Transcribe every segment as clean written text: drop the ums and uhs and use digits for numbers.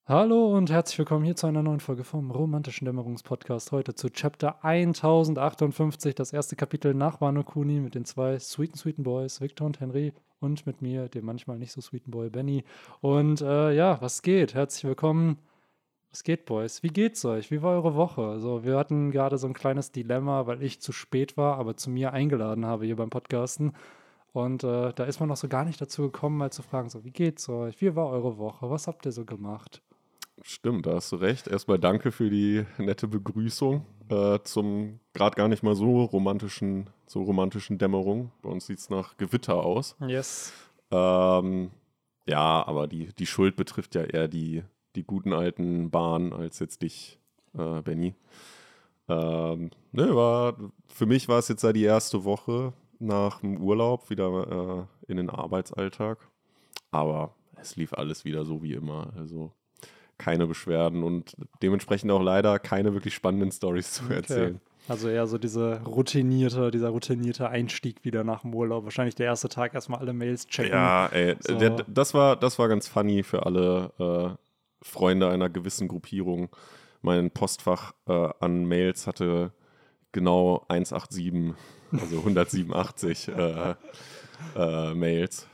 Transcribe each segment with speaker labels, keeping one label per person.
Speaker 1: Hallo und herzlich willkommen hier zu einer neuen Folge vom Romantischen Dämmerungspodcast. Heute zu Chapter 1058, das erste Kapitel nach Wano Kuni mit den zwei sweeten Boys, Victor und Henry, und mit mir, dem manchmal nicht so sweeten Boy Benny. Und was geht? Herzlich willkommen. Was geht, Boys? Wie geht's euch? Wie war eure Woche? Also, wir hatten gerade so ein kleines Dilemma, weil ich zu spät war, aber zu mir eingeladen habe hier beim Podcasten. Und da ist man noch so gar nicht dazu gekommen, mal zu fragen, so, wie geht's euch? Wie war eure Woche? Was habt ihr so gemacht?
Speaker 2: Stimmt, da hast du recht. Erstmal danke für die nette Begrüßung zum gerade gar nicht mal so romantischen Dämmerung. Bei uns sieht es nach Gewitter aus.
Speaker 1: Yes.
Speaker 2: Ja, aber die Schuld betrifft ja eher die guten alten Bahnen als jetzt dich, Benny. Für mich war es jetzt ja die erste Woche nach dem Urlaub wieder in den Arbeitsalltag. Aber es lief alles wieder so wie immer. Also keine Beschwerden und dementsprechend auch leider keine wirklich spannenden Storys zu erzählen.
Speaker 1: Also eher so dieser routinierte Einstieg wieder nach dem Urlaub. Wahrscheinlich der erste Tag erstmal alle Mails checken.
Speaker 2: Ja, ey,
Speaker 1: So.
Speaker 2: das war ganz funny für alle Freunde einer gewissen Gruppierung. Mein Postfach an Mails hatte genau 187, also 187 Mails.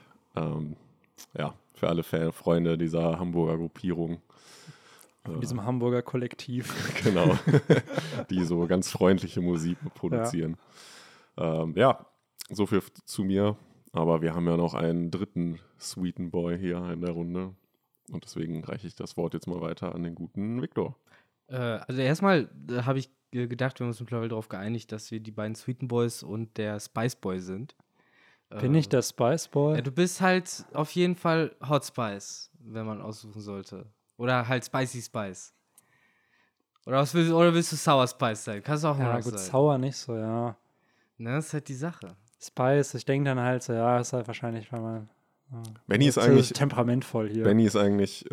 Speaker 2: Ja, für alle Freunde dieser Hamburger Gruppierung.
Speaker 1: In diesem Hamburger Kollektiv.
Speaker 2: Genau, die so ganz freundliche Musik produzieren. Ja, so viel zu mir. Aber wir haben ja noch einen dritten sweeten Boy hier in der Runde. Und deswegen reiche ich das Wort jetzt mal weiter an den guten Victor.
Speaker 3: Also erstmal habe ich gedacht, wir haben uns mittlerweile darauf geeinigt, dass wir die beiden Sweeten Boys und der Spice Boy sind.
Speaker 1: Bin ich der Spice Boy?
Speaker 3: Ja, du bist halt auf jeden Fall Hot Spice, wenn man aussuchen sollte. Oder halt Spicy Spice. Oder willst du Sour Spice sein? Kannst du auch
Speaker 1: Ja,
Speaker 3: noch
Speaker 1: gut,
Speaker 3: sein.
Speaker 1: sauer nicht so, ja.
Speaker 3: Ne, das ist halt die Sache.
Speaker 1: Spice, ich denke dann halt so, ja, ist halt wahrscheinlich, weil man
Speaker 2: Benny ist
Speaker 1: so
Speaker 2: eigentlich
Speaker 1: temperamentvoll hier.
Speaker 2: Benny ist eigentlich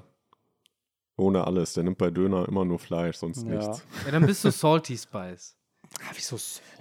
Speaker 2: ohne alles. Der nimmt bei Döner immer nur Fleisch, sonst
Speaker 1: Ja.
Speaker 2: nichts.
Speaker 3: Ja, dann bist du Salty Spice.
Speaker 1: Wieso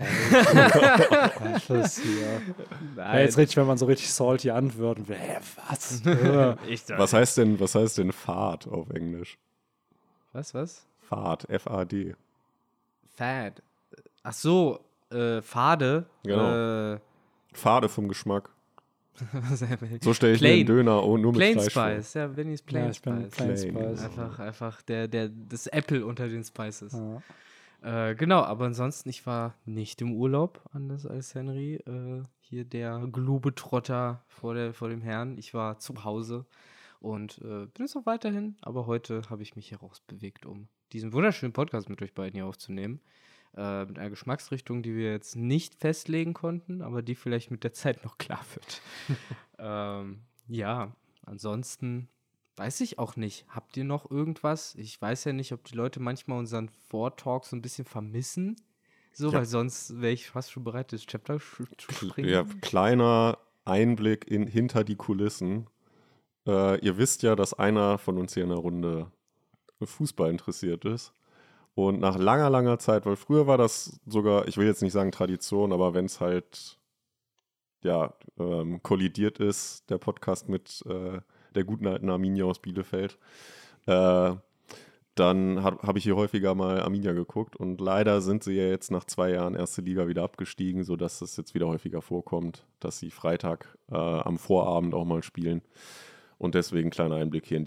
Speaker 1: salty? Was hier? Ja, jetzt richtig, wenn man so richtig salty antworten will. Hä, was?
Speaker 2: Was heißt denn Fad auf Englisch?
Speaker 3: Was?
Speaker 2: Fad, F-A-D.
Speaker 3: Fad. Ach so, Fade.
Speaker 2: Genau. Fade vom Geschmack.
Speaker 3: Plain.
Speaker 2: So stelle ich mir einen Döner nur mit
Speaker 3: Plain
Speaker 2: Fleisch
Speaker 3: Spice, ja, Benny ist Plain
Speaker 1: Ja, ich bin
Speaker 3: Spice.
Speaker 1: Plain Spice.
Speaker 3: Einfach das Apple unter den Spices.
Speaker 1: Ja.
Speaker 3: Genau, aber ansonsten, ich war nicht im Urlaub, anders als Henry. Hier der Globetrotter vor dem Herrn. Ich war zu Hause und bin es auch weiterhin. Aber heute habe ich mich herausbewegt, um diesen wunderschönen Podcast mit euch beiden hier aufzunehmen. Mit einer Geschmacksrichtung, die wir jetzt nicht festlegen konnten, aber die vielleicht mit der Zeit noch klar wird. Ja, ansonsten weiß ich auch nicht. Habt ihr noch irgendwas? Ich weiß ja nicht, ob die Leute manchmal unseren Vortalk so ein bisschen vermissen. So,
Speaker 2: Ja.
Speaker 3: weil sonst wäre ich fast schon bereit, das Chapter zu springen.
Speaker 2: Ja, kleiner Einblick hinter die Kulissen. Ihr wisst ja, dass einer von uns hier in der Runde Fußball interessiert ist. Und nach langer Zeit, weil früher war das sogar, ich will jetzt nicht sagen Tradition, aber wenn es halt kollidiert ist, der Podcast mit der guten alten Arminia aus Bielefeld, dann habe ich hier häufiger mal Arminia geguckt und leider sind sie ja jetzt nach 2 Jahren erste Liga wieder abgestiegen, sodass es jetzt wieder häufiger vorkommt, dass sie Freitag am Vorabend auch mal spielen. Und deswegen kleiner Einblick hier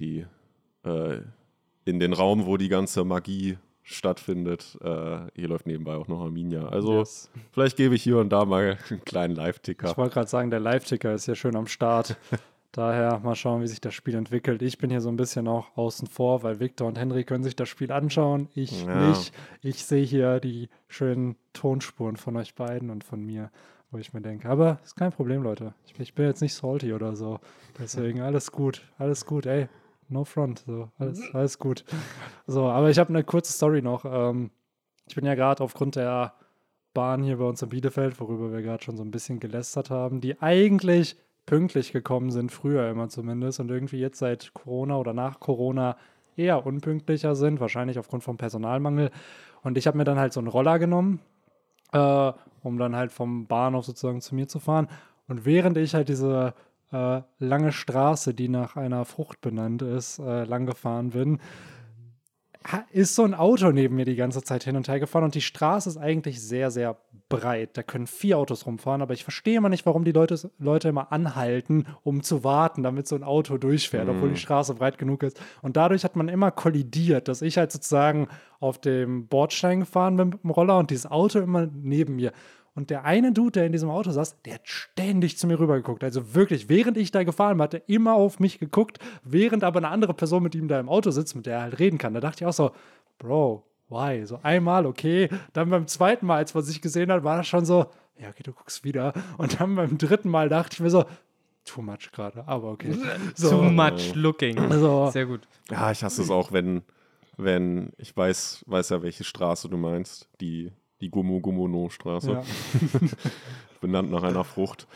Speaker 2: in den Raum, wo die ganze Magie stattfindet. Hier läuft nebenbei auch noch Arminia. Also
Speaker 1: Yes.
Speaker 2: vielleicht gebe ich hier und da mal einen kleinen Live-Ticker.
Speaker 1: Ich wollte gerade sagen, der Live-Ticker ist ja schön am Start. Daher mal schauen, wie sich das Spiel entwickelt. Ich bin hier so ein bisschen auch außen vor, weil Victor und Henry können sich das Spiel anschauen. Ich
Speaker 2: Ja.
Speaker 1: nicht. Ich sehe hier die schönen Tonspuren von euch beiden und von mir, wo ich mir denke, aber ist kein Problem, Leute. Ich bin jetzt nicht salty oder so. Deswegen alles gut, ey. No front, so, alles gut. So, aber ich habe eine kurze Story noch. Ich bin ja gerade aufgrund der Bahn hier bei uns in Bielefeld, worüber wir gerade schon so ein bisschen gelästert haben, die eigentlich pünktlich gekommen sind, früher immer zumindest, und irgendwie jetzt seit Corona oder nach Corona eher unpünktlicher sind, wahrscheinlich aufgrund vom Personalmangel. Und ich habe mir dann halt so einen Roller genommen, um dann halt vom Bahnhof sozusagen zu mir zu fahren. Und während ich halt diese lange Straße, die nach einer Frucht benannt ist, lang gefahren bin, ist so ein Auto neben mir die ganze Zeit hin und her gefahren und die Straße ist eigentlich sehr, sehr breit. Da können 4 Autos rumfahren, aber ich verstehe immer nicht, warum die Leute immer anhalten, um zu warten, damit so ein Auto durchfährt, obwohl die Straße breit genug ist. Und dadurch hat man immer kollidiert, dass ich halt sozusagen auf dem Bordstein gefahren bin mit dem Roller und dieses Auto immer neben mir. Und der eine Dude, der in diesem Auto saß, der hat ständig zu mir rüber geguckt. Also wirklich, während ich da gefahren bin, hat er immer auf mich geguckt, während aber eine andere Person mit ihm da im Auto sitzt, mit der er halt reden kann. Da dachte ich auch so, Bro, why? So einmal, okay. Dann beim zweiten Mal, als man sich gesehen hat, war das schon so, ja, okay, du guckst wieder. Und dann beim dritten Mal dachte ich mir so, too much gerade, aber okay. So,
Speaker 3: Too much looking.
Speaker 1: Also,
Speaker 3: Sehr gut.
Speaker 2: Ja, ich hasse es auch, wenn ich weiß ja, welche Straße du meinst, die Gomo-Gomo-No-Straße,
Speaker 1: ja.
Speaker 2: benannt nach einer Frucht.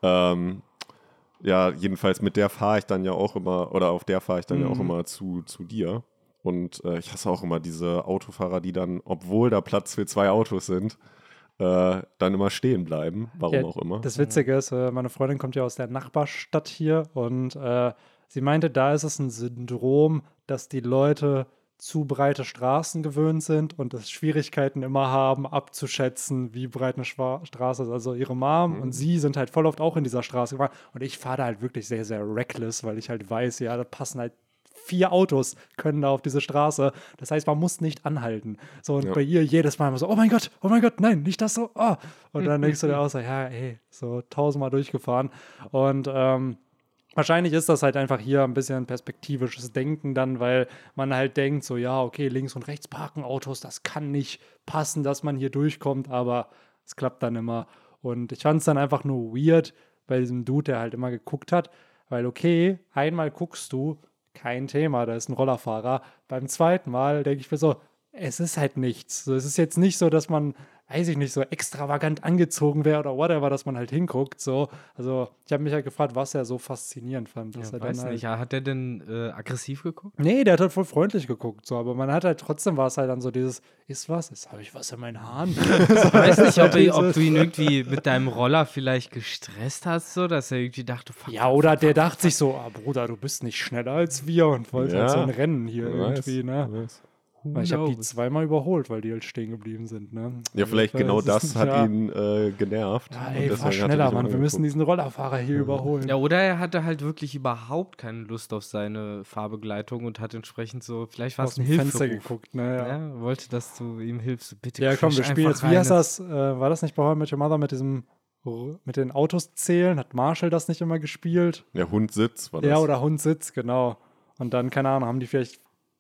Speaker 2: Ja, jedenfalls mit der fahre ich dann ja auch immer, oder auf der fahre ich dann ja auch immer zu dir. Und ich hasse auch immer diese Autofahrer, die dann, obwohl da Platz für 2 Autos sind, dann immer stehen bleiben, warum auch immer.
Speaker 1: Das Witzige ist, meine Freundin kommt ja aus der Nachbarstadt hier und sie meinte, da ist es ein Syndrom, dass die Leute zu breite Straßen gewöhnt sind und es Schwierigkeiten immer haben, abzuschätzen, wie breit eine Straße ist. Also ihre Mom und sie sind halt voll oft auch in dieser Straße gefahren und ich fahre da halt wirklich sehr, sehr reckless, weil ich halt weiß, ja, da passen halt 4 Autos können da auf diese Straße. Das heißt, man muss nicht anhalten. So, und bei ihr jedes Mal immer so, oh mein Gott, nein, nicht das so. Oh. Und dann denkst du dir auch so, ja, ey, so 1000-mal durchgefahren. Und wahrscheinlich ist das halt einfach hier ein bisschen perspektivisches Denken dann, weil man halt denkt so, ja, okay, links und rechts parken Autos, das kann nicht passen, dass man hier durchkommt, aber es klappt dann immer. Und ich fand es dann einfach nur weird bei diesem Dude, der halt immer geguckt hat, weil okay, einmal guckst du, kein Thema, da ist ein Rollerfahrer. Beim zweiten Mal denke ich mir so, es ist halt nichts. So, es ist jetzt nicht so, dass man, weiß ich nicht, so extravagant angezogen wäre oder whatever, dass man halt hinguckt. So. Also ich habe mich halt gefragt, was er so faszinierend fand. Dass
Speaker 3: Ja,
Speaker 1: er
Speaker 3: weiß
Speaker 1: dann halt,
Speaker 3: nicht, hat der denn aggressiv geguckt?
Speaker 1: nee, der hat halt voll freundlich geguckt, so, aber man hat halt trotzdem war es halt dann so dieses, ist was? Jetzt habe ich was in meinen Haaren.
Speaker 3: Ich weiß nicht, ob du ihn irgendwie mit deinem Roller vielleicht gestresst hast, so, dass er irgendwie dachte, fuck,
Speaker 1: Ja, oder der dachte sich so, Bruder, du bist nicht schneller als wir und wollte halt so ein Rennen hier
Speaker 2: wer
Speaker 1: irgendwie, ne?
Speaker 2: wer weiß.
Speaker 1: Weil ich habe die 2-mal überholt, weil die halt stehen geblieben sind, ne?
Speaker 2: Ja, vielleicht
Speaker 1: Also,
Speaker 2: genau das hat
Speaker 1: ja.
Speaker 2: ihn genervt.
Speaker 1: Ja,
Speaker 2: Und
Speaker 1: ey,
Speaker 2: deswegen
Speaker 1: fahr
Speaker 2: hat er
Speaker 1: schneller,
Speaker 2: sich
Speaker 1: Mann,
Speaker 2: mal
Speaker 1: wir müssen
Speaker 2: angeguckt.
Speaker 1: diesen Rollerfahrer hier überholen.
Speaker 3: Ja, oder er hatte halt wirklich überhaupt keine Lust auf seine Fahrbegleitung und hat entsprechend so, vielleicht war
Speaker 1: Aus
Speaker 3: es ein
Speaker 1: dem Fenster
Speaker 3: Hilferuf.
Speaker 1: geguckt, ne? Ja,
Speaker 3: Ja, wollte, dass du ihm hilfst. Bitte
Speaker 1: ja komm, wir
Speaker 3: crash
Speaker 1: spielen
Speaker 3: einfach
Speaker 1: jetzt, wie heißt
Speaker 3: rein.
Speaker 1: das? War das nicht bei How I Met Your Mother mit diesem, mit den Autos zählen? Hat Marshall das nicht immer gespielt?
Speaker 2: Ja, Hundsitz war das.
Speaker 1: Ja, oder Hundsitz, genau. Und dann, keine Ahnung, haben die vielleicht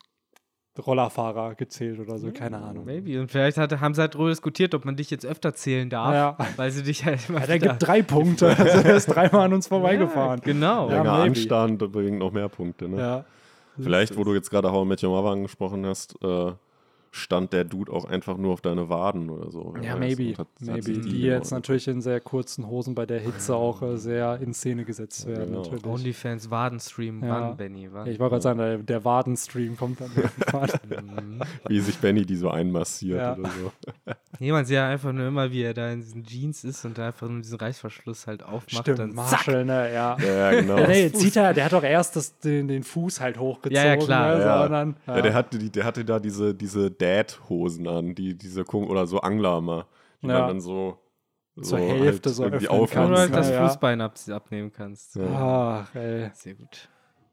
Speaker 1: Rollerfahrer gezählt oder so, keine Ahnung.
Speaker 3: Maybe. Und vielleicht haben sie halt darüber diskutiert, ob man dich jetzt öfter zählen darf,
Speaker 1: Ja.
Speaker 3: weil sie dich halt immer
Speaker 1: Ja, der
Speaker 3: wieder-
Speaker 1: gibt 3 Punkte. Also er ist 3-mal an uns vorbeigefahren.
Speaker 3: Genau.
Speaker 1: Ja,
Speaker 2: Länger
Speaker 1: maybe.
Speaker 2: Anstand bringt noch mehr Punkte, ne?
Speaker 1: Ja.
Speaker 2: Vielleicht, wo du jetzt gerade How I Met Your Mother angesprochen hast, stand der Dude auch einfach nur auf deine Waden oder so. wer
Speaker 1: Ja,
Speaker 2: weiß.
Speaker 1: maybe.
Speaker 2: Und hat
Speaker 1: Maybe.
Speaker 2: sich
Speaker 1: Die jetzt natürlich in sehr kurzen Hosen bei der Hitze auch sehr in Szene gesetzt werden.
Speaker 2: genau.
Speaker 1: Natürlich.
Speaker 3: OnlyFans Wadenstream,
Speaker 1: Ja.
Speaker 3: wann, Benny? Wann?
Speaker 1: Ich wollte gerade sagen, der Wadenstream kommt dann irgendwann.
Speaker 2: wie sich Benny die so einmassiert
Speaker 1: Ja.
Speaker 2: oder so.
Speaker 3: Jemand sieht ja einfach nur immer, wie er da in diesen Jeans ist und da einfach nur diesen Reißverschluss halt aufmacht.
Speaker 1: Stimmt,
Speaker 3: dann zack.
Speaker 1: Marshall, ne, ja.
Speaker 2: Ja, genau.
Speaker 1: Ja, nee, der hat doch erst den Fuß halt hochgezogen.
Speaker 3: Ja, ja, klar.
Speaker 1: Ne, so,
Speaker 2: Ja.
Speaker 1: und dann,
Speaker 2: Ja, der hatte da diese Dad-Hosen an, oder so Angler mal, die
Speaker 1: Ja.
Speaker 2: man dann so
Speaker 1: Zur Hälfte so
Speaker 2: irgendwie
Speaker 1: öffnen
Speaker 2: aufmachen
Speaker 3: Oder
Speaker 1: kannst,
Speaker 3: halt das
Speaker 1: ja.
Speaker 3: Fußbein abnehmen kannst.
Speaker 1: Ach, ey.
Speaker 3: Sehr gut.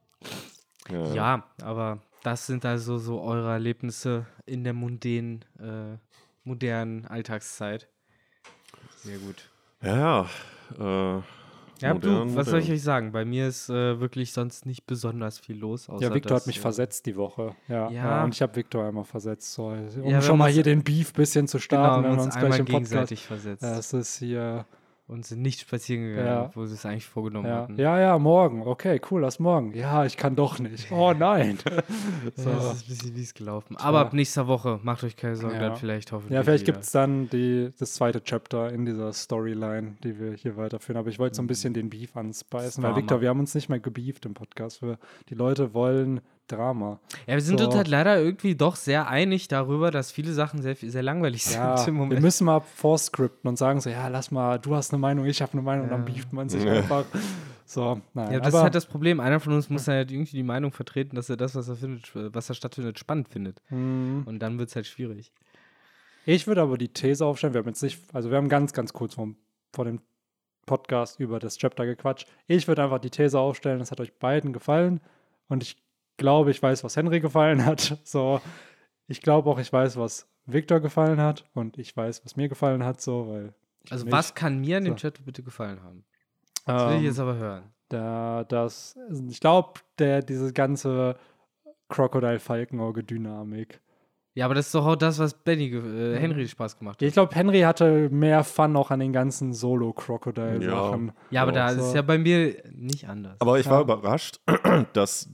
Speaker 2: Ja.
Speaker 3: Ja, aber das sind also so eure Erlebnisse in der modernen Alltagszeit. Sehr gut.
Speaker 2: Ja,
Speaker 3: Ja,
Speaker 2: modern,
Speaker 3: was soll ich
Speaker 2: modern.
Speaker 3: euch sagen? Bei mir ist wirklich sonst nicht besonders viel los. Außer
Speaker 1: Ja, Victor
Speaker 3: dass,
Speaker 1: hat mich versetzt die Woche. Ja,
Speaker 3: Ja.
Speaker 1: und ich habe Victor einmal versetzt. So, um
Speaker 3: wir
Speaker 1: schon
Speaker 3: haben
Speaker 1: mal
Speaker 3: uns-
Speaker 1: hier den Beef ein bisschen zu
Speaker 3: Genau,
Speaker 1: starten,
Speaker 3: wir haben
Speaker 1: wenn wir
Speaker 3: uns
Speaker 1: uns gleich
Speaker 3: einmal
Speaker 1: im Podcast.
Speaker 3: gegenseitig versetzt.
Speaker 1: Ja, es ist hier.
Speaker 3: Und sind nicht spazieren gegangen,
Speaker 1: Ja.
Speaker 3: obwohl sie es eigentlich vorgenommen
Speaker 1: Ja,
Speaker 3: hatten.
Speaker 1: ja, morgen. Okay, cool, lass morgen. Ja, ich kann doch nicht. Oh nein.
Speaker 3: So.
Speaker 1: So.
Speaker 3: Das ist ein bisschen mies gelaufen. Aber ab nächster Woche, macht euch keine Sorgen,
Speaker 1: Ja.
Speaker 3: dann vielleicht hoffentlich.
Speaker 1: Ja, vielleicht
Speaker 3: wieder.
Speaker 1: gibt es dann das zweite Chapter in dieser Storyline, die wir hier weiterführen. Aber ich wollte so ein bisschen den Beef anspeisen, weil
Speaker 3: Drama.
Speaker 1: Victor, wir haben uns nicht mehr gebeeft im Podcast. Die Leute wollen Drama.
Speaker 3: Ja, wir sind
Speaker 1: So.
Speaker 3: uns halt leider irgendwie doch sehr einig darüber, dass viele Sachen sehr langweilig
Speaker 1: Ja,
Speaker 3: sind im
Speaker 1: wir
Speaker 3: Moment.
Speaker 1: müssen mal vorscripten und sagen so, ja, lass mal, du hast eine Meinung, ich habe eine Meinung, und dann beeft man sich einfach. So, nein.
Speaker 3: Ja, das ist
Speaker 1: aber,
Speaker 3: halt das Problem. Einer von uns muss halt irgendwie die Meinung vertreten, dass er das, was da stattfindet, spannend findet. Und dann wird es halt schwierig.
Speaker 1: Ich würde aber die These aufstellen, wir haben jetzt nicht, also wir haben ganz, ganz kurz vor dem Podcast über das Chapter gequatscht. Ich würde einfach die These aufstellen, es hat euch beiden gefallen und ich glaube, ich weiß, was Henry gefallen hat. So, ich glaube auch, ich weiß, was Victor gefallen hat und ich weiß, was mir gefallen hat, so, weil
Speaker 3: Also was kann mir an dem Chapter bitte gefallen haben? Das will ich jetzt aber hören.
Speaker 1: Ich glaube, diese ganze Crocodile-Falkenauge-Dynamik.
Speaker 3: Ja, aber das ist doch auch das, was Henry Spaß gemacht hat.
Speaker 1: Ich glaube, Henry hatte mehr Fun auch an den ganzen Solo-Crocodile-Sachen.
Speaker 3: Ja, aber da ist
Speaker 1: so.
Speaker 3: es ja bei mir nicht anders.
Speaker 2: Aber ich war überrascht, dass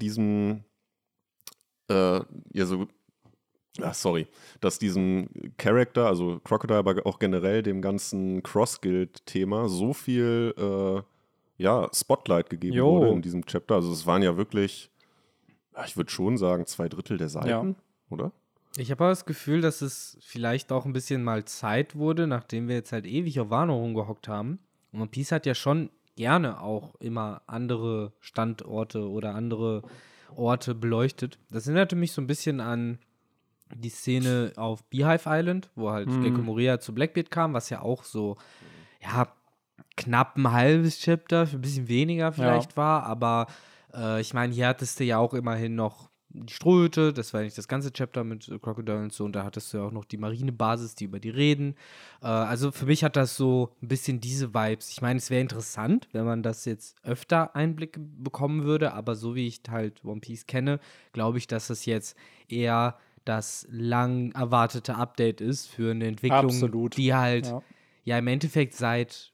Speaker 2: dass diesem Charakter, also Crocodile, aber auch generell dem ganzen Cross-Guild-Thema so viel Spotlight gegeben wurde in diesem Chapter. Also es waren ja wirklich, ich würde schon sagen, 2/3 der Seiten, oder?
Speaker 3: Ich habe aber das Gefühl, dass es vielleicht auch ein bisschen mal Zeit wurde, nachdem wir jetzt halt ewig auf Wano rumgehockt haben. Und One Piece hat ja schon gerne auch immer andere Standorte oder andere Orte beleuchtet. Das erinnerte mich so ein bisschen an die Szene auf Beehive Island, wo halt Gecko Moria zu Blackbeard kam, was ja auch so, knapp ein halbes Chapter, ein bisschen weniger vielleicht war, aber ich meine, hier hattest du ja auch immerhin noch die Strohhütte, das war nicht das ganze Chapter mit Crocodile und so, und da hattest du ja auch noch die Marinebasis, die über die reden. Also für mich hat das so ein bisschen diese Vibes. Ich meine, es wäre interessant, wenn man das jetzt öfter Einblicke bekommen würde, aber so wie ich halt One Piece kenne, glaube ich, dass das jetzt eher das lang erwartete Update ist für eine Entwicklung, die halt im Endeffekt seit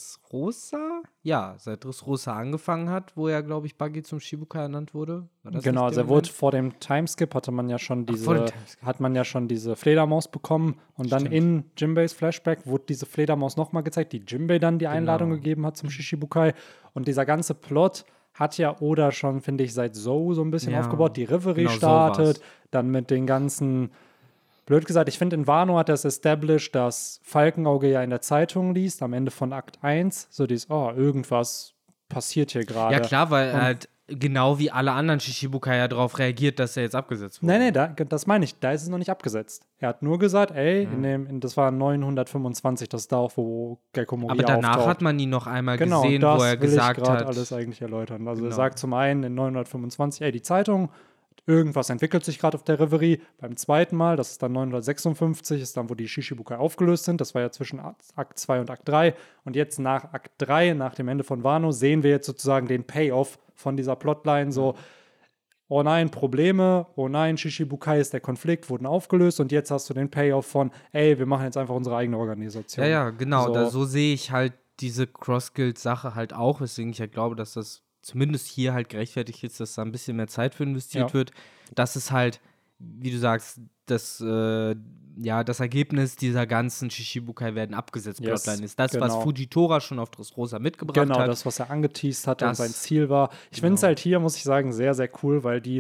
Speaker 3: Dressrosa angefangen hat, wo ja, glaube ich, Buggy zum Shibukai ernannt wurde.
Speaker 1: Genau, also er wurde vor dem Timeskip hatte man ja schon diese Fledermaus bekommen und dann in Jinbeis Flashback wurde diese Fledermaus nochmal gezeigt, die Jinbei dann die Einladung gegeben hat zum Shishibukai, und dieser ganze Plot hat ja Oda schon, finde ich, seit so ein bisschen aufgebaut. Die Reverie startet, dann mit den ganzen, blöd gesagt, ich finde, in Wano hat er es established, dass Falkenauge ja in der Zeitung liest, am Ende von Akt 1, so dieses, irgendwas passiert hier gerade.
Speaker 3: Ja klar, weil halt genau wie alle anderen Shishibukai ja darauf reagiert, dass er jetzt abgesetzt wurde.
Speaker 1: Nee, das meine ich, da ist es noch nicht abgesetzt. Er hat nur gesagt, das war 925, das ist da auch, wo Gecko Moria
Speaker 3: aber danach
Speaker 1: auftaucht.
Speaker 3: Hat man ihn noch einmal gesehen, wo er gesagt hat.
Speaker 1: Das alles eigentlich erläutern. Also er sagt zum einen in 925, die Zeitung, irgendwas entwickelt sich gerade auf der Reverie. Beim zweiten Mal, das ist dann 956, ist dann, wo die Shishibukai aufgelöst sind. Das war ja zwischen Akt 2 und Akt 3. Und jetzt nach Akt 3, nach dem Ende von Wano, sehen wir jetzt sozusagen den Payoff von dieser Plotline. So, oh nein, Probleme, oh nein, Shishibukai ist der Konflikt, wurden aufgelöst. Und jetzt hast du den Payoff von, wir machen jetzt einfach unsere eigene Organisation.
Speaker 3: Ja, genau. So sehe ich halt diese Cross-Guild-Sache halt auch, weswegen ich halt glaube, dass das zumindest hier halt gerechtfertigt ist, dass da ein bisschen mehr Zeit für investiert wird, dass es halt, wie du sagst, das Ergebnis dieser ganzen Shishibukai werden abgesetzt Plotline ist. Das, was Fujitora schon auf Dressrosa mitgebracht hat.
Speaker 1: Genau, das, was er angeteased hatte und sein Ziel war. Ich finde es halt hier, muss ich sagen, sehr, sehr cool, weil die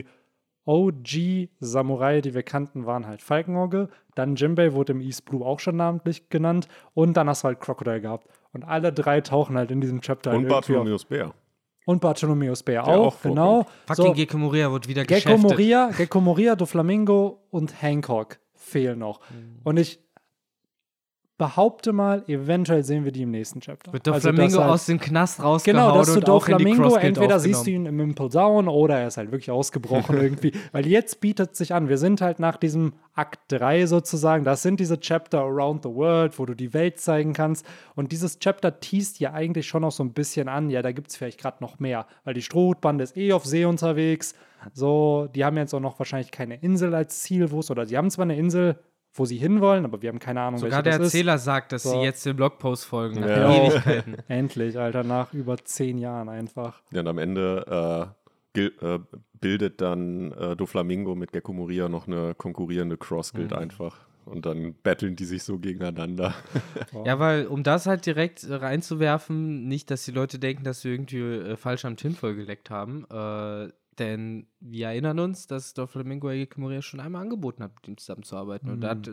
Speaker 1: OG-Samurai, die wir kannten, waren halt Falkenauge. Dann Jinbei wurde im East Blue auch schon namentlich genannt. Und dann hast du halt Crocodile gehabt. Und alle drei tauchen halt in diesem Chapter.
Speaker 2: Und Bartholomäus Bär.
Speaker 1: Und Bartholomäus Bär auch, genau.
Speaker 3: Fucking Gecko Moria wird wieder geschäftet.
Speaker 1: Gecko Moria, Doflamingo und Hancock fehlen noch. Und ich behaupte mal, eventuell sehen wir die im nächsten Chapter.
Speaker 3: Wird Doflamingo aus dem Knast rausgehauen.
Speaker 1: Genau, dass du Doflamingo entweder
Speaker 3: aufgenommen.
Speaker 1: siehst du ihn im Impel Down oder er ist halt wirklich ausgebrochen irgendwie. Weil jetzt bietet sich an, wir sind halt nach diesem Akt 3 sozusagen, das sind diese Chapter Around the World, wo du die Welt zeigen kannst. Und dieses Chapter teast ja eigentlich schon noch so ein bisschen an, da gibt es vielleicht gerade noch mehr. Weil die Strohhutbande ist auf See unterwegs. So, die haben jetzt auch noch wahrscheinlich keine Insel als Ziel, oder sie haben zwar eine Insel, wo sie hinwollen, aber wir haben keine Ahnung,
Speaker 3: sogar der Erzähler sagt, dass sie jetzt den Blogpost folgen, nach Ewigkeiten.
Speaker 1: Endlich, Alter, nach über 10 Jahren einfach.
Speaker 2: Ja, und am Ende bildet dann Doflamingo mit Gecko Moria noch eine konkurrierende Cross-Guild einfach. Und dann battlen die sich so gegeneinander.
Speaker 3: Ja, weil, um das halt direkt reinzuwerfen, nicht, dass die Leute denken, dass wir irgendwie falsch am Tinfoil geleckt haben, denn wir erinnern uns, dass Doflamingo Gecko Moria schon einmal angeboten hat, mit ihm zusammenzuarbeiten. Und da hat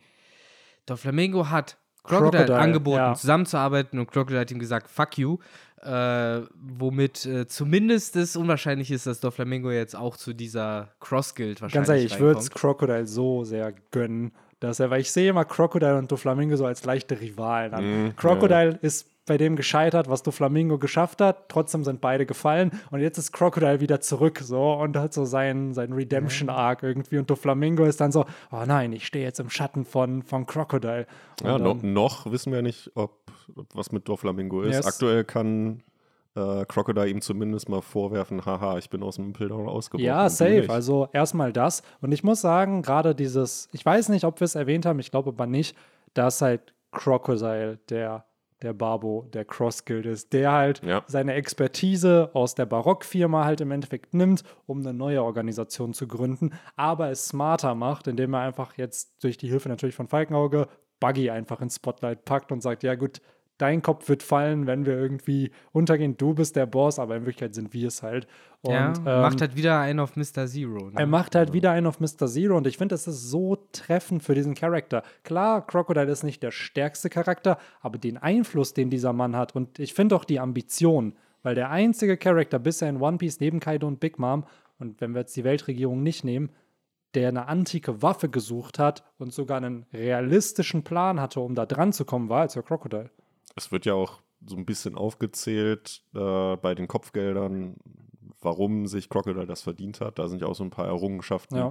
Speaker 3: Doflamingo hat Crocodile angeboten, zusammenzuarbeiten, und Crocodile hat ihm gesagt, fuck you. womit zumindest es unwahrscheinlich ist, dass Doflamingo jetzt auch zu dieser Cross-Guild wahrscheinlich
Speaker 1: Ganz ehrlich, ich würde es
Speaker 3: reinkommt.
Speaker 1: Crocodile so sehr gönnen, weil ich sehe immer Crocodile und Doflamingo so als leichte Rivalen an. Crocodile ist bei dem gescheitert, was Doflamingo geschafft hat. Trotzdem sind beide gefallen. Und jetzt ist Crocodile wieder zurück so und hat so seinen Redemption-Arc irgendwie. Und Doflamingo ist dann so, oh nein, ich stehe jetzt im Schatten von Crocodile. Und
Speaker 2: Ja,
Speaker 1: dann,
Speaker 2: noch wissen wir nicht, ob was mit Doflamingo ist.
Speaker 1: Yes.
Speaker 2: Aktuell kann Crocodile ihm zumindest mal vorwerfen, haha, ich bin aus dem Pildown ausgebrochen.
Speaker 1: ja,
Speaker 2: und du
Speaker 1: safe.
Speaker 2: nicht.
Speaker 1: Also erstmal das. Und ich muss sagen, gerade ich weiß nicht, ob wir es erwähnt haben, ich glaube aber nicht, dass halt Crocodile der Barbo der Cross-Guild ist, der halt
Speaker 2: Ja.
Speaker 1: seine Expertise aus der Barock-Firma halt im Endeffekt nimmt, um eine neue Organisation zu gründen, aber es smarter macht, indem er einfach jetzt durch die Hilfe natürlich von Falkenauge Buggy einfach ins Spotlight packt und sagt, ja gut, dein Kopf wird fallen, wenn wir irgendwie untergehen, du bist der Boss, aber in Wirklichkeit sind wir es halt. Und,
Speaker 3: Macht halt wieder einen auf Mr. Zero. Ne?
Speaker 1: er macht halt wieder einen auf Mr. Zero und ich finde, das ist so treffend für diesen Charakter. Klar, Crocodile ist nicht der stärkste Charakter, aber den Einfluss, den dieser Mann hat und ich finde auch die Ambition, weil der einzige Charakter bisher in One Piece neben Kaido und Big Mom, und wenn wir jetzt die Weltregierung nicht nehmen, der eine antike Waffe gesucht hat und sogar einen realistischen Plan hatte, um da dran zu kommen, war als der Crocodile.
Speaker 2: Es wird ja auch so ein bisschen aufgezählt bei den Kopfgeldern, warum sich Crocodile das verdient hat. Da sind ja auch so ein paar Errungenschaften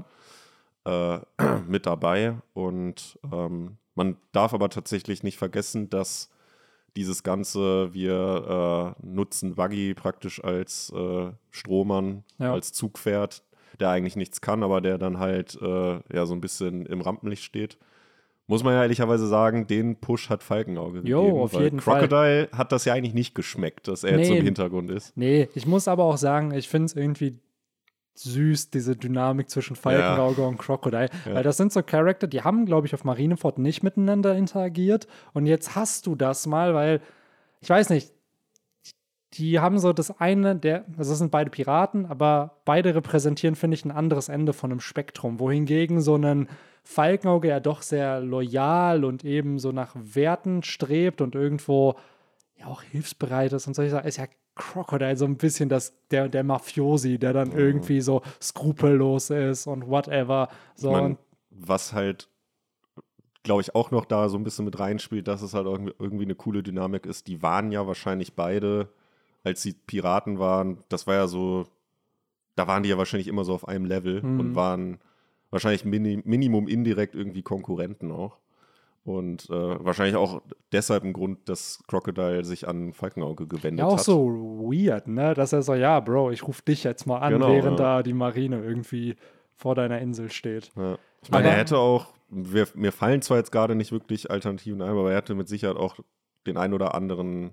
Speaker 2: mit dabei. Und man darf aber tatsächlich nicht vergessen, dass dieses Ganze, wir nutzen Buggy praktisch als Strohmann, als Zugpferd, der eigentlich nichts kann, aber der dann halt so ein bisschen im Rampenlicht steht. Muss man ja ehrlicherweise sagen, den Push hat Falkenauge gegeben.
Speaker 1: Auf
Speaker 2: weil
Speaker 1: jeden Fall.
Speaker 2: Crocodile hat das ja eigentlich nicht geschmeckt, dass er jetzt so im Hintergrund ist.
Speaker 1: Nee, ich muss aber auch sagen, ich finde es irgendwie süß, diese Dynamik zwischen Falkenauge und Crocodile. Ja. Weil das sind so Charakter, die haben, glaube ich, auf Marineford nicht miteinander interagiert. Und jetzt hast du das mal, weil, ich weiß nicht, die haben so das eine, also das sind beide Piraten, aber beide repräsentieren, finde ich, ein anderes Ende von einem Spektrum. Wohingegen so ein Falkenauge ja doch sehr loyal und eben so nach Werten strebt und irgendwo ja auch hilfsbereit ist und solche Sachen, ist ja Crocodile so ein bisschen der Mafiosi, der dann irgendwie so skrupellos ist und whatever. So.
Speaker 2: Ich mein, was halt, glaube ich, auch noch da so ein bisschen mit reinspielt, dass es halt irgendwie eine coole Dynamik ist. Die waren ja wahrscheinlich beide, als sie Piraten waren, das war ja so, da waren die ja wahrscheinlich immer so auf einem Level und waren wahrscheinlich Minimum indirekt irgendwie Konkurrenten auch. Und wahrscheinlich auch deshalb ein Grund, dass Crocodile sich an Falkenauge gewendet hat.
Speaker 1: Ja, auch so weird, ne? Dass er so, ja, Bro, ich rufe dich jetzt mal an, während da die Marine irgendwie vor deiner Insel steht.
Speaker 2: Ja. Ich meine, er hätte auch, mir fallen zwar jetzt gerade nicht wirklich Alternativen ein, aber er hätte mit Sicherheit auch den ein oder anderen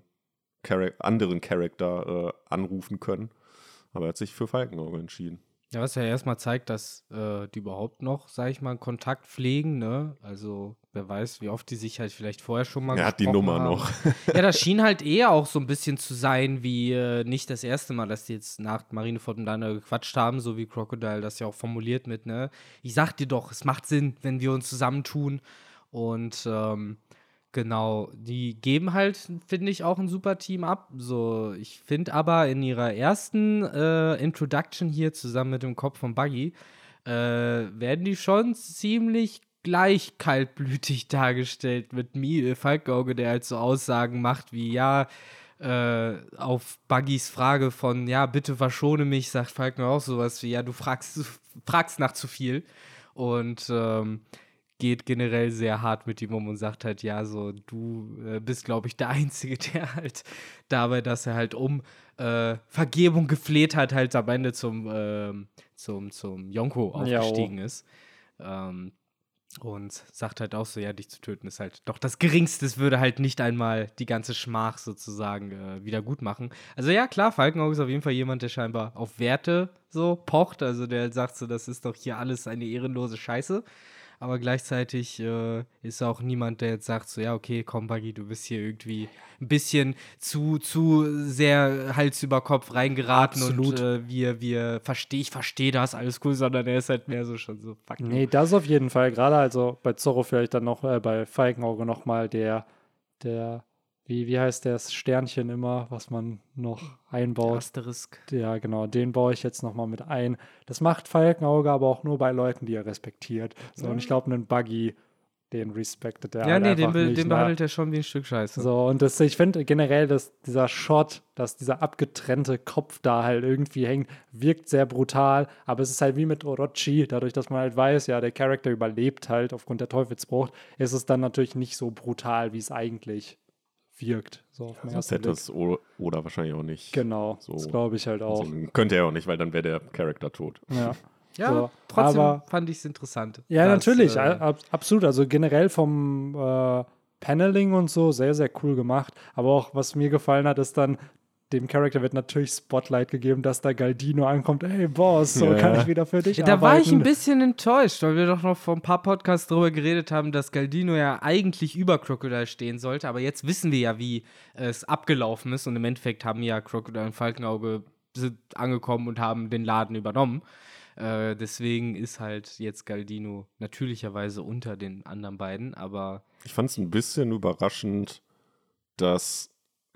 Speaker 2: Charakter anrufen können. Aber er hat sich für Falkenauge entschieden.
Speaker 3: Ja, was ja erstmal zeigt, dass die überhaupt noch, sag ich mal, Kontakt pflegen, ne? Also, wer weiß, wie oft die sich halt vielleicht vorher schon mal
Speaker 2: Er hat die Nummer noch.
Speaker 3: Ja, das schien halt eher auch so ein bisschen zu sein, wie nicht das erste Mal, dass die jetzt nach Marineford miteinander gequatscht haben, so wie Crocodile das ja auch formuliert mit, ne? Ich sag dir doch, es macht Sinn, wenn wir uns zusammentun. Und genau, die geben halt, finde ich, auch ein super Team ab. So, ich finde aber in ihrer ersten Introduction hier zusammen mit dem Kopf von Buggy werden die schon ziemlich gleich kaltblütig dargestellt mit Falkenauge, der halt so Aussagen macht wie, ja, auf Buggys Frage von, ja, bitte verschone mich, sagt Falkenauge auch sowas wie, ja, du fragst nach zu viel. Und geht generell sehr hart mit ihm um und sagt halt, ja, so, du bist, glaube ich, der Einzige, der halt dabei, dass er halt um Vergebung gefleht hat, halt am Ende zum Yonko aufgestiegen ist. Und sagt halt auch so, ja, dich zu töten ist halt doch das Geringste. Es würde halt nicht einmal die ganze Schmach sozusagen wieder gut machen. Also ja, klar, Falkenauge ist auf jeden Fall jemand, der scheinbar auf Werte so pocht. Also der sagt so, das ist doch hier alles eine ehrenlose Scheiße. Aber gleichzeitig ist auch niemand, der jetzt sagt so, ja, okay, komm, Buggy, du bist hier irgendwie ein bisschen zu sehr Hals über Kopf reingeraten.
Speaker 1: Absolut.
Speaker 3: Und ich verstehe das, alles cool, sondern er ist halt mehr so schon so, fuck you.
Speaker 1: Nee, das auf jeden Fall. Gerade also bei Zorro vielleicht dann noch, bei Falkenauge nochmal der wie heißt das Sternchen immer, was man noch einbaut?
Speaker 3: Asterisk.
Speaker 1: Ja, genau, den baue ich jetzt nochmal mit ein. Das macht Falkenauge aber auch nur bei Leuten, die er respektiert. So, und ich glaube, einen Buggy, den respektet er
Speaker 3: Ja,
Speaker 1: halt
Speaker 3: nee,
Speaker 1: einfach nicht.
Speaker 3: den behandelt er schon wie ein Stück Scheiße.
Speaker 1: So, und ich finde generell, dass dieser Shot, dass dieser abgetrennte Kopf da halt irgendwie hängt, wirkt sehr brutal, aber es ist halt wie mit Orochi, dadurch, dass man halt weiß, ja, der Charakter überlebt halt aufgrund der Teufelsbrucht, ist es dann natürlich nicht so brutal, wie es eigentlich wirkt. So auf den
Speaker 2: Sonst
Speaker 1: ersten
Speaker 2: hätte
Speaker 1: Blick.
Speaker 2: es Oda wahrscheinlich auch nicht.
Speaker 1: Genau,
Speaker 2: so
Speaker 1: das glaube ich halt auch.
Speaker 2: Könnte er auch nicht, weil dann wäre der Charakter tot.
Speaker 1: Ja.
Speaker 3: Ja,
Speaker 1: So,
Speaker 3: trotzdem
Speaker 1: aber-
Speaker 3: fand ich es interessant.
Speaker 1: Ja,
Speaker 3: dass,
Speaker 1: natürlich, absolut. Also generell vom Paneling und so sehr, sehr cool gemacht. Aber auch, was mir gefallen hat, ist dann, dem Charakter wird natürlich Spotlight gegeben, dass da Galdino ankommt. Hey, Boss, so
Speaker 2: Ja.
Speaker 1: kann ich wieder für dich
Speaker 3: Ja, da
Speaker 1: arbeiten.
Speaker 3: war ich ein bisschen enttäuscht, weil wir doch noch vor ein paar Podcasts darüber geredet haben, dass Galdino ja eigentlich über Crocodile stehen sollte. Aber jetzt wissen wir ja, wie es abgelaufen ist. Und im Endeffekt haben ja Crocodile und Falkenauge sind angekommen und haben den Laden übernommen. Deswegen ist halt jetzt Galdino natürlicherweise unter den anderen beiden. Aber
Speaker 2: Ich fand es ein bisschen überraschend, dass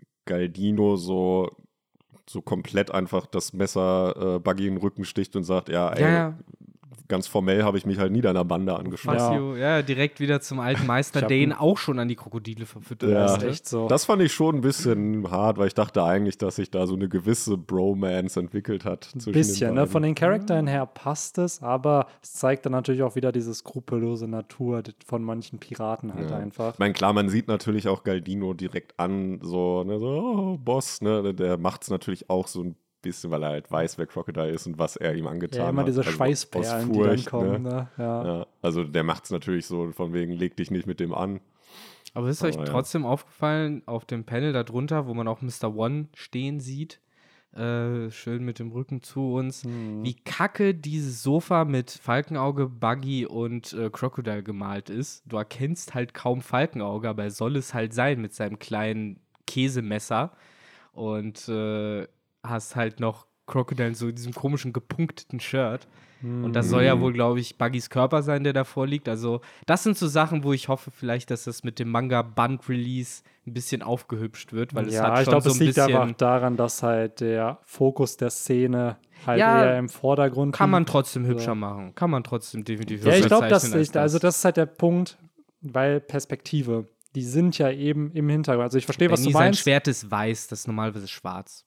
Speaker 2: Galdino so komplett einfach das Messer Buggy in den Rücken sticht und sagt, ja, ey, ganz formell habe ich mich halt nie deiner Bande angeschlossen.
Speaker 3: Fazio, ja, direkt wieder zum alten Meister, der ihn auch schon an die Krokodile verfüttert
Speaker 2: Ja.
Speaker 1: Das
Speaker 3: hat.
Speaker 1: ist echt so.
Speaker 2: Das fand ich schon ein bisschen hart, weil ich dachte eigentlich, dass sich da so eine gewisse Bromance entwickelt hat. Zwischen
Speaker 1: Ein bisschen,
Speaker 2: den
Speaker 1: ne?
Speaker 2: beiden.
Speaker 1: Von den Charakteren her passt es, aber es zeigt dann natürlich auch wieder diese skrupellose Natur von manchen Piraten halt
Speaker 2: Ja.
Speaker 1: einfach.
Speaker 2: Ich meine, klar, man sieht natürlich auch Galdino direkt an, so, ne, so, oh, Boss, ne, der macht es natürlich auch so ein bisschen, weil er halt weiß, wer Crocodile ist und was er ihm angetan hat.
Speaker 1: Ja, immer diese
Speaker 2: Also
Speaker 1: Schweißperlen,
Speaker 2: aus
Speaker 1: die dann
Speaker 2: Furcht,
Speaker 1: kommen.
Speaker 2: ne?
Speaker 1: Ne? Ja.
Speaker 2: Ja, also der macht es natürlich so von wegen, leg dich nicht mit dem an.
Speaker 3: Aber ist euch
Speaker 2: Aber ja.
Speaker 3: trotzdem aufgefallen, auf dem Panel darunter, wo man auch Mr. One stehen sieht, schön mit dem Rücken zu uns, wie kacke dieses Sofa mit Falkenauge, Buggy und Crocodile gemalt ist. Du erkennst halt kaum Falkenauge, aber er soll es halt sein mit seinem kleinen Käsemesser. Und hast halt noch Crocodile in so diesem komischen gepunkteten Shirt. Und das soll ja wohl, glaube ich, Buggys Körper sein, der davor liegt. Also, das sind so Sachen, wo ich hoffe vielleicht, dass das mit dem Manga-Band-Release ein bisschen aufgehübscht wird, weil es
Speaker 1: Ja,
Speaker 3: hat
Speaker 1: ich
Speaker 3: schon
Speaker 1: glaube,
Speaker 3: so
Speaker 1: es
Speaker 3: ein
Speaker 1: liegt
Speaker 3: bisschen,
Speaker 1: einfach daran, dass halt der Fokus der Szene halt
Speaker 3: Ja,
Speaker 1: eher im Vordergrund
Speaker 3: kann man
Speaker 1: liegt.
Speaker 3: trotzdem
Speaker 1: So.
Speaker 3: hübscher machen. Kann man trotzdem definitiv
Speaker 1: Ja, ich
Speaker 3: hübscher
Speaker 1: glaube,
Speaker 3: zeichnen als
Speaker 1: also das ist halt der Punkt, weil Perspektive, die sind ja eben im Hintergrund. Also ich verstehe, was
Speaker 3: Benny,
Speaker 1: du
Speaker 3: sein
Speaker 1: meinst.
Speaker 3: Schwert ist weiß, das ist normalerweise schwarz.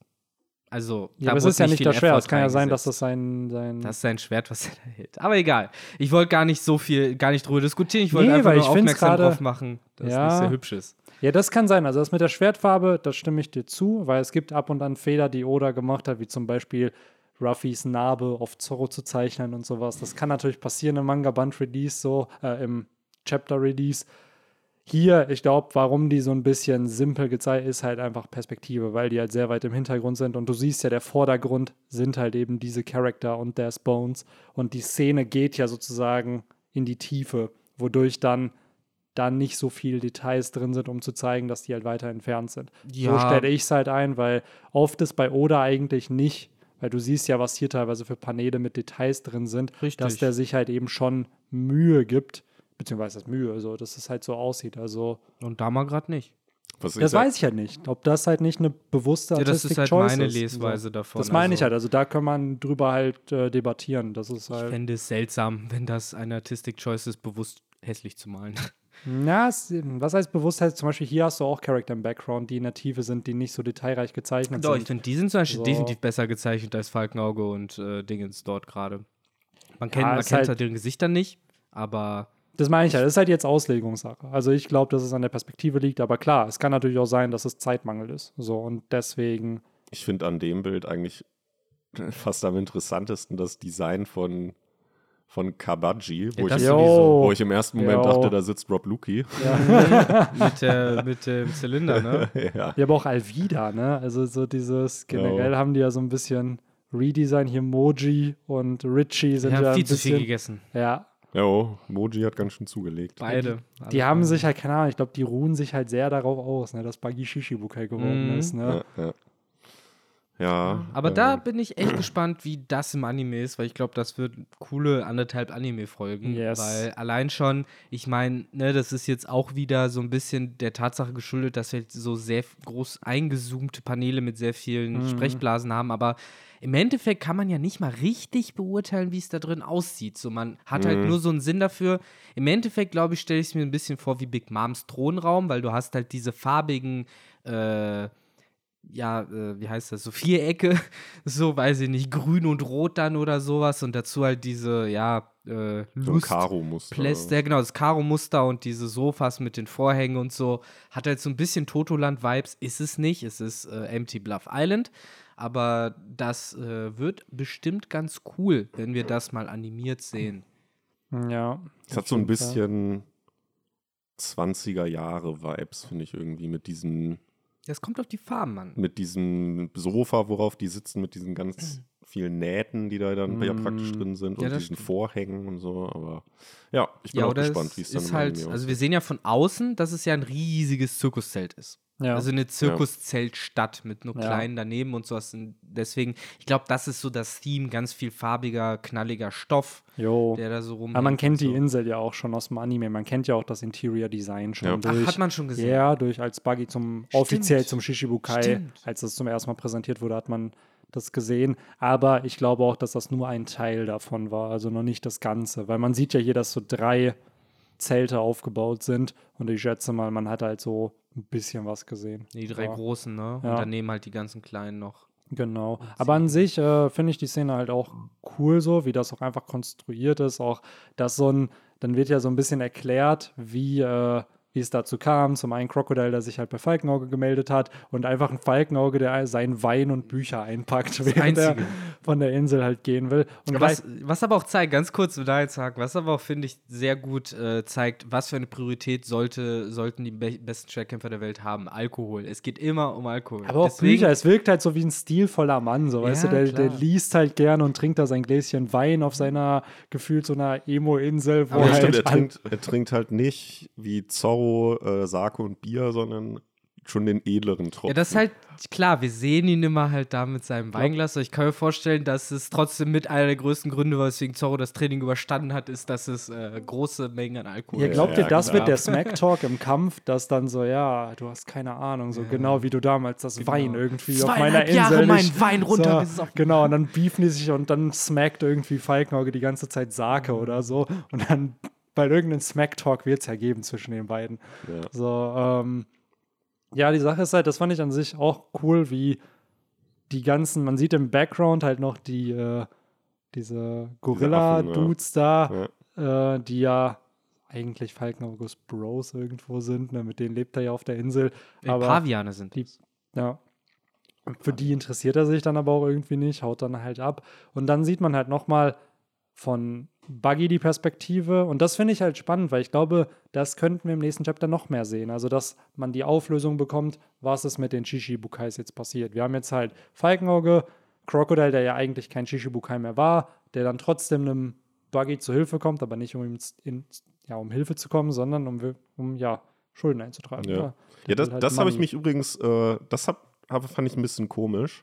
Speaker 3: Also,
Speaker 1: Ja,
Speaker 3: da
Speaker 1: aber es
Speaker 3: wurde
Speaker 1: ist ja nicht
Speaker 3: viel
Speaker 1: das Schwert. Es
Speaker 3: Effort
Speaker 1: kann ja sein, dass
Speaker 3: reingesetzt.
Speaker 1: das sein
Speaker 3: Das ist sein Schwert, was er da hält. Aber egal. Ich wollte gar nicht drüber diskutieren. Ich wollte
Speaker 1: Nee,
Speaker 3: einfach
Speaker 1: weil
Speaker 3: nur
Speaker 1: ich find's
Speaker 3: aufmerksam
Speaker 1: gerade-
Speaker 3: drauf machen, dass es
Speaker 1: Ja.
Speaker 3: nicht sehr hübsch ist.
Speaker 1: Ja, das kann sein. Also das mit der Schwertfarbe, das stimme ich dir zu, weil es gibt ab und an Fehler, die Oda gemacht hat, wie zum Beispiel Ruffys Narbe auf Zorro zu zeichnen und sowas. Das kann natürlich passieren im Manga-Band-Release, so im Chapter-Release. Hier, ich glaube, warum die so ein bisschen simpel gezeigt ist, halt einfach Perspektive, weil die halt sehr weit im Hintergrund sind und du siehst ja, der Vordergrund sind halt eben diese Charakter und Death Bones und die Szene geht ja sozusagen in die Tiefe, wodurch dann da nicht so viel Details drin sind, um zu zeigen, dass die halt weiter entfernt sind. So
Speaker 3: Ja.
Speaker 1: stelle ich es halt ein, weil oft ist bei Oda eigentlich nicht, weil du siehst ja, was hier teilweise für Paneele mit Details drin sind,
Speaker 3: Richtig.
Speaker 1: dass der sich halt eben schon Mühe gibt, beziehungsweise das Mühe, so, dass es halt so aussieht. Also,
Speaker 3: Und da mal gerade nicht.
Speaker 2: Was
Speaker 1: das weiß ich halt nicht, ob das halt nicht eine bewusste
Speaker 3: Ja, das
Speaker 1: Artistic
Speaker 3: ist halt
Speaker 1: Choice
Speaker 3: meine
Speaker 1: ist.
Speaker 3: Lesweise
Speaker 1: So.
Speaker 3: davon.
Speaker 1: Das meine ich
Speaker 3: Also,
Speaker 1: halt, also da kann man drüber halt debattieren. Das ist
Speaker 3: Ich
Speaker 1: halt.
Speaker 3: fände es seltsam, wenn das eine Artistic Choice ist, bewusst hässlich zu malen.
Speaker 1: Ja, was heißt Bewusstheit? Zum Beispiel hier hast du auch Charakter im Background, die in der Tiefe sind, die nicht so detailreich gezeichnet
Speaker 3: Doch, ich
Speaker 1: sind.
Speaker 3: finde, die sind zum Beispiel
Speaker 1: So.
Speaker 3: definitiv besser gezeichnet als Falkenauge und Dingens dort gerade. Man
Speaker 1: Ja,
Speaker 3: kennt
Speaker 1: ist halt-
Speaker 3: halt deren Gesichter nicht, aber
Speaker 1: Das meine ich halt, das ist halt jetzt Auslegungssache. Also ich glaube, dass es an der Perspektive liegt, aber klar, es kann natürlich auch sein, dass es Zeitmangel ist. So, und deswegen.
Speaker 2: Ich finde an dem Bild eigentlich fast am interessantesten das Design von Kabaji, wo,
Speaker 3: Ja, das
Speaker 2: ich,
Speaker 3: sowieso.
Speaker 2: wo ich im ersten Moment
Speaker 1: Jo.
Speaker 2: dachte, da sitzt Rob Luki.
Speaker 3: mit dem Zylinder, ne?
Speaker 2: Ja.
Speaker 1: Ja, aber auch Alvida, ne? Also so dieses, generell haben die ja so ein bisschen Redesign hier, Moji und Richie sind
Speaker 3: Ich
Speaker 1: ja
Speaker 3: habe
Speaker 1: ein
Speaker 3: viel zu viel
Speaker 1: bisschen.
Speaker 3: gegessen.
Speaker 1: Ja,
Speaker 2: Jo, Moji hat ganz schön zugelegt.
Speaker 3: Beide.
Speaker 1: die haben sich halt, keine Ahnung, ich glaube, die ruhen sich halt sehr darauf aus, ne, dass Buggy Shishibukai geworden
Speaker 3: Mhm.
Speaker 1: ist, ne?
Speaker 2: Ja, ja. Ja.
Speaker 3: Aber da bin ich echt gespannt, wie das im Anime ist, weil ich glaube, das wird coole 1,5 Anime-Folgen.
Speaker 1: Yes.
Speaker 3: Weil allein schon, ich meine, ne, das ist jetzt auch wieder so ein bisschen der Tatsache geschuldet, dass wir so sehr groß eingezoomte Paneele mit sehr vielen Sprechblasen haben, aber im Endeffekt kann man ja nicht mal richtig beurteilen, wie es da drin aussieht. So, man hat halt nur so einen Sinn dafür. Im Endeffekt, glaube ich, stelle ich es mir ein bisschen vor wie Big Moms Thronraum, weil du hast halt diese farbigen wie heißt das, so Vierecke, so, weiß ich nicht, grün und rot dann oder sowas und dazu halt diese,
Speaker 2: So ein
Speaker 3: Lust,
Speaker 2: Karo-Muster.
Speaker 3: ja genau, das Karo-Muster und diese Sofas mit den Vorhängen und so, hat halt so ein bisschen Totoland-Vibes, ist es nicht, es ist Empty Bluff Island, aber das wird bestimmt ganz cool, wenn wir das mal animiert sehen.
Speaker 1: Ja.
Speaker 2: Es hat so ein bisschen 20er-Jahre-Vibes, finde ich irgendwie, mit diesem
Speaker 3: Das kommt auf die Farben an.
Speaker 2: mit diesem Sofa, worauf die sitzen, mit diesen ganz vielen Nähten, die da dann ja praktisch drin sind
Speaker 3: Ja,
Speaker 2: und
Speaker 3: das
Speaker 2: diesen
Speaker 3: stimmt.
Speaker 2: Vorhängen und so. Aber ja, ich bin
Speaker 3: Ja,
Speaker 2: auch
Speaker 3: oder
Speaker 2: gespannt,
Speaker 3: es
Speaker 2: wie es dann
Speaker 3: ist
Speaker 2: im
Speaker 3: halt,
Speaker 2: Anime
Speaker 3: also wir
Speaker 2: aussieht.
Speaker 3: sehen ja von außen, dass es ja ein riesiges Zirkuszelt ist.
Speaker 1: Ja.
Speaker 3: Also eine Zirkuszeltstadt mit nur
Speaker 1: Ja.
Speaker 3: kleinen daneben und sowas. Und deswegen, ich glaube, das ist so das Theme, ganz viel farbiger, knalliger Stoff,
Speaker 1: Jo.
Speaker 3: der da so rumhängt.
Speaker 1: Aber man kennt
Speaker 3: und
Speaker 1: die
Speaker 3: so.
Speaker 1: Insel ja auch schon aus dem Anime. Man kennt ja auch das Interior Design schon
Speaker 2: Ja.
Speaker 1: durch.
Speaker 3: Ach, hat man schon gesehen?
Speaker 1: Ja, durch als Buggy offiziell zum Shishibukai,
Speaker 3: Stimmt.
Speaker 1: als das zum ersten Mal präsentiert wurde, hat man das gesehen. Aber ich glaube auch, dass das nur ein Teil davon war, also noch nicht das Ganze. Weil man sieht ja hier, dass so 3 Zelte aufgebaut sind. Und ich schätze mal, man hat halt so ein bisschen was gesehen.
Speaker 3: Die 3
Speaker 1: Ja.
Speaker 3: großen, ne?
Speaker 1: Ja.
Speaker 3: Und daneben halt die ganzen kleinen noch.
Speaker 1: Genau. Aber an sich finde ich die Szene halt auch cool so, wie das auch einfach konstruiert ist. Auch, dass dann wird ja so ein bisschen erklärt, wie es dazu kam. Zum einen Crocodile, der sich halt bei Falkenauge gemeldet hat und einfach ein Falkenauge, der sein Wein und Bücher einpackt, während er
Speaker 3: Einzige.
Speaker 1: von der Insel halt gehen will. Und
Speaker 3: Was aber auch zeigt, ganz kurz, um da jetzt sagen, was aber auch, finde ich, sehr gut zeigt, was für eine Priorität sollten die besten Schwertkämpfer der Welt haben. Alkohol. Es geht immer um Alkohol.
Speaker 1: aber auch Bücher, es wirkt halt so wie ein stilvoller Mann, so, weißt du, der
Speaker 3: klar.
Speaker 1: liest halt gerne und trinkt da sein Gläschen Wein auf seiner gefühlt so einer Emo-Insel, wo
Speaker 3: Aber
Speaker 2: Ja,
Speaker 1: halt
Speaker 2: stimmt, er trinkt halt nicht wie Zorro Sake und Bier, sondern schon den edleren Tropfen.
Speaker 3: Ja, das ist halt klar, wir sehen ihn immer halt da mit seinem Weinglas. Aber ich kann mir vorstellen, dass es trotzdem mit einer der größten Gründe, weswegen Zorro das Training überstanden hat, ist, dass es große Mengen an Alkohol
Speaker 1: Ja, glaubt ihr, das
Speaker 2: genau.
Speaker 1: wird der Smack-Talk im Kampf, dass dann so, ja, du hast keine Ahnung, so genau wie du damals das Wein irgendwie auf meiner
Speaker 3: 2,5
Speaker 1: Insel
Speaker 3: Jahre meinen
Speaker 1: nicht.
Speaker 3: Wein runter,
Speaker 1: So,
Speaker 3: bis es auf-
Speaker 1: genau, und dann beefen die sich und dann smackt irgendwie Falkenauge die ganze Zeit Sake oder so und dann bei irgendeinem Smack-Talk wird es ja geben zwischen den beiden.
Speaker 2: Ja.
Speaker 1: So, ja, die Sache ist halt, das fand ich an sich auch cool, wie die ganzen, man sieht im Background halt noch diese Gorilla-Dudes da, die ja eigentlich Falkenauges Bros irgendwo sind, ne? Mit denen lebt er ja auf der Insel. Aber
Speaker 3: Paviane sind
Speaker 1: die, ja, für die interessiert er sich dann aber auch irgendwie nicht, haut dann halt ab. Und dann sieht man halt nochmal von Buggy die Perspektive. Und das finde ich halt spannend, weil ich glaube, das könnten wir im nächsten Chapter noch mehr sehen. Also, dass man die Auflösung bekommt, was ist mit den Shishibukais jetzt passiert. Wir haben jetzt halt Falkenauge, Crocodile, der ja eigentlich kein Shishibukai mehr war, der dann trotzdem einem Buggy zu Hilfe kommt, aber nicht um um Hilfe zu kommen, sondern um Schulden einzutragen.
Speaker 2: Ja.
Speaker 1: Der
Speaker 2: Ja,
Speaker 1: will halt
Speaker 2: das habe ich
Speaker 1: Money.
Speaker 2: mich übrigens, fand ich ein bisschen komisch.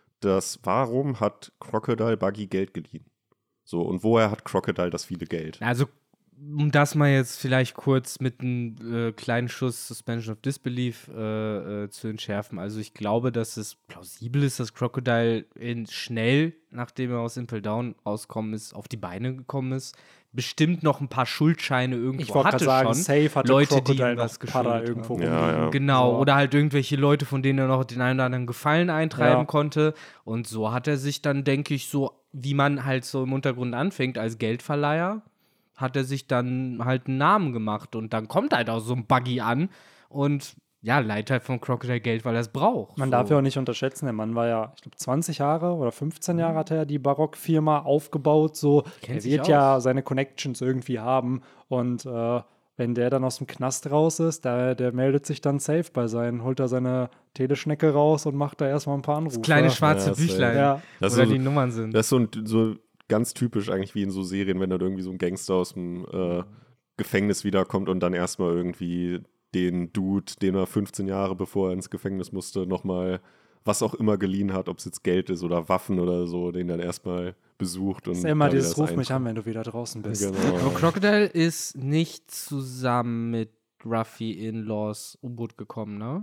Speaker 2: Warum hat Crocodile Buggy Geld geliehen? So, und woher hat Crocodile das viele Geld?
Speaker 3: Also, um das mal jetzt vielleicht kurz mit einem kleinen Schuss Suspension of Disbelief zu entschärfen. Also, ich glaube, dass es plausibel ist, dass Crocodile schnell, nachdem er aus Impel Down rausgekommen ist, auf die Beine gekommen ist. Bestimmt noch ein paar Schuldscheine irgendwo
Speaker 1: Ich wollte
Speaker 3: hatte
Speaker 1: gerade sagen,
Speaker 3: schon.
Speaker 1: safe hatte
Speaker 3: Leute, die
Speaker 1: Crocodile
Speaker 3: ihm
Speaker 1: noch
Speaker 3: was
Speaker 1: Para
Speaker 3: geschuldet
Speaker 1: irgendwo
Speaker 3: haben.
Speaker 2: Ja,
Speaker 1: rumliegen.
Speaker 2: ja.
Speaker 3: Genau,
Speaker 1: So.
Speaker 3: oder halt irgendwelche Leute, von denen er noch den einen oder anderen Gefallen eintreiben
Speaker 1: Ja.
Speaker 3: konnte. Und so hat er sich dann, denke ich, so, wie man halt so im Untergrund anfängt, als Geldverleiher, hat er sich dann halt einen Namen gemacht. Und dann kommt halt auch so ein Buggy an und ja, leiht halt von Crocodile Geld, weil er es braucht.
Speaker 1: Man
Speaker 3: so.
Speaker 1: darf ja auch nicht unterschätzen, der Mann war ja, ich glaube, 20 Jahre oder 15 Jahre hat er ja die Barock-Firma aufgebaut. So,
Speaker 3: Kennt
Speaker 1: er
Speaker 3: sich
Speaker 1: wird
Speaker 3: aus.
Speaker 1: ja seine Connections irgendwie haben. Und wenn der dann aus dem Knast raus ist, der meldet sich dann safe bei seinen, holt er seine Teleschnecke raus und macht da erstmal ein paar Anrufe.
Speaker 3: Das kleine schwarze
Speaker 2: Ja, safe.
Speaker 3: Büchlein,
Speaker 1: Ja.
Speaker 2: Das
Speaker 3: oder
Speaker 2: ist so-
Speaker 3: die Nummern sind.
Speaker 2: Das ist so ganz typisch eigentlich wie in so Serien, wenn dann irgendwie so ein Gangster aus dem Gefängnis wiederkommt und dann erstmal irgendwie den Dude, den er 15 Jahre bevor er ins Gefängnis musste, nochmal was auch immer geliehen hat, ob es jetzt Geld ist oder Waffen oder so, den dann erstmal besucht. Und
Speaker 1: Das ist ja immer
Speaker 2: da wieder
Speaker 1: dieses
Speaker 2: das
Speaker 1: Ruf mich
Speaker 2: Einkommen.
Speaker 1: an, wenn du wieder draußen bist.
Speaker 2: Genau.
Speaker 3: Aber Crocodile ist nicht zusammen mit Ruffy in Laws U-Boot gekommen, ne?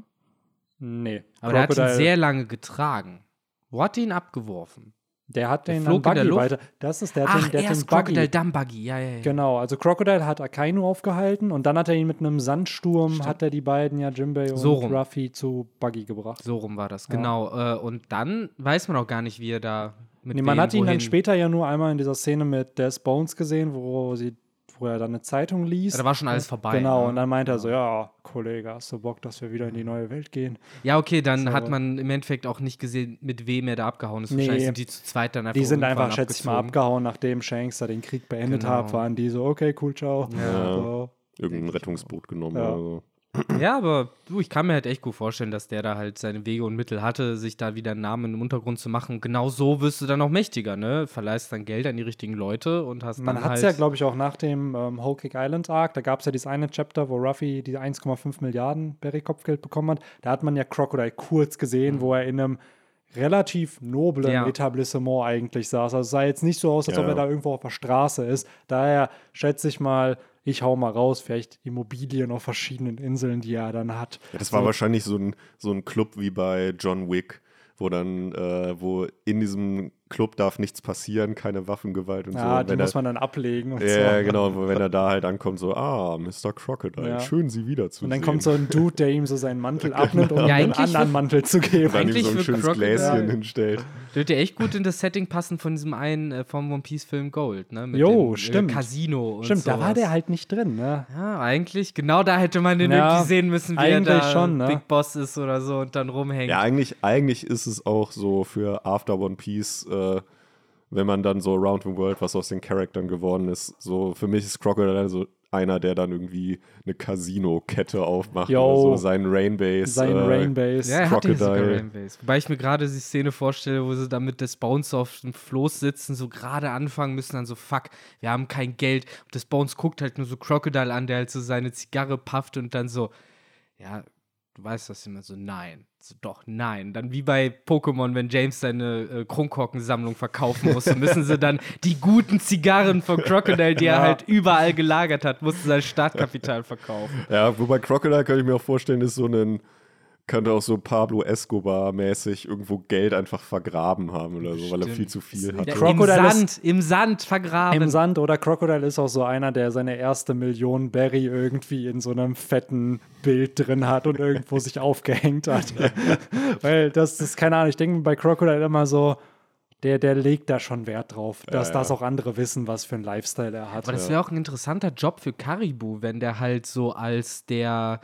Speaker 1: Nee.
Speaker 3: Aber der hat ihn
Speaker 1: Crocodile,
Speaker 3: sehr lange getragen. Wo hat ihn abgeworfen?
Speaker 1: der hat
Speaker 3: der
Speaker 1: den
Speaker 3: flog in der
Speaker 1: Buggy
Speaker 3: Luft?
Speaker 1: weiter. Das ist, der hat den, der hat den
Speaker 3: erst Crocodile,
Speaker 1: Buggy.
Speaker 3: dann Buggy. Ja.
Speaker 1: Genau, also Crocodile hat Akainu aufgehalten und dann hat er ihn mit einem Sandsturm, hat er die beiden, ja, Jinbei und
Speaker 3: So rum.
Speaker 1: Ruffy zu Buggy gebracht.
Speaker 3: So rum war das,
Speaker 1: Ja.
Speaker 3: genau. Und dann weiß man auch gar nicht, wie er da mit
Speaker 1: Nee, man
Speaker 3: wem,
Speaker 1: hat ihn dann
Speaker 3: wohin.
Speaker 1: später ja nur einmal in dieser Szene mit Des Bones gesehen, wo er dann eine Zeitung liest.
Speaker 3: Ja, da war schon alles vorbei.
Speaker 1: Genau,
Speaker 3: ne?
Speaker 1: und dann meinte er so, ja, Kollege, hast du Bock, dass wir wieder in die neue Welt gehen?
Speaker 3: Ja, okay, dann
Speaker 1: So.
Speaker 3: hat man im Endeffekt auch nicht gesehen, mit wem er da abgehauen ist.
Speaker 1: Nee.
Speaker 3: Wahrscheinlich sind die zu zweit dann einfach
Speaker 1: Die sind
Speaker 3: irgendwann
Speaker 1: einfach, schätze ich mal,
Speaker 3: abgezogen.
Speaker 1: abgehauen, nachdem Shanks da den Krieg beendet
Speaker 3: Genau.
Speaker 1: hat, waren die so, okay, cool, ciao.
Speaker 2: Ja.
Speaker 1: So.
Speaker 2: Irgendein Rettungsboot genommen
Speaker 1: Ja.
Speaker 2: oder so.
Speaker 3: Ja, aber du, ich kann mir halt echt gut vorstellen, dass der da halt seine Wege und Mittel hatte, sich da wieder einen Namen im Untergrund zu machen. Genau so wirst du dann auch mächtiger, ne? Verleihst dann Geld an die richtigen Leute und hast
Speaker 1: Man
Speaker 3: dann
Speaker 1: hat
Speaker 3: halt
Speaker 1: es ja, glaube ich, auch nach dem Whole Cake Island Arc, da gab es ja dieses eine Chapter, wo Ruffy die 1,5 Milliarden Berry-Kopfgeld bekommen hat. Da hat man ja Crocodile kurz gesehen, wo er in einem relativ noblen
Speaker 3: Ja.
Speaker 1: Etablissement eigentlich saß. Also es sah jetzt nicht so aus, als
Speaker 2: Ja.
Speaker 1: ob er da irgendwo auf der Straße ist. Daher schätze ich mal, ich hau mal raus, vielleicht Immobilien auf verschiedenen Inseln, die er dann hat.
Speaker 2: Ja, das war wahrscheinlich so ein Club wie bei John Wick, wo dann, wo in diesem Club darf nichts passieren, keine Waffengewalt und so.
Speaker 1: Ja,
Speaker 2: Und
Speaker 1: die
Speaker 2: wenn
Speaker 1: muss
Speaker 2: er,
Speaker 1: man dann ablegen und
Speaker 2: ja,
Speaker 1: so.
Speaker 2: genau, wenn er da halt ankommt, so, Mr. Crocodile,
Speaker 1: Ja.
Speaker 2: schön, Sie wiederzusehen.
Speaker 1: Und dann kommt so ein Dude, der ihm so seinen Mantel abnimmt, um
Speaker 3: Ja,
Speaker 1: ihm einen
Speaker 3: eigentlich
Speaker 1: anderen
Speaker 3: wird-
Speaker 1: Mantel zu geben.
Speaker 2: dann ihm
Speaker 3: eigentlich
Speaker 2: so ein
Speaker 3: für
Speaker 2: schönes
Speaker 3: Crocodile-
Speaker 2: Gläschen hinstellt.
Speaker 3: Würde ja echt gut in das Setting passen von diesem einen vom One Piece Film Gold, ne? Mit
Speaker 1: Jo,
Speaker 3: dem
Speaker 1: stimmt.
Speaker 3: Casino und
Speaker 1: Stimmt, da war
Speaker 3: sowas.
Speaker 1: der halt nicht drin, ne?
Speaker 3: Ja, eigentlich, genau da hätte man den
Speaker 1: Ja,
Speaker 3: irgendwie sehen müssen, wie er
Speaker 1: eigentlich
Speaker 3: da
Speaker 1: schon, ne?
Speaker 3: Big Boss ist oder so und dann rumhängt.
Speaker 2: Ja, eigentlich ist es auch so für After One Piece, wenn man dann so Around the World, was aus den Charakteren geworden ist, so für mich ist Crocodile so einer, der dann irgendwie eine Casino-Kette aufmacht
Speaker 1: Jo.
Speaker 2: oder so, seinen Rainbase.
Speaker 1: Sein Rainbase.
Speaker 3: Ja, er hat hier sogar
Speaker 2: Crocodile.
Speaker 3: Rainbase. Wobei ich mir gerade die Szene vorstelle, wo sie dann mit des Bones auf dem Floß sitzen, so gerade anfangen müssen, dann so, fuck, wir haben kein Geld. Und des Bones guckt halt nur so Crocodile an, der halt so seine Zigarre pafft und dann so, ja, du weißt das immer so, nein. So, doch, nein. Dann wie bei Pokémon, wenn James seine Kronkorkensammlung verkaufen muss, müssen sie dann die guten Zigarren von Crocodile, die er halt überall gelagert hat, mussten sein Startkapital verkaufen.
Speaker 2: Ja, wobei Crocodile könnte ich mir auch vorstellen, ist so könnte auch so Pablo Escobar-mäßig irgendwo Geld einfach vergraben haben oder so, weil er viel zu viel hatte.
Speaker 3: Ja,
Speaker 1: Crocodile
Speaker 3: im Sand vergraben.
Speaker 1: Im Sand oder Crocodile ist auch so einer, der seine erste Million Berry irgendwie in so einem fetten Bild drin hat und irgendwo sich aufgehängt hat. Weil das ist, keine Ahnung, ich denke mir bei Crocodile immer so, der legt da schon Wert drauf, dass das auch andere wissen, was für ein Lifestyle er hat.
Speaker 3: Aber das wäre auch ein interessanter Job für Caribou, wenn der halt so als der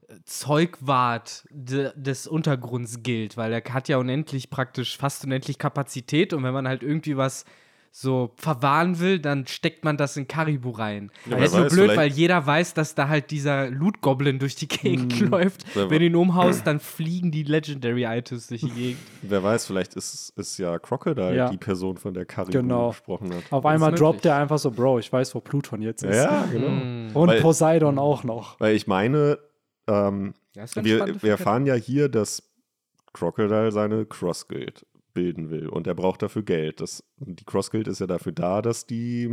Speaker 3: Zeugwart des Untergrunds gilt, weil er hat ja fast unendlich Kapazität und wenn man halt irgendwie was so verwahren will, dann steckt man das in Caribou rein.
Speaker 2: Ja,
Speaker 3: Das ist
Speaker 2: wer
Speaker 3: nur
Speaker 2: weiß,
Speaker 3: blöd,
Speaker 2: vielleicht-
Speaker 3: weil jeder weiß, dass da halt dieser Loot-Goblin durch die Gegend läuft.
Speaker 2: Wer-
Speaker 3: Wenn du ihn umhaust, dann fliegen die Legendary-Items durch die Gegend.
Speaker 2: Wer weiß, vielleicht ist ja Crocodile
Speaker 1: Ja.
Speaker 2: die Person, von der Caribou
Speaker 1: Genau.
Speaker 2: gesprochen hat.
Speaker 1: Auf einmal
Speaker 3: möglich.
Speaker 1: droppt er einfach so, Bro, ich weiß, wo Pluton jetzt ist.
Speaker 2: Ja, genau.
Speaker 1: Und
Speaker 2: Weil-
Speaker 1: Poseidon auch noch.
Speaker 2: Weil ich meine,
Speaker 3: Ja, ist eine
Speaker 2: wir
Speaker 3: spannende
Speaker 2: erfahren ja hier, dass Crocodile seine Cross-Guild bilden will und er braucht dafür Geld. Die Cross-Guild ist ja dafür da, dass die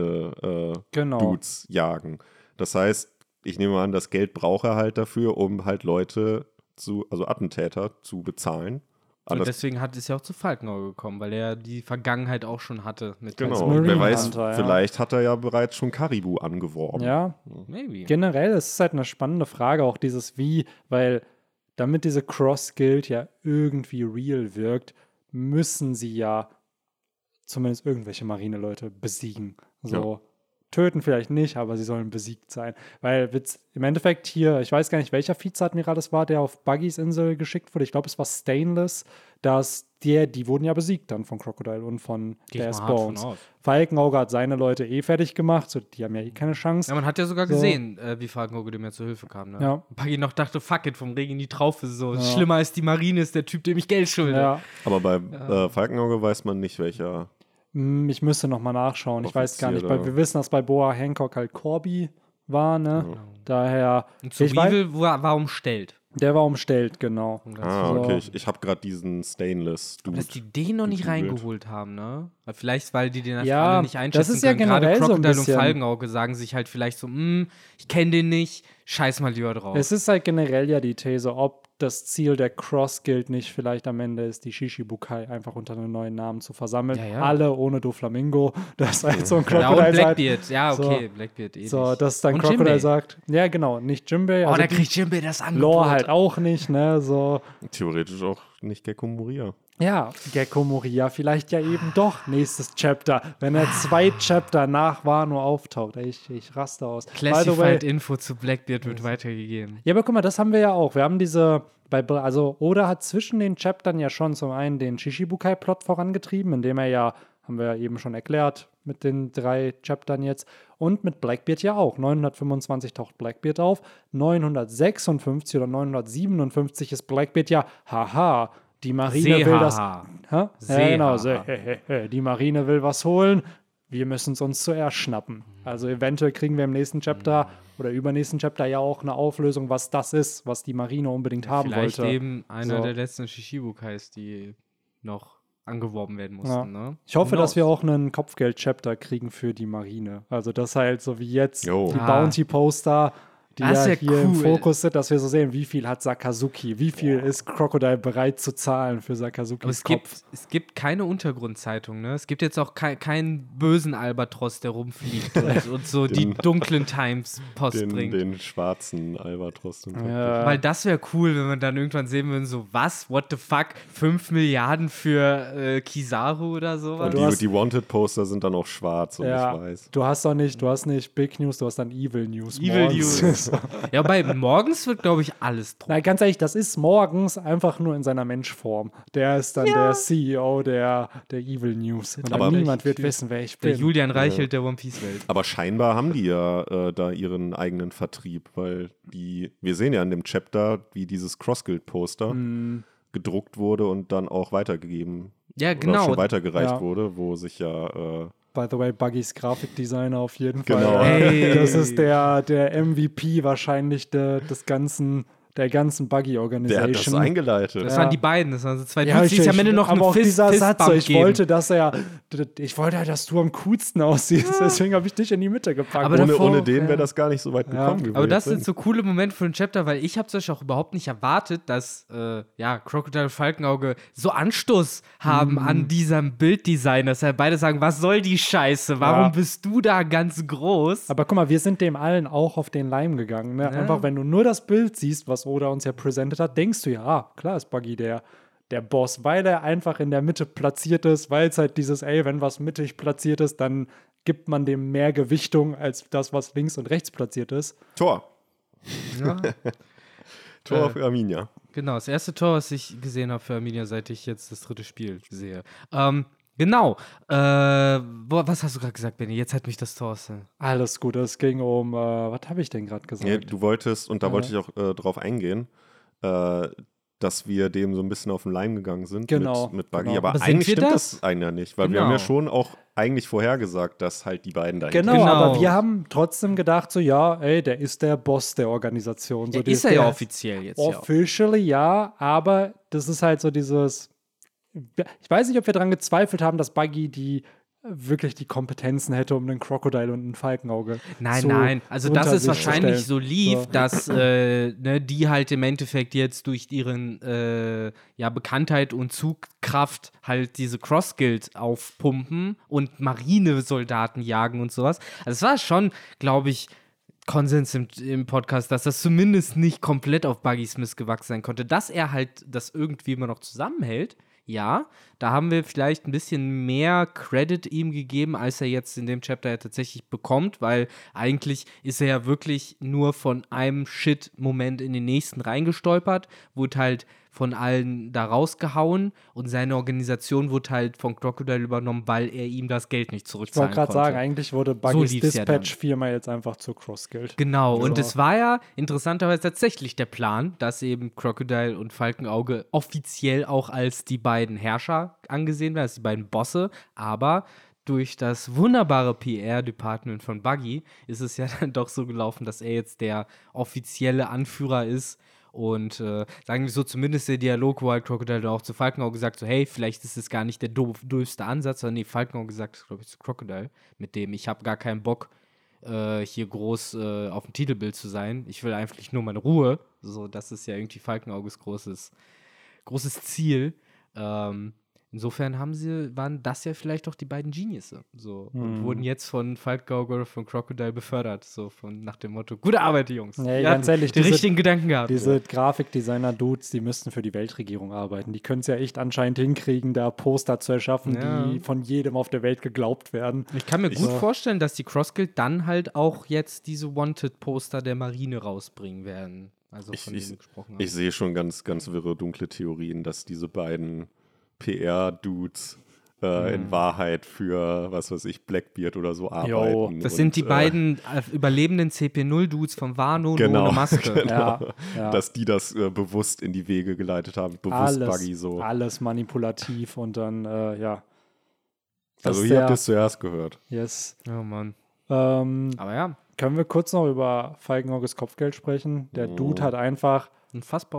Speaker 1: Genau.
Speaker 2: Marine-Dudes jagen. Das heißt, ich nehme an, das Geld braucht er halt dafür, um halt Leute also Attentäter zu bezahlen.
Speaker 3: Und
Speaker 2: Anders,
Speaker 3: deswegen ist ja auch zu Falkenauge gekommen, weil er die Vergangenheit auch schon hatte. Mit
Speaker 2: genau.
Speaker 1: Marine
Speaker 2: Wer weiß,
Speaker 1: Hunter, ja.
Speaker 2: vielleicht hat er ja bereits schon Caribou angeworben.
Speaker 1: Ja,
Speaker 3: Maybe.
Speaker 1: generell ist es halt eine spannende Frage, auch dieses Wie, weil damit diese Cross-Guild ja irgendwie real wirkt, müssen sie ja zumindest irgendwelche Marineleute besiegen. So. Töten vielleicht nicht, aber sie sollen besiegt sein. Weil im Endeffekt hier, ich weiß gar nicht, welcher Vizeadmiral es war, der auf Buggys Insel geschickt wurde. Ich glaube, es war Stainless, dass die wurden ja besiegt dann von Crocodile und von
Speaker 3: Geh ich
Speaker 1: Des
Speaker 3: mal hart von
Speaker 1: Bones.
Speaker 3: aus.
Speaker 1: Falkenauge hat seine Leute fertig gemacht, so, die haben ja keine Chance.
Speaker 3: Ja, man hat ja sogar
Speaker 1: So.
Speaker 3: gesehen, wie Falkenauge dem ja zur Hilfe kam. Ne?
Speaker 1: Ja.
Speaker 3: Paggy noch dachte, fuck it, vom Regen in die Traufe. So schlimmer als die Marine ist der Typ, dem ich Geld schulde.
Speaker 1: Ja.
Speaker 2: Aber bei Falkenauge weiß man nicht, welcher.
Speaker 1: Ich müsste noch mal nachschauen. Ich weiß gar nicht,
Speaker 2: Offizier
Speaker 1: weil
Speaker 2: da.
Speaker 1: wir wissen, dass bei Boa Hancock halt Corby war, ne? Daher,
Speaker 3: Und zu
Speaker 1: ich weiß,
Speaker 3: Weevil war umstellt.
Speaker 1: Der war umstellt, genau. So.
Speaker 2: Okay. Ich habe gerade diesen Stainless-Dude.
Speaker 3: Dass die den noch nicht
Speaker 2: gegoogelt.
Speaker 3: reingeholt haben, ne? Weil vielleicht, weil die den einfach
Speaker 1: Ja,
Speaker 3: alle nicht einschätzen
Speaker 1: das ist ja
Speaker 3: können. Gerade
Speaker 1: generell so ein
Speaker 3: Crocodile und
Speaker 1: bisschen-
Speaker 3: Falkenauge sagen sich halt vielleicht so, ich kenne den nicht, scheiß mal lieber drauf.
Speaker 1: Es ist halt generell ja die These, ob das Ziel der Cross-Guild nicht vielleicht am Ende ist, die Shishibukai einfach unter einem neuen Namen zu versammeln.
Speaker 3: Ja, ja.
Speaker 1: Alle ohne Doflamingo. Das ist halt so ein
Speaker 3: ja,
Speaker 1: Crocodile
Speaker 3: und
Speaker 1: sagt.
Speaker 3: Blackbeard. Ja,
Speaker 1: So.
Speaker 3: okay, Blackbeard eh
Speaker 1: So,
Speaker 3: nicht.
Speaker 1: dass dann
Speaker 3: und
Speaker 1: Crocodile
Speaker 3: Jinbei.
Speaker 1: sagt, ja genau, nicht Jinbei,
Speaker 3: Oh,
Speaker 1: also
Speaker 3: da
Speaker 1: die
Speaker 3: kriegt Jinbei das Angebot.
Speaker 1: Lore halt auch nicht, ne, so.
Speaker 2: Theoretisch auch nicht Gekko Moria.
Speaker 1: Ja, Gekko Moria vielleicht ja eben doch nächstes Chapter, wenn er 2 Chapter nach Wano auftaucht. Ey, ich raste aus. By the way,
Speaker 3: Classified-Info zu Blackbeard wird weitergegeben.
Speaker 1: ja, aber guck mal, das haben wir ja auch. Wir haben also Oda hat zwischen den Chaptern ja schon zum einen den Shishibukai-Plot vorangetrieben, indem er ja, haben wir ja eben schon erklärt, mit den 3 Chaptern jetzt und mit Blackbeard ja auch. 925 taucht Blackbeard auf, 956 oder 957 ist Blackbeard ja, haha, die Marine will das.
Speaker 3: Seehaha.
Speaker 1: Hä? Ja,
Speaker 3: Seehaha.
Speaker 1: genau, die Marine will was holen. Wir müssen es uns zuerst schnappen. Also eventuell kriegen wir im nächsten Chapter oder übernächsten Chapter ja auch eine Auflösung, was das ist, was die Marine unbedingt haben
Speaker 3: Vielleicht
Speaker 1: wollte.
Speaker 3: eben einer
Speaker 1: So.
Speaker 3: der letzten Shishibukais, die noch angeworben werden mussten, ne?
Speaker 1: Ich hoffe,
Speaker 3: Who
Speaker 1: dass wir
Speaker 3: knows?
Speaker 1: auch einen Kopfgeld-Chapter kriegen für die Marine. Also das halt so wie jetzt
Speaker 2: Jo.
Speaker 1: die
Speaker 3: Ah.
Speaker 1: Bounty-Poster, die
Speaker 3: Das
Speaker 1: ja
Speaker 3: wär
Speaker 1: hier im
Speaker 3: cool.
Speaker 1: Fokus sind, dass wir so sehen, wie viel hat Sakazuki, wie viel ist Crocodile bereit zu zahlen für
Speaker 3: Aber
Speaker 1: Sakazukis
Speaker 3: es
Speaker 1: Kopf.
Speaker 3: gibt keine Untergrundzeitung, ne? Es gibt jetzt auch keinen bösen Albatros, der rumfliegt und so die dunklen Times Post bringt.
Speaker 2: Den schwarzen Albatros.
Speaker 3: Weil das wäre cool, wenn wir dann irgendwann sehen würden, so was, what the fuck, 5 Milliarden für Kizaru oder sowas.
Speaker 2: Und
Speaker 1: du hast-
Speaker 2: die Wanted-Poster sind dann auch schwarz und
Speaker 1: Ja,
Speaker 2: ich weiß.
Speaker 1: du hast nicht Big News, du hast dann Evil News.
Speaker 3: Evil
Speaker 1: morgens.
Speaker 3: News. Ja, bei morgens wird, glaube ich, alles drucken.
Speaker 1: Na, ganz ehrlich, das ist morgens einfach nur in seiner Menschform. Der ist dann der CEO der Evil News. Und
Speaker 2: Aber-
Speaker 1: niemand wird wissen, wer ich
Speaker 3: Der
Speaker 1: bin.
Speaker 3: Julian Reichelt der One Piece Welt.
Speaker 2: Aber scheinbar haben die ja da ihren eigenen Vertrieb, weil wir sehen ja in dem Chapter, wie dieses Cross-Guild-Poster gedruckt wurde und dann auch weitergegeben
Speaker 3: Ja,
Speaker 2: oder
Speaker 3: genau.
Speaker 2: schon weitergereicht
Speaker 1: Ja.
Speaker 2: wurde, wo sich ja
Speaker 1: By the way, Buggys Grafikdesigner auf jeden
Speaker 2: Genau.
Speaker 1: Fall.
Speaker 3: Hey.
Speaker 1: Das ist der MVP wahrscheinlich der ganzen
Speaker 2: der hat das
Speaker 1: Buggy-Organisation.
Speaker 2: eingeleitet.
Speaker 3: Das
Speaker 1: Ja.
Speaker 3: waren die beiden, das waren so zwei
Speaker 1: Ja,
Speaker 3: Dudes, die sich am Ende noch
Speaker 1: aber
Speaker 3: einen
Speaker 1: auch dieser Satz, so,
Speaker 3: Fistbump
Speaker 1: ich
Speaker 3: geben.
Speaker 1: wollte halt, dass du am coolsten aussiehst, deswegen habe ich dich in die Mitte gepackt.
Speaker 3: Aber
Speaker 2: Ohne,
Speaker 3: davor-
Speaker 2: ohne den wäre
Speaker 1: ja.
Speaker 2: das gar nicht so weit gekommen gewesen.
Speaker 3: Aber das sind so coole Momente für ein Chapter, weil ich habe zum Beispiel auch überhaupt nicht erwartet, dass Crocodile und Falkenauge so Anstoß haben an diesem Bilddesign, dass beide sagen, was soll die Scheiße? Warum
Speaker 1: Ja.
Speaker 3: bist du da ganz groß?
Speaker 1: Aber guck mal, wir sind dem allen auch auf den Leim gegangen. Ne? Einfach, wenn du nur das Bild siehst, was Oda uns ja präsentiert hat, denkst du ja, klar ist Buggy der Boss, weil er einfach in der Mitte platziert ist, weil es halt dieses, wenn was mittig platziert ist, dann gibt man dem mehr Gewichtung als das, was links und rechts platziert ist.
Speaker 2: Tor.
Speaker 3: Ja.
Speaker 2: Tor für Arminia.
Speaker 3: Genau, das erste Tor, was ich gesehen habe für Arminia, seit ich jetzt das 3. Spiel sehe. Genau. Was hast du gerade gesagt, Benny? Jetzt hat mich das Tor.
Speaker 1: Alles gut, es ging um, was habe ich denn gerade gesagt?
Speaker 2: Ja, du wolltest, und da wollte ich auch drauf eingehen, dass wir dem so ein bisschen auf den Leim gegangen sind
Speaker 1: Genau,
Speaker 2: mit Buggy.
Speaker 1: genau.
Speaker 2: Aber
Speaker 3: Aber sind
Speaker 2: eigentlich
Speaker 3: wir
Speaker 2: stimmt
Speaker 3: das?
Speaker 2: das eigentlich nicht, weil wir haben
Speaker 3: Genau.
Speaker 2: ja schon auch eigentlich vorhergesagt, dass halt die beiden dahinter
Speaker 1: Genau,
Speaker 3: Genau.
Speaker 1: aber wir haben trotzdem gedacht, so, ja, der ist der Boss der Organisation. So,
Speaker 3: Ja,
Speaker 1: die
Speaker 3: ist er ja
Speaker 1: der-
Speaker 3: offiziell jetzt. Ja.
Speaker 1: Officially ja, aber das ist halt so dieses. Ich weiß nicht, ob wir daran gezweifelt haben, dass Buggy wirklich die Kompetenzen hätte, um einen Crocodile und ein Falkenauge
Speaker 3: Nein. Also,
Speaker 1: unter
Speaker 3: dass es
Speaker 1: sich zu
Speaker 3: wahrscheinlich
Speaker 1: stellen.
Speaker 3: so lief,
Speaker 1: So.
Speaker 3: dass die halt im Endeffekt jetzt durch ihren Bekanntheit und Zugkraft halt diese Cross-Guild aufpumpen und Marinesoldaten jagen und sowas. Also, es war schon, glaube ich, Konsens im Podcast, dass das zumindest nicht komplett auf Buggy Smith gewachsen sein konnte. Dass er halt das irgendwie immer noch zusammenhält, ja, da haben wir vielleicht ein bisschen mehr Credit ihm gegeben, als er jetzt in dem Chapter ja tatsächlich bekommt, weil eigentlich ist er ja wirklich nur von einem Shit-Moment in den nächsten reingestolpert, wurde halt von allen da rausgehauen und seine Organisation wurde halt von Crocodile übernommen, weil er ihm das Geld nicht
Speaker 1: Ich
Speaker 3: zurückzahlen
Speaker 1: wollte gerade
Speaker 3: konnte.
Speaker 1: sagen, eigentlich wurde Buggys
Speaker 3: lief's ja dann.
Speaker 1: Dispatch 4 mal jetzt einfach zur Cross-Guild.
Speaker 3: Genau, und
Speaker 1: Ja.
Speaker 3: es war ja interessanterweise tatsächlich der Plan, dass eben Crocodile und Falkenauge offiziell auch als die beiden Herrscher angesehen werden, als die beiden Bosse, aber durch das wunderbare PR-Department von Buggy ist es ja dann doch so gelaufen, dass er jetzt der offizielle Anführer ist Und sagen wir so, zumindest der Dialog, wo halt Crocodile dann auch zu Falkenauge sagt, so hey, vielleicht ist es gar nicht der doofste Ansatz, sondern nee, Falkenauge sagt, glaube ich, zu Crocodile, mit dem ich habe gar keinen Bock, hier groß auf dem Titelbild zu sein. Ich will eigentlich nur meine Ruhe. So, das ist ja irgendwie Falkenauges großes Ziel. Insofern waren das ja vielleicht auch die beiden Geniusse. So, und wurden jetzt von Falkenauge oder von Crocodile befördert. So nach dem Motto, gute Arbeit, die Jungs.
Speaker 1: Nee,
Speaker 3: Die
Speaker 1: ganz
Speaker 3: hatten
Speaker 1: ehrlich,
Speaker 3: die richtigen Gedanken gehabt.
Speaker 1: Diese Grafikdesigner-Dudes, die müssten für die Weltregierung arbeiten. Die können es ja echt anscheinend hinkriegen, da Poster zu erschaffen, die von jedem auf der Welt geglaubt werden.
Speaker 3: Ich kann mir gut vorstellen, dass die Cross-Guild dann halt auch jetzt diese Wanted-Poster der Marine rausbringen werden. Also von denen wir gesprochen haben.
Speaker 2: Ich sehe schon ganz, ganz wirre, dunkle Theorien, dass diese beiden PR-Dudes in Wahrheit für, was weiß ich, Blackbeard oder so arbeiten.
Speaker 3: Das sind die beiden überlebenden CP0-Dudes von Wano
Speaker 2: genau,
Speaker 3: ohne Maske.
Speaker 2: Genau.
Speaker 1: Ja.
Speaker 2: Dass die das bewusst in die Wege geleitet haben, bewusst Buggy so.
Speaker 1: Alles manipulativ und dann,
Speaker 2: Also hier habt ihr es zuerst gehört.
Speaker 1: Yes.
Speaker 3: Oh Mann.
Speaker 1: Aber
Speaker 3: ja.
Speaker 1: Können wir kurz noch über Falkenauges Kopfgeld sprechen? Der Dude hat einfach
Speaker 3: unfassbar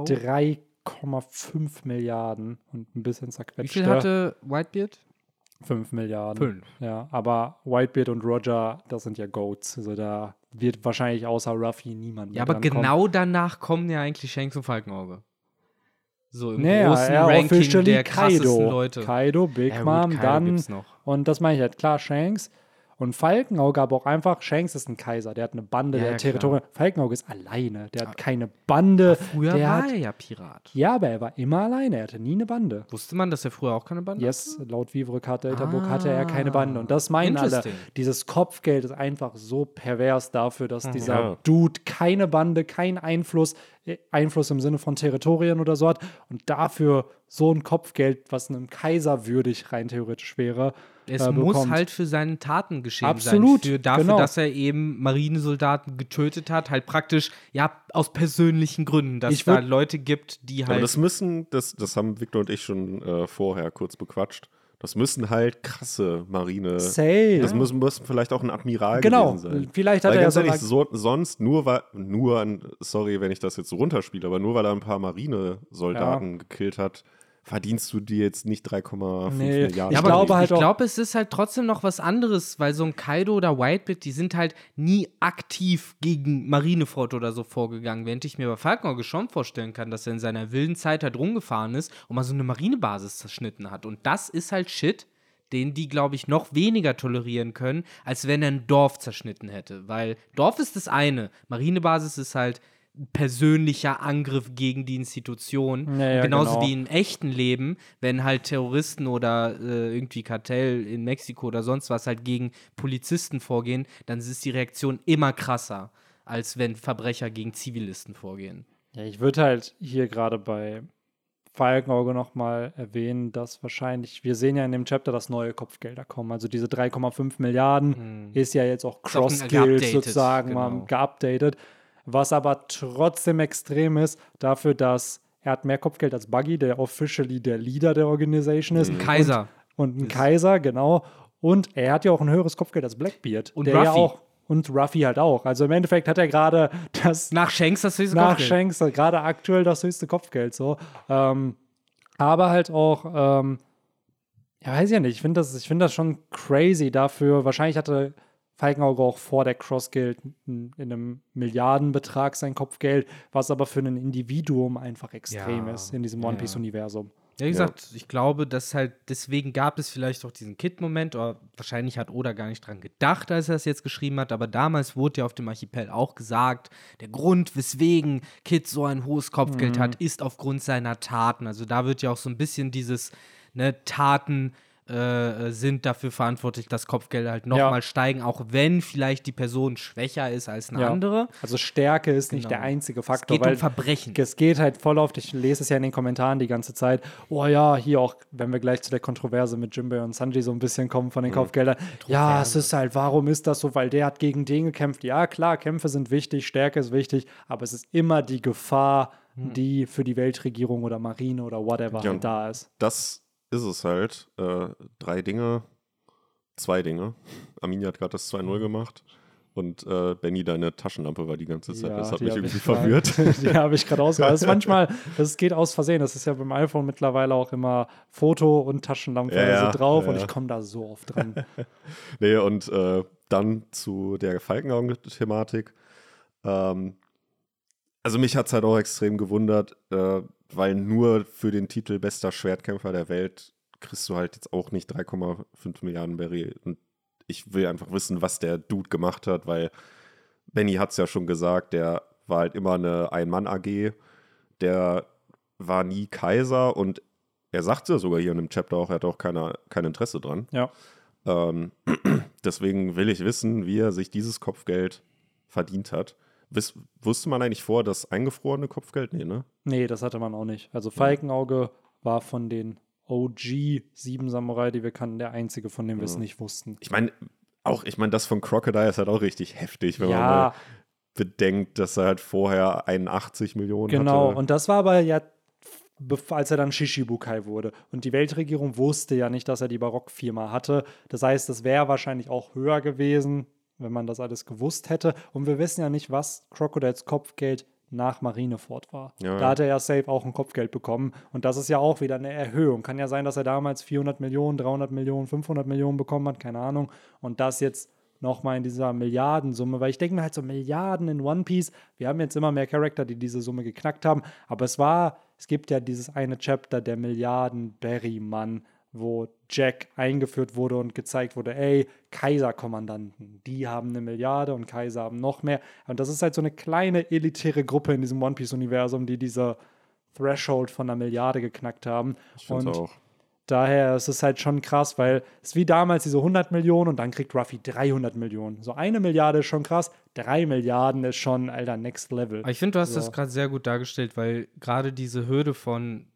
Speaker 1: 3,5 Milliarden und ein bisschen zerquetscht.
Speaker 3: Wie viel hatte Whitebeard?
Speaker 1: 5 Milliarden.
Speaker 3: 5.
Speaker 1: Ja, aber Whitebeard und Roger, das sind ja Goats. Also da wird wahrscheinlich außer Ruffy niemand mehr
Speaker 3: Ja, aber
Speaker 1: drankommen.
Speaker 3: genau danach kommen ja eigentlich Shanks und Falkenauge. So im
Speaker 1: naja,
Speaker 3: großen Ranking der krassesten Leute.
Speaker 1: Kaido, Big Mom,
Speaker 3: Kaido
Speaker 1: dann
Speaker 3: gibt's noch.
Speaker 1: Und das meine ich halt, klar, Shanks und Falkenauge, aber auch einfach, Shanks ist ein Kaiser, der hat eine Bande, der hat Territorien. Falkenauge ist alleine, der hat keine Bande.
Speaker 3: Früher war er ja Pirat.
Speaker 1: Ja, aber er war immer alleine, er hatte nie eine Bande.
Speaker 3: Wusste man, dass er früher auch keine Bande
Speaker 1: Yes,
Speaker 3: hatte?
Speaker 1: laut Vivre Carte Delta-Book hatte er keine Bande. Und das meinen alle. Dieses Kopfgeld ist einfach so pervers dafür, dass dieser Dude keine Bande, keinen Einfluss im Sinne von Territorien oder so hat und dafür so ein Kopfgeld, was einem Kaiser würdig rein theoretisch wäre,
Speaker 3: es muss halt für seine Taten geschehen
Speaker 1: Absolut,
Speaker 3: sein. Dafür, dass er eben Marinesoldaten getötet hat, halt praktisch, ja, aus persönlichen Gründen, dass es da Leute gibt, die halt.
Speaker 2: Aber das haben Victor und ich schon vorher kurz bequatscht. Das müssen halt krasse Marine.
Speaker 1: Safe.
Speaker 2: Das muss vielleicht auch ein Admiral gewesen sein.
Speaker 1: Vielleicht hat
Speaker 2: weil
Speaker 1: er
Speaker 2: ganz ehrlich, sonst sorry, wenn ich das jetzt so runterspiele, aber nur weil er ein paar Marinesoldaten gekillt hat, verdienst du dir jetzt nicht 3,5 Milliarden.
Speaker 3: Ja, aber ich glaube, es ist halt trotzdem noch was anderes, weil so ein Kaido oder Whitebeard, die sind halt nie aktiv gegen Marineflotte oder so vorgegangen, während ich mir bei Falkenauge schon vorstellen kann, dass er in seiner wilden Zeit halt rumgefahren ist und mal so eine Marinebasis zerschnitten hat. Und das ist halt Shit, den die, glaube ich, noch weniger tolerieren können, als wenn er ein Dorf zerschnitten hätte. Weil Dorf ist das eine, Marinebasis ist halt persönlicher Angriff gegen die Institution.
Speaker 1: Ja,
Speaker 3: genauso wie im echten Leben, wenn halt Terroristen oder irgendwie Kartell in Mexiko oder sonst was halt gegen Polizisten vorgehen, dann ist die Reaktion immer krasser, als wenn Verbrecher gegen Zivilisten vorgehen.
Speaker 1: Ja, ich würde halt hier gerade bei Falkenauge nochmal erwähnen, dass wahrscheinlich, wir sehen ja in dem Chapter, dass neue Kopfgelder kommen. Also diese 3,5 Milliarden ist ja jetzt auch Cross-Guild sozusagen mal geupdatet. Was aber trotzdem extrem ist, dafür, dass er hat mehr Kopfgeld als Buggy, der officially der Leader der Organisation ist.
Speaker 3: Ein Kaiser.
Speaker 1: Und ein Kaiser, genau. Und er hat ja auch ein höheres Kopfgeld als Blackbeard.
Speaker 3: Und
Speaker 1: der
Speaker 3: Ruffy.
Speaker 1: Ja auch, und Ruffy halt auch. Also im Endeffekt hat er gerade das
Speaker 3: nach Shanks das höchste
Speaker 1: Kopfgeld.
Speaker 3: Nach
Speaker 1: Shanks gerade aktuell das höchste Kopfgeld. So. Aber halt auch, ja, weiß ich ja nicht. Ich finde das schon crazy dafür. Wahrscheinlich hatte Falkenauge auch vor der Cross-Guild in einem Milliardenbetrag sein Kopfgeld, was aber für ein Individuum einfach extrem ist in diesem One-Piece-Universum.
Speaker 3: Ja, wie gesagt, ich glaube, dass halt, deswegen gab es vielleicht auch diesen Kid-Moment, oder wahrscheinlich hat Oda gar nicht dran gedacht, als er es jetzt geschrieben hat, aber damals wurde ja auf dem Archipel auch gesagt, der Grund, weswegen Kid so ein hohes Kopfgeld hat, ist aufgrund seiner Taten. Also da wird ja auch so ein bisschen dieses, Taten sind dafür verantwortlich, dass Kopfgelder halt nochmal steigen, auch wenn vielleicht die Person schwächer ist als eine andere.
Speaker 1: Also Stärke ist nicht der einzige Faktor.
Speaker 3: Es geht um Verbrechen.
Speaker 1: Es geht halt voll oft, ich lese es ja in den Kommentaren die ganze Zeit, oh ja, hier auch, wenn wir gleich zu der Kontroverse mit Jinbei und Sanji so ein bisschen kommen von den Kopfgeldern. Ja, es ist halt, warum ist das so? Weil der hat gegen den gekämpft. Ja, klar, Kämpfe sind wichtig, Stärke ist wichtig, aber es ist immer die Gefahr, die für die Weltregierung oder Marine oder whatever halt da ist.
Speaker 2: Das ist es halt. 2 Dinge. Arminia hat gerade das 2-0 gemacht. Und Benny, deine Taschenlampe war die ganze Zeit.
Speaker 1: Ja,
Speaker 2: das hat
Speaker 1: die
Speaker 2: mich
Speaker 1: hab
Speaker 2: irgendwie
Speaker 1: ich grad-
Speaker 2: verwirrt.
Speaker 1: Die habe ich gerade ausgemacht. Das ist manchmal, das geht aus Versehen. Das ist ja beim iPhone mittlerweile auch immer Foto und Taschenlampe
Speaker 2: Ja,
Speaker 1: so drauf
Speaker 2: ja,
Speaker 1: und
Speaker 2: ja.
Speaker 1: ich komme da so oft dran.
Speaker 2: Nee, und dann zu der Falkenaugen-Thematik. Also mich hat es halt auch extrem gewundert, weil nur für den Titel bester Schwertkämpfer der Welt kriegst du halt jetzt auch nicht 3,5 Milliarden Berry. Und ich will einfach wissen, was der Dude gemacht hat, weil Benny hat es ja schon gesagt, der war halt immer eine Ein-Mann-AG, der war nie Kaiser und er sagte sogar hier in dem Chapter auch, er hat auch kein Interesse dran.
Speaker 1: Ja.
Speaker 2: Deswegen will ich wissen, wie er sich dieses Kopfgeld verdient hat. Wusste man eigentlich vor, das eingefrorene Kopfgeld? Nee, ne?
Speaker 1: Nee, das hatte man auch nicht. Also Falkenauge war von den OG 7 Samurai, die wir kannten, der einzige, von dem wir es nicht wussten.
Speaker 2: Ich meine, das von Crocodile ist halt auch richtig heftig, wenn man
Speaker 1: Ja,
Speaker 2: mal bedenkt, dass er halt vorher 81 Millionen
Speaker 1: genau.
Speaker 2: hatte.
Speaker 1: Und das war aber ja, als er dann Shishibukai wurde. Und die Weltregierung wusste ja nicht, dass er die Barockfirma hatte. Das heißt, es wäre wahrscheinlich auch höher gewesen, wenn man das alles gewusst hätte. Und wir wissen ja nicht, was Crocodiles Kopfgeld nach Marineford war.
Speaker 2: Ja.
Speaker 1: Da hat er ja safe auch ein Kopfgeld bekommen. Und das ist ja auch wieder eine Erhöhung. Kann ja sein, dass er damals 400 Millionen, 300 Millionen, 500 Millionen bekommen hat, keine Ahnung. Und das jetzt nochmal in dieser Milliardensumme, weil ich denke mir halt so Milliarden in One Piece. Wir haben jetzt immer mehr Charakter, die diese Summe geknackt haben. Aber es gibt ja dieses eine Chapter, der Milliarden-Berry-Mann, wo Jack eingeführt wurde und gezeigt wurde, ey, Kaiserkommandanten, die haben 1 Milliarde und Kaiser haben noch mehr. Und das ist halt so eine kleine elitäre Gruppe in diesem One Piece-Universum, die diese Threshold von 1 Milliarde geknackt haben.
Speaker 2: Ich finde
Speaker 1: Und
Speaker 2: auch.
Speaker 1: daher ist es halt schon krass, weil es wie damals diese 100 Millionen und dann kriegt Ruffy 300 Millionen. So 1 Milliarde ist schon krass, 3 Milliarden ist schon, Alter, next level.
Speaker 3: Aber ich finde, du hast
Speaker 1: So.
Speaker 3: das gerade sehr gut dargestellt, weil gerade diese Hürde von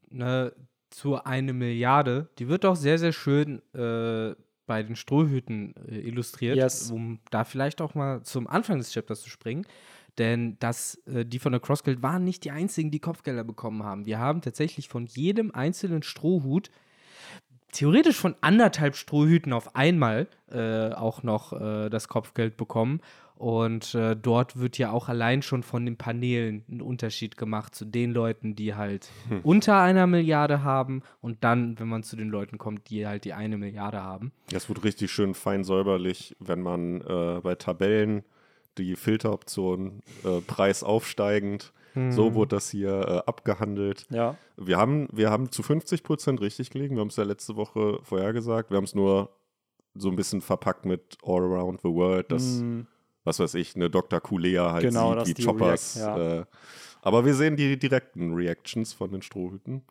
Speaker 3: zu 1 Milliarde, die wird auch sehr, sehr schön bei den Strohhüten illustriert,
Speaker 1: Yes.
Speaker 3: um da vielleicht auch mal zum Anfang des Chapters zu springen. Denn die von der Cross Guild waren nicht die einzigen, die Kopfgelder bekommen haben. Wir haben tatsächlich von jedem einzelnen Strohhut theoretisch von 1,5 Strohhüten auf einmal auch noch das Kopfgeld bekommen. Und dort wird ja auch allein schon von den Paneelen ein Unterschied gemacht zu den Leuten, die halt unter 1 Milliarde haben und dann, wenn man zu den Leuten kommt, die halt die 1 Milliarde haben.
Speaker 2: Das wird richtig schön fein säuberlich, wenn man bei Tabellen die Filteroption Preis aufsteigend. So wurde das hier abgehandelt.
Speaker 1: Ja.
Speaker 2: Wir haben zu 50% richtig gelegen. Wir haben es ja letzte Woche vorhergesagt. Wir haben es nur so ein bisschen verpackt mit All Around the World, dass, was weiß ich, eine Dr. Kulea halt
Speaker 1: Genau, dass
Speaker 2: sieht, wie
Speaker 1: die
Speaker 2: Choppers.
Speaker 1: ja.
Speaker 2: Aber wir sehen die direkten Reactions von den Strohhüten.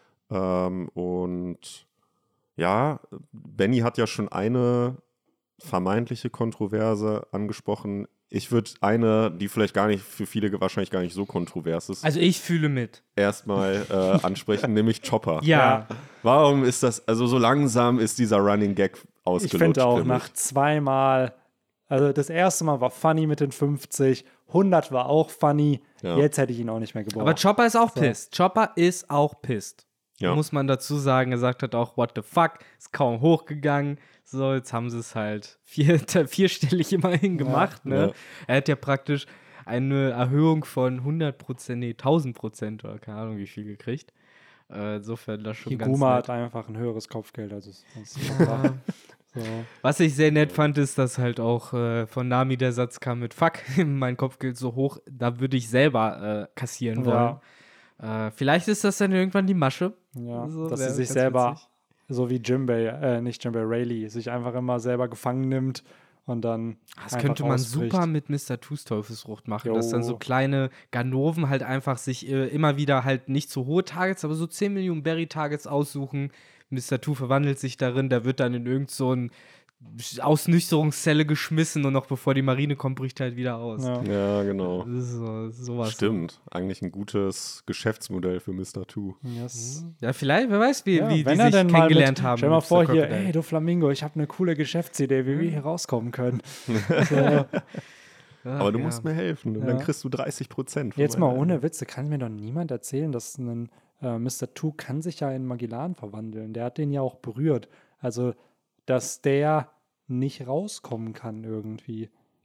Speaker 2: Und ja, Benny hat ja schon eine vermeintliche Kontroverse angesprochen. Ich würde eine, die vielleicht gar nicht für viele wahrscheinlich gar nicht so kontrovers ist,
Speaker 3: Also ich fühle mit.
Speaker 2: erstmal ansprechen, nämlich Chopper.
Speaker 3: Ja.
Speaker 2: Warum ist das, also so langsam ist dieser Running Gag ausgelutscht?
Speaker 1: Ich finde auch
Speaker 2: finde
Speaker 1: nach 2 Mal, also das erste Mal war funny mit den 50, 100 war auch funny,
Speaker 2: Ja.
Speaker 1: jetzt hätte ich ihn auch nicht mehr gebraucht.
Speaker 3: Aber Chopper ist auch pissed. Chopper ist auch pissed.
Speaker 2: Ja.
Speaker 3: Muss man dazu sagen. Er sagt halt auch, what the fuck, ist kaum hochgegangen. So, jetzt haben sie es halt vierstellig immerhin gemacht. Ne?
Speaker 2: Ja.
Speaker 3: Er hat ja praktisch eine Erhöhung von 100%, nee, 1000% oder keine Ahnung wie viel gekriegt. Insofern das schon ganz
Speaker 1: Higuma
Speaker 3: nett.
Speaker 1: hat einfach ein höheres Kopfgeld als es.
Speaker 3: Ja.
Speaker 1: So.
Speaker 3: Was ich sehr nett fand, ist, dass halt auch von Nami der Satz kam mit fuck, mein Kopfgeld so hoch, da würde ich selber kassieren wollen. Vielleicht ist das dann irgendwann die Masche.
Speaker 1: Ja,
Speaker 3: So,
Speaker 1: dass
Speaker 3: wär
Speaker 1: sie sich
Speaker 3: ganz
Speaker 1: selber,
Speaker 3: witzig.
Speaker 1: so wie Jinbei, nicht Jinbei, Rayleigh, sich einfach immer selber gefangen nimmt und dann
Speaker 3: Das
Speaker 1: einfach
Speaker 3: könnte man
Speaker 1: ausbricht.
Speaker 3: super mit Mr. Tooth Teufelsfrucht machen, dass dann so
Speaker 1: Jo.
Speaker 3: kleine Ganoven halt einfach sich immer wieder halt nicht so hohe Targets, aber so 10 Millionen Berry-Targets aussuchen. Mr. Tooth verwandelt sich darin, der wird dann in irgend so ein Ausnüchterungszelle geschmissen und noch bevor die Marine kommt, bricht er halt wieder aus.
Speaker 1: Ja.
Speaker 2: Ja, genau.
Speaker 3: Das ist sowas.
Speaker 2: Stimmt. Eigentlich ein gutes Geschäftsmodell für Mr. Two.
Speaker 1: Yes.
Speaker 3: Ja, vielleicht, wer weiß, wie
Speaker 1: Ja,
Speaker 3: die
Speaker 1: wenn er
Speaker 3: sich
Speaker 1: denn mal
Speaker 3: kennengelernt haben.
Speaker 1: Stell mal
Speaker 3: mit
Speaker 1: vor
Speaker 3: Mr.
Speaker 1: hier,
Speaker 3: Crocodile.
Speaker 1: ey, du Flamingo, ich habe eine coole Geschäftsidee, wie wir hier rauskommen können. So,
Speaker 3: Ja,
Speaker 2: Aber du
Speaker 3: ja.
Speaker 2: musst mir helfen und
Speaker 1: Ja.
Speaker 2: dann kriegst du 30%. von
Speaker 1: jetzt mal
Speaker 2: meiner-
Speaker 1: ohne Witze, kann mir doch niemand erzählen, dass ein Mr. Two kann sich ja in Magellan verwandeln. Der hat den ja auch berührt. Also, dass der nicht rauskommen kann irgendwie.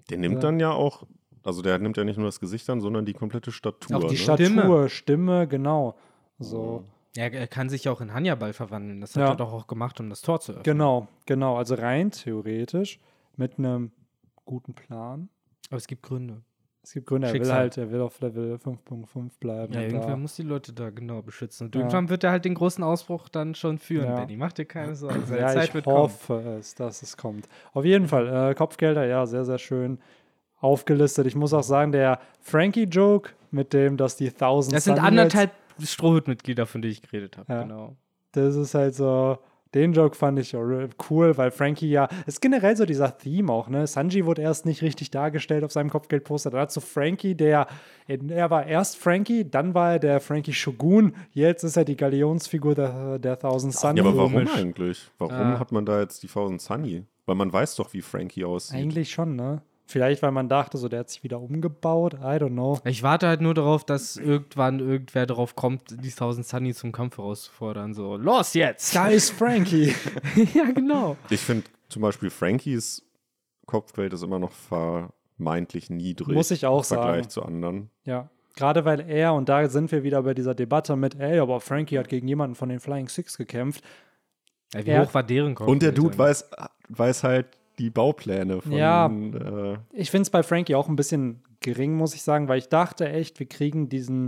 Speaker 2: Der nimmt dann ja auch, also der nimmt ja nicht nur das Gesicht an, sondern die komplette Statur.
Speaker 3: Auch die
Speaker 1: Statur, Stimme, genau. So.
Speaker 3: Ja, er kann sich ja auch in Hannibal verwandeln. Das hat
Speaker 1: Ja.
Speaker 3: er doch auch gemacht, um das Tor zu öffnen.
Speaker 1: Genau. Also rein theoretisch mit einem guten Plan.
Speaker 3: Aber es gibt Gründe.
Speaker 1: Es gibt Gründe,
Speaker 3: Schicksal.
Speaker 1: er will auf Level 5.5 bleiben.
Speaker 3: Ja,
Speaker 1: und
Speaker 3: irgendwer
Speaker 1: da-
Speaker 3: muss die Leute da genau beschützen. Und
Speaker 1: Ja.
Speaker 3: irgendwann wird er halt den großen Ausbruch dann schon führen,
Speaker 1: Ja.
Speaker 3: Benny. Mach dir keine Sorgen. Seine
Speaker 1: Ja,
Speaker 3: Zeit
Speaker 1: ich
Speaker 3: wird kommen.
Speaker 1: hoffe es, dass es kommt. Auf jeden Fall, Kopfgelder, ja, sehr, sehr schön aufgelistet. Ich muss auch sagen, der Frankie-Joke mit dem, dass die 1000
Speaker 3: Das sind
Speaker 1: Sunny
Speaker 3: anderthalb Strohhutmitglieder, von denen ich geredet habe.
Speaker 1: Ja.
Speaker 3: Genau.
Speaker 1: Das ist halt so, den Joke fand ich cool, weil Frankie ja, ist generell so dieser Theme auch, ne? Sanji wurde erst nicht richtig dargestellt auf seinem Kopfgeldposter. Dann hat so Frankie, er war erst Frankie, dann war er der Frankie Shogun, jetzt ist er die Galionsfigur der 1000 Sunny.
Speaker 2: Ja, aber warum
Speaker 3: Komisch.
Speaker 2: eigentlich? Warum hat man da jetzt die 1000 Sunny? Weil man weiß doch, wie Frankie aussieht.
Speaker 1: Eigentlich schon, ne? Vielleicht, weil man dachte, so, der hat sich wieder umgebaut, I don't know.
Speaker 3: Ich warte halt nur darauf, dass irgendwann irgendwer darauf kommt, die 1000 Sunny zum Kampf herauszufordern. So, los jetzt!
Speaker 1: Da ist Frankie.
Speaker 3: Ja, genau.
Speaker 2: Ich finde zum Beispiel Frankies Kopfgeld ist immer noch vermeintlich niedrig.
Speaker 1: Muss ich auch
Speaker 2: im Vergleich
Speaker 1: sagen.
Speaker 2: zu anderen.
Speaker 1: Ja, gerade weil und da sind wir wieder bei dieser Debatte mit, aber Frankie hat gegen jemanden von den Flying Six gekämpft.
Speaker 3: Ja, wie
Speaker 1: Ja.
Speaker 3: hoch war deren Kopf?
Speaker 2: Und der Dude weiß halt die Baupläne von.
Speaker 1: Ja. Ich finde es bei Frankie auch ein bisschen gering, muss ich sagen, weil ich dachte echt, wir kriegen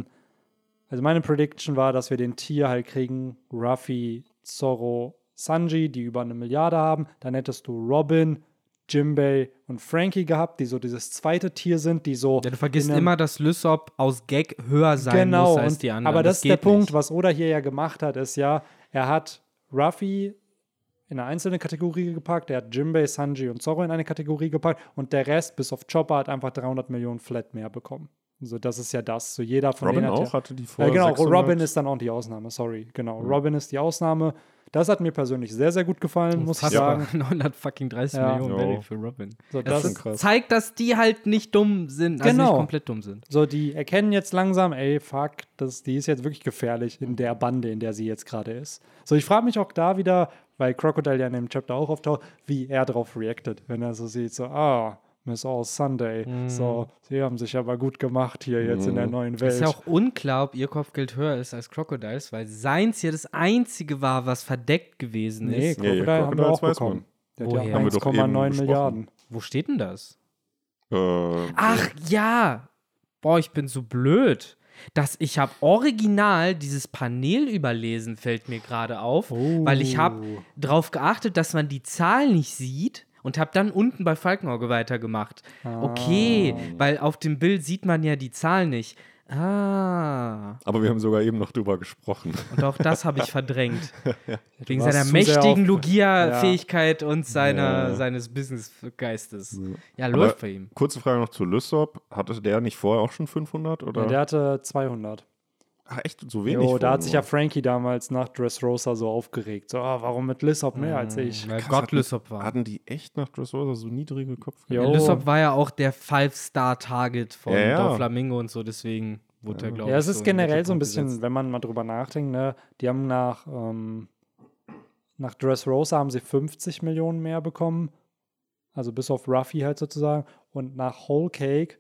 Speaker 1: also meine Prediction war, dass wir den Tier halt kriegen, Ruffy, Zorro, Sanji, die über 1 Milliarde haben. Dann hättest du Robin, Jinbei und Frankie gehabt, die so dieses zweite Tier sind, die so.
Speaker 3: Ja, du vergisst
Speaker 1: in einem-
Speaker 3: immer, dass Lysop aus Gag höher sein
Speaker 1: genau,
Speaker 3: muss als die anderen.
Speaker 1: aber das ist der
Speaker 3: geht
Speaker 1: Punkt,
Speaker 3: nicht.
Speaker 1: was Oda hier ja gemacht hat, ist ja, er hat Ruffy in eine einzelne Kategorie gepackt, er hat Jinbei, Sanji und Zorro in eine Kategorie gepackt und der Rest, bis auf Chopper, hat einfach 300 Millionen Flat mehr bekommen. So, das ist ja das. So jeder von
Speaker 2: Robin
Speaker 1: denen hat
Speaker 2: auch?
Speaker 1: ja,
Speaker 2: Hatte die vorher
Speaker 1: genau,
Speaker 2: 600?
Speaker 1: Robin ist dann auch die Ausnahme, sorry. Genau, Robin ist die Ausnahme. Das hat mir persönlich sehr, sehr gut gefallen, muss ich
Speaker 3: Unfassbar.
Speaker 1: sagen.
Speaker 3: 930
Speaker 1: Ja.
Speaker 3: Millionen
Speaker 2: Jo.
Speaker 3: Belly für Robin.
Speaker 1: So,
Speaker 3: Das
Speaker 1: das
Speaker 2: schon krass.
Speaker 3: zeigt, dass die halt nicht dumm sind, also
Speaker 1: Genau.
Speaker 3: nicht komplett dumm sind.
Speaker 1: So, die erkennen jetzt langsam, fuck, die ist jetzt wirklich gefährlich in der Bande, in der sie jetzt gerade ist. So, ich frage mich auch da wieder, weil Crocodile ja in dem Chapter auch auftaucht, wie er darauf reactet, wenn er so sieht, so, Miss All Sunday, so, sie haben sich aber gut gemacht hier jetzt in der neuen Welt.
Speaker 3: Ist ja auch unklar, ob ihr Kopfgeld höher ist als Crocodiles, weil seins ja das einzige war, was verdeckt gewesen
Speaker 1: Nee,
Speaker 3: ist.
Speaker 2: Ja, ja,
Speaker 1: Crocodile haben wir auch
Speaker 2: Crocodiles weiß
Speaker 1: bekommen. Der
Speaker 3: Woher?
Speaker 1: hat ja
Speaker 2: Haben wir doch eben
Speaker 1: 1,9
Speaker 2: besprochen.
Speaker 1: Milliarden.
Speaker 3: Wo steht denn das?
Speaker 2: Ach,
Speaker 3: Ach ja. Boah, ich bin so blöd. Ich habe original dieses Panel überlesen, fällt mir gerade auf, weil ich habe darauf geachtet, dass man die Zahl nicht sieht und habe dann unten bei Falkenauge weitergemacht. Okay, weil auf dem Bild sieht man ja die Zahl nicht.
Speaker 2: aber wir haben sogar eben noch drüber gesprochen.
Speaker 3: Und auch das habe ich verdrängt. Wegen
Speaker 1: warst
Speaker 3: seiner
Speaker 1: zu sehr
Speaker 3: mächtigen
Speaker 1: auf-
Speaker 3: Logia-Fähigkeit und
Speaker 2: Ja.
Speaker 3: seines Business-Geistes. Ja,
Speaker 2: Aber
Speaker 3: läuft bei ihm.
Speaker 2: kurze Frage noch zu Lysop. Hatte der nicht vorher auch schon 500? Oder?
Speaker 1: Ja, der hatte 200.
Speaker 2: Ach, echt so wenig?
Speaker 1: Jo, da
Speaker 2: vorher
Speaker 1: hat sich ja
Speaker 2: nur?
Speaker 1: Frankie damals nach Dressrosa so aufgeregt. So, warum mit Lysop mehr als ich?
Speaker 3: Weil
Speaker 2: Krass,
Speaker 3: Gott Lysop war.
Speaker 2: Hatten die echt nach Dressrosa so niedrige Kopfgelder?
Speaker 1: Jo.
Speaker 3: Lysop war ja auch der 5-Star-Target von
Speaker 2: Ja, ja.
Speaker 3: Doflamingo und so, deswegen wurde er, glaube ich,
Speaker 1: Ja, es ist
Speaker 3: so in den
Speaker 1: generell so ein
Speaker 3: Mittelpunkt
Speaker 1: bisschen,
Speaker 3: gesetzt.
Speaker 1: wenn man mal drüber nachdenkt, ne, die haben nach Dressrosa haben sie 50 Millionen mehr bekommen. Also bis auf Ruffy halt sozusagen. Und nach Whole Cake.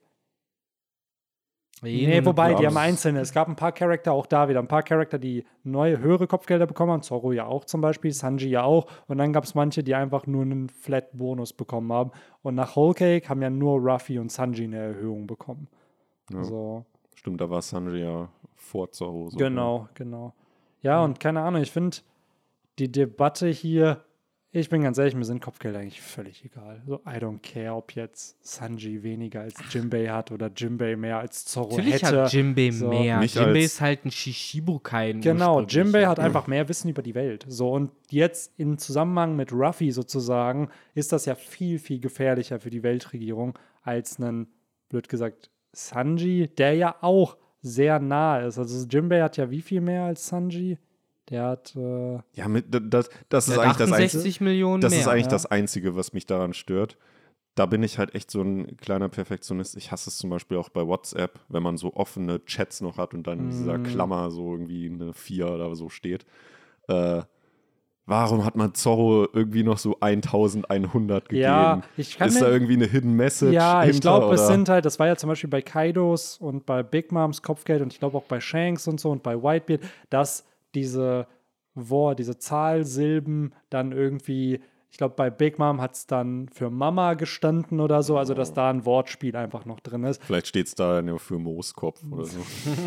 Speaker 1: Nee, wobei, die haben einzelne. Es gab ein paar Charakter, auch da wieder, ein paar Charakter, die neue, höhere Kopfgelder bekommen haben. Zorro ja auch zum Beispiel, Sanji ja auch. Und dann gab es manche, die einfach nur einen Flat-Bonus bekommen haben. Und nach Whole Cake haben ja nur Ruffy und Sanji eine Erhöhung bekommen.
Speaker 2: Ja.
Speaker 1: Also,
Speaker 2: Stimmt, da war Sanji ja vor zur Hose.
Speaker 1: genau. Ja, und keine Ahnung, ich finde die Debatte hier, ich bin ganz ehrlich, mir sind Kopfgelder eigentlich völlig egal. So, I don't care, ob jetzt Sanji weniger als Jinbei hat oder Jinbei mehr als Zorro
Speaker 3: Natürlich
Speaker 1: hätte.
Speaker 3: hat Jinbei
Speaker 1: So.
Speaker 3: mehr.
Speaker 2: Nicht
Speaker 3: Jinbei
Speaker 2: als-
Speaker 3: ist halt ein Shishibukai.
Speaker 1: Genau,
Speaker 3: ursprünglich.
Speaker 1: Jinbei hat einfach mehr Wissen über die Welt. So, und jetzt im Zusammenhang mit Ruffy sozusagen ist das ja viel, viel gefährlicher für die Weltregierung als ein, blöd gesagt, Sanji, der ja auch sehr nah ist. Also Jinbei hat ja wie viel mehr als Sanji? Der hat,
Speaker 2: Ja, das ist
Speaker 3: Der
Speaker 2: eigentlich
Speaker 3: hat
Speaker 2: das Einzige.
Speaker 3: 68 Millionen
Speaker 2: Das
Speaker 3: mehr.
Speaker 2: ist eigentlich
Speaker 1: ja.
Speaker 2: das Einzige, was mich daran stört. Da bin ich halt echt so ein kleiner Perfektionist. Ich hasse es zum Beispiel auch bei WhatsApp, wenn man so offene Chats noch hat und dann in dieser Klammer so irgendwie eine 4 oder so steht. warum hat man Zorro irgendwie noch so 1100 gegeben?
Speaker 1: Ja, ich kann
Speaker 2: Ist da
Speaker 1: mir-
Speaker 2: irgendwie eine Hidden Message
Speaker 1: Ja, ich
Speaker 2: hinter,
Speaker 1: glaube, es
Speaker 2: oder?
Speaker 1: sind halt, das war ja zum Beispiel bei Kaidos und bei Big Moms Kopfgeld und ich glaube auch bei Shanks und so und bei Whitebeard, dass diese Zahlsilben dann irgendwie, ich glaube, bei Big Mom hat es dann für Mama gestanden oder so, also dass da ein Wortspiel einfach noch drin ist.
Speaker 2: Vielleicht steht es da nur für Mooskopf oder so.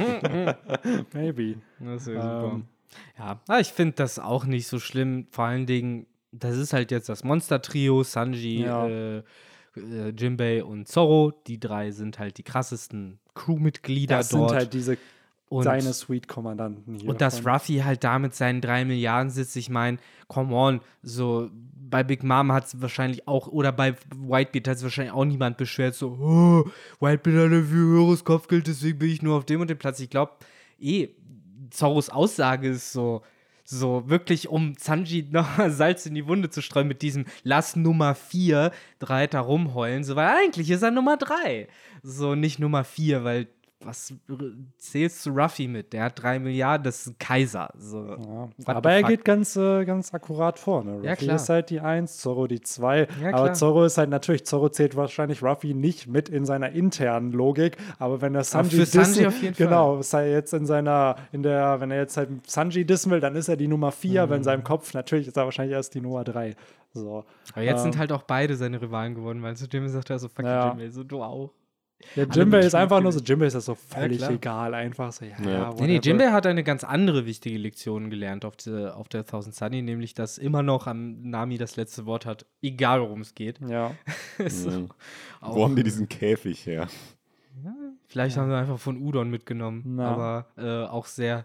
Speaker 1: Maybe.
Speaker 3: Das ist ja super.
Speaker 1: Ähm,
Speaker 3: Ja, aber ich finde das auch nicht so schlimm. Vor allen Dingen, das ist halt jetzt das Monster-Trio, Sanji,
Speaker 1: Ja.
Speaker 3: Jinbei und Zorro. Die drei sind halt die krassesten Crewmitglieder
Speaker 1: Das
Speaker 3: dort.
Speaker 1: sind halt diese
Speaker 3: und,
Speaker 1: seine Sweet-Kommandanten hier.
Speaker 3: und dass
Speaker 1: von-
Speaker 3: Ruffy halt da mit seinen 3 Milliarden sitzt, ich meine, come on, so bei Big Mom hat es wahrscheinlich auch, oder bei Whitebeard hat es wahrscheinlich auch niemand beschwert, so, oh, Whitebeard hat ein viel höheres Kopfgeld, deswegen bin ich nur auf dem und dem Platz. Ich glaube, Zorros Aussage ist so wirklich, um Sanji noch Salz in die Wunde zu streuen mit diesem Lass Nummer 4 Reiter rumheulen, so, weil eigentlich ist er Nummer 3. So, nicht Nummer 4, weil was zählst du Ruffy mit? Der hat 3 Milliarden, das ist ein Kaiser. So,
Speaker 1: Ja.
Speaker 3: what
Speaker 1: Aber
Speaker 3: the
Speaker 1: er
Speaker 3: fuck?
Speaker 1: geht ganz akkurat vor. Ne?
Speaker 3: Ja,
Speaker 1: Ruffy
Speaker 3: klar.
Speaker 1: ist halt die 1, Zorro die 2.
Speaker 3: Ja,
Speaker 1: aber
Speaker 3: klar.
Speaker 1: Zorro ist halt natürlich, Zorro zählt wahrscheinlich Ruffy nicht mit in seiner internen Logik. Aber wenn er Sanji
Speaker 3: für Sanji
Speaker 1: dissen-
Speaker 3: auf jeden Fall.
Speaker 1: Genau, ist er jetzt wenn er jetzt halt Sanji dissen will, dann ist er die Nummer 4, aber in seinem Kopf natürlich ist er wahrscheinlich erst die Nummer 3. So.
Speaker 3: Aber jetzt sind
Speaker 1: Ähm,
Speaker 3: halt auch beide seine Rivalen geworden, weil zu Jimmy sagt er so, fuck
Speaker 1: Ja.
Speaker 3: Jimmy, so du auch.
Speaker 1: Ja,
Speaker 3: Alle
Speaker 1: Jinbei ist
Speaker 3: betrügt
Speaker 1: einfach nur so,
Speaker 3: gewesen.
Speaker 1: Jinbei ist das so völlig
Speaker 3: klar.
Speaker 1: egal, einfach so, ja,
Speaker 2: Ja.
Speaker 3: Nee,
Speaker 1: whatever.
Speaker 3: Jinbei hat eine ganz andere wichtige Lektion gelernt auf der Thousand Sunny, nämlich, dass immer noch am Nami das letzte Wort hat, egal worum es geht.
Speaker 1: Ja.
Speaker 3: So,
Speaker 2: Mhm.
Speaker 3: auch-
Speaker 2: Wo haben die diesen Käfig her?
Speaker 3: Vielleicht haben wir einfach von Udon mitgenommen,
Speaker 1: Na.
Speaker 3: aber auch sehr,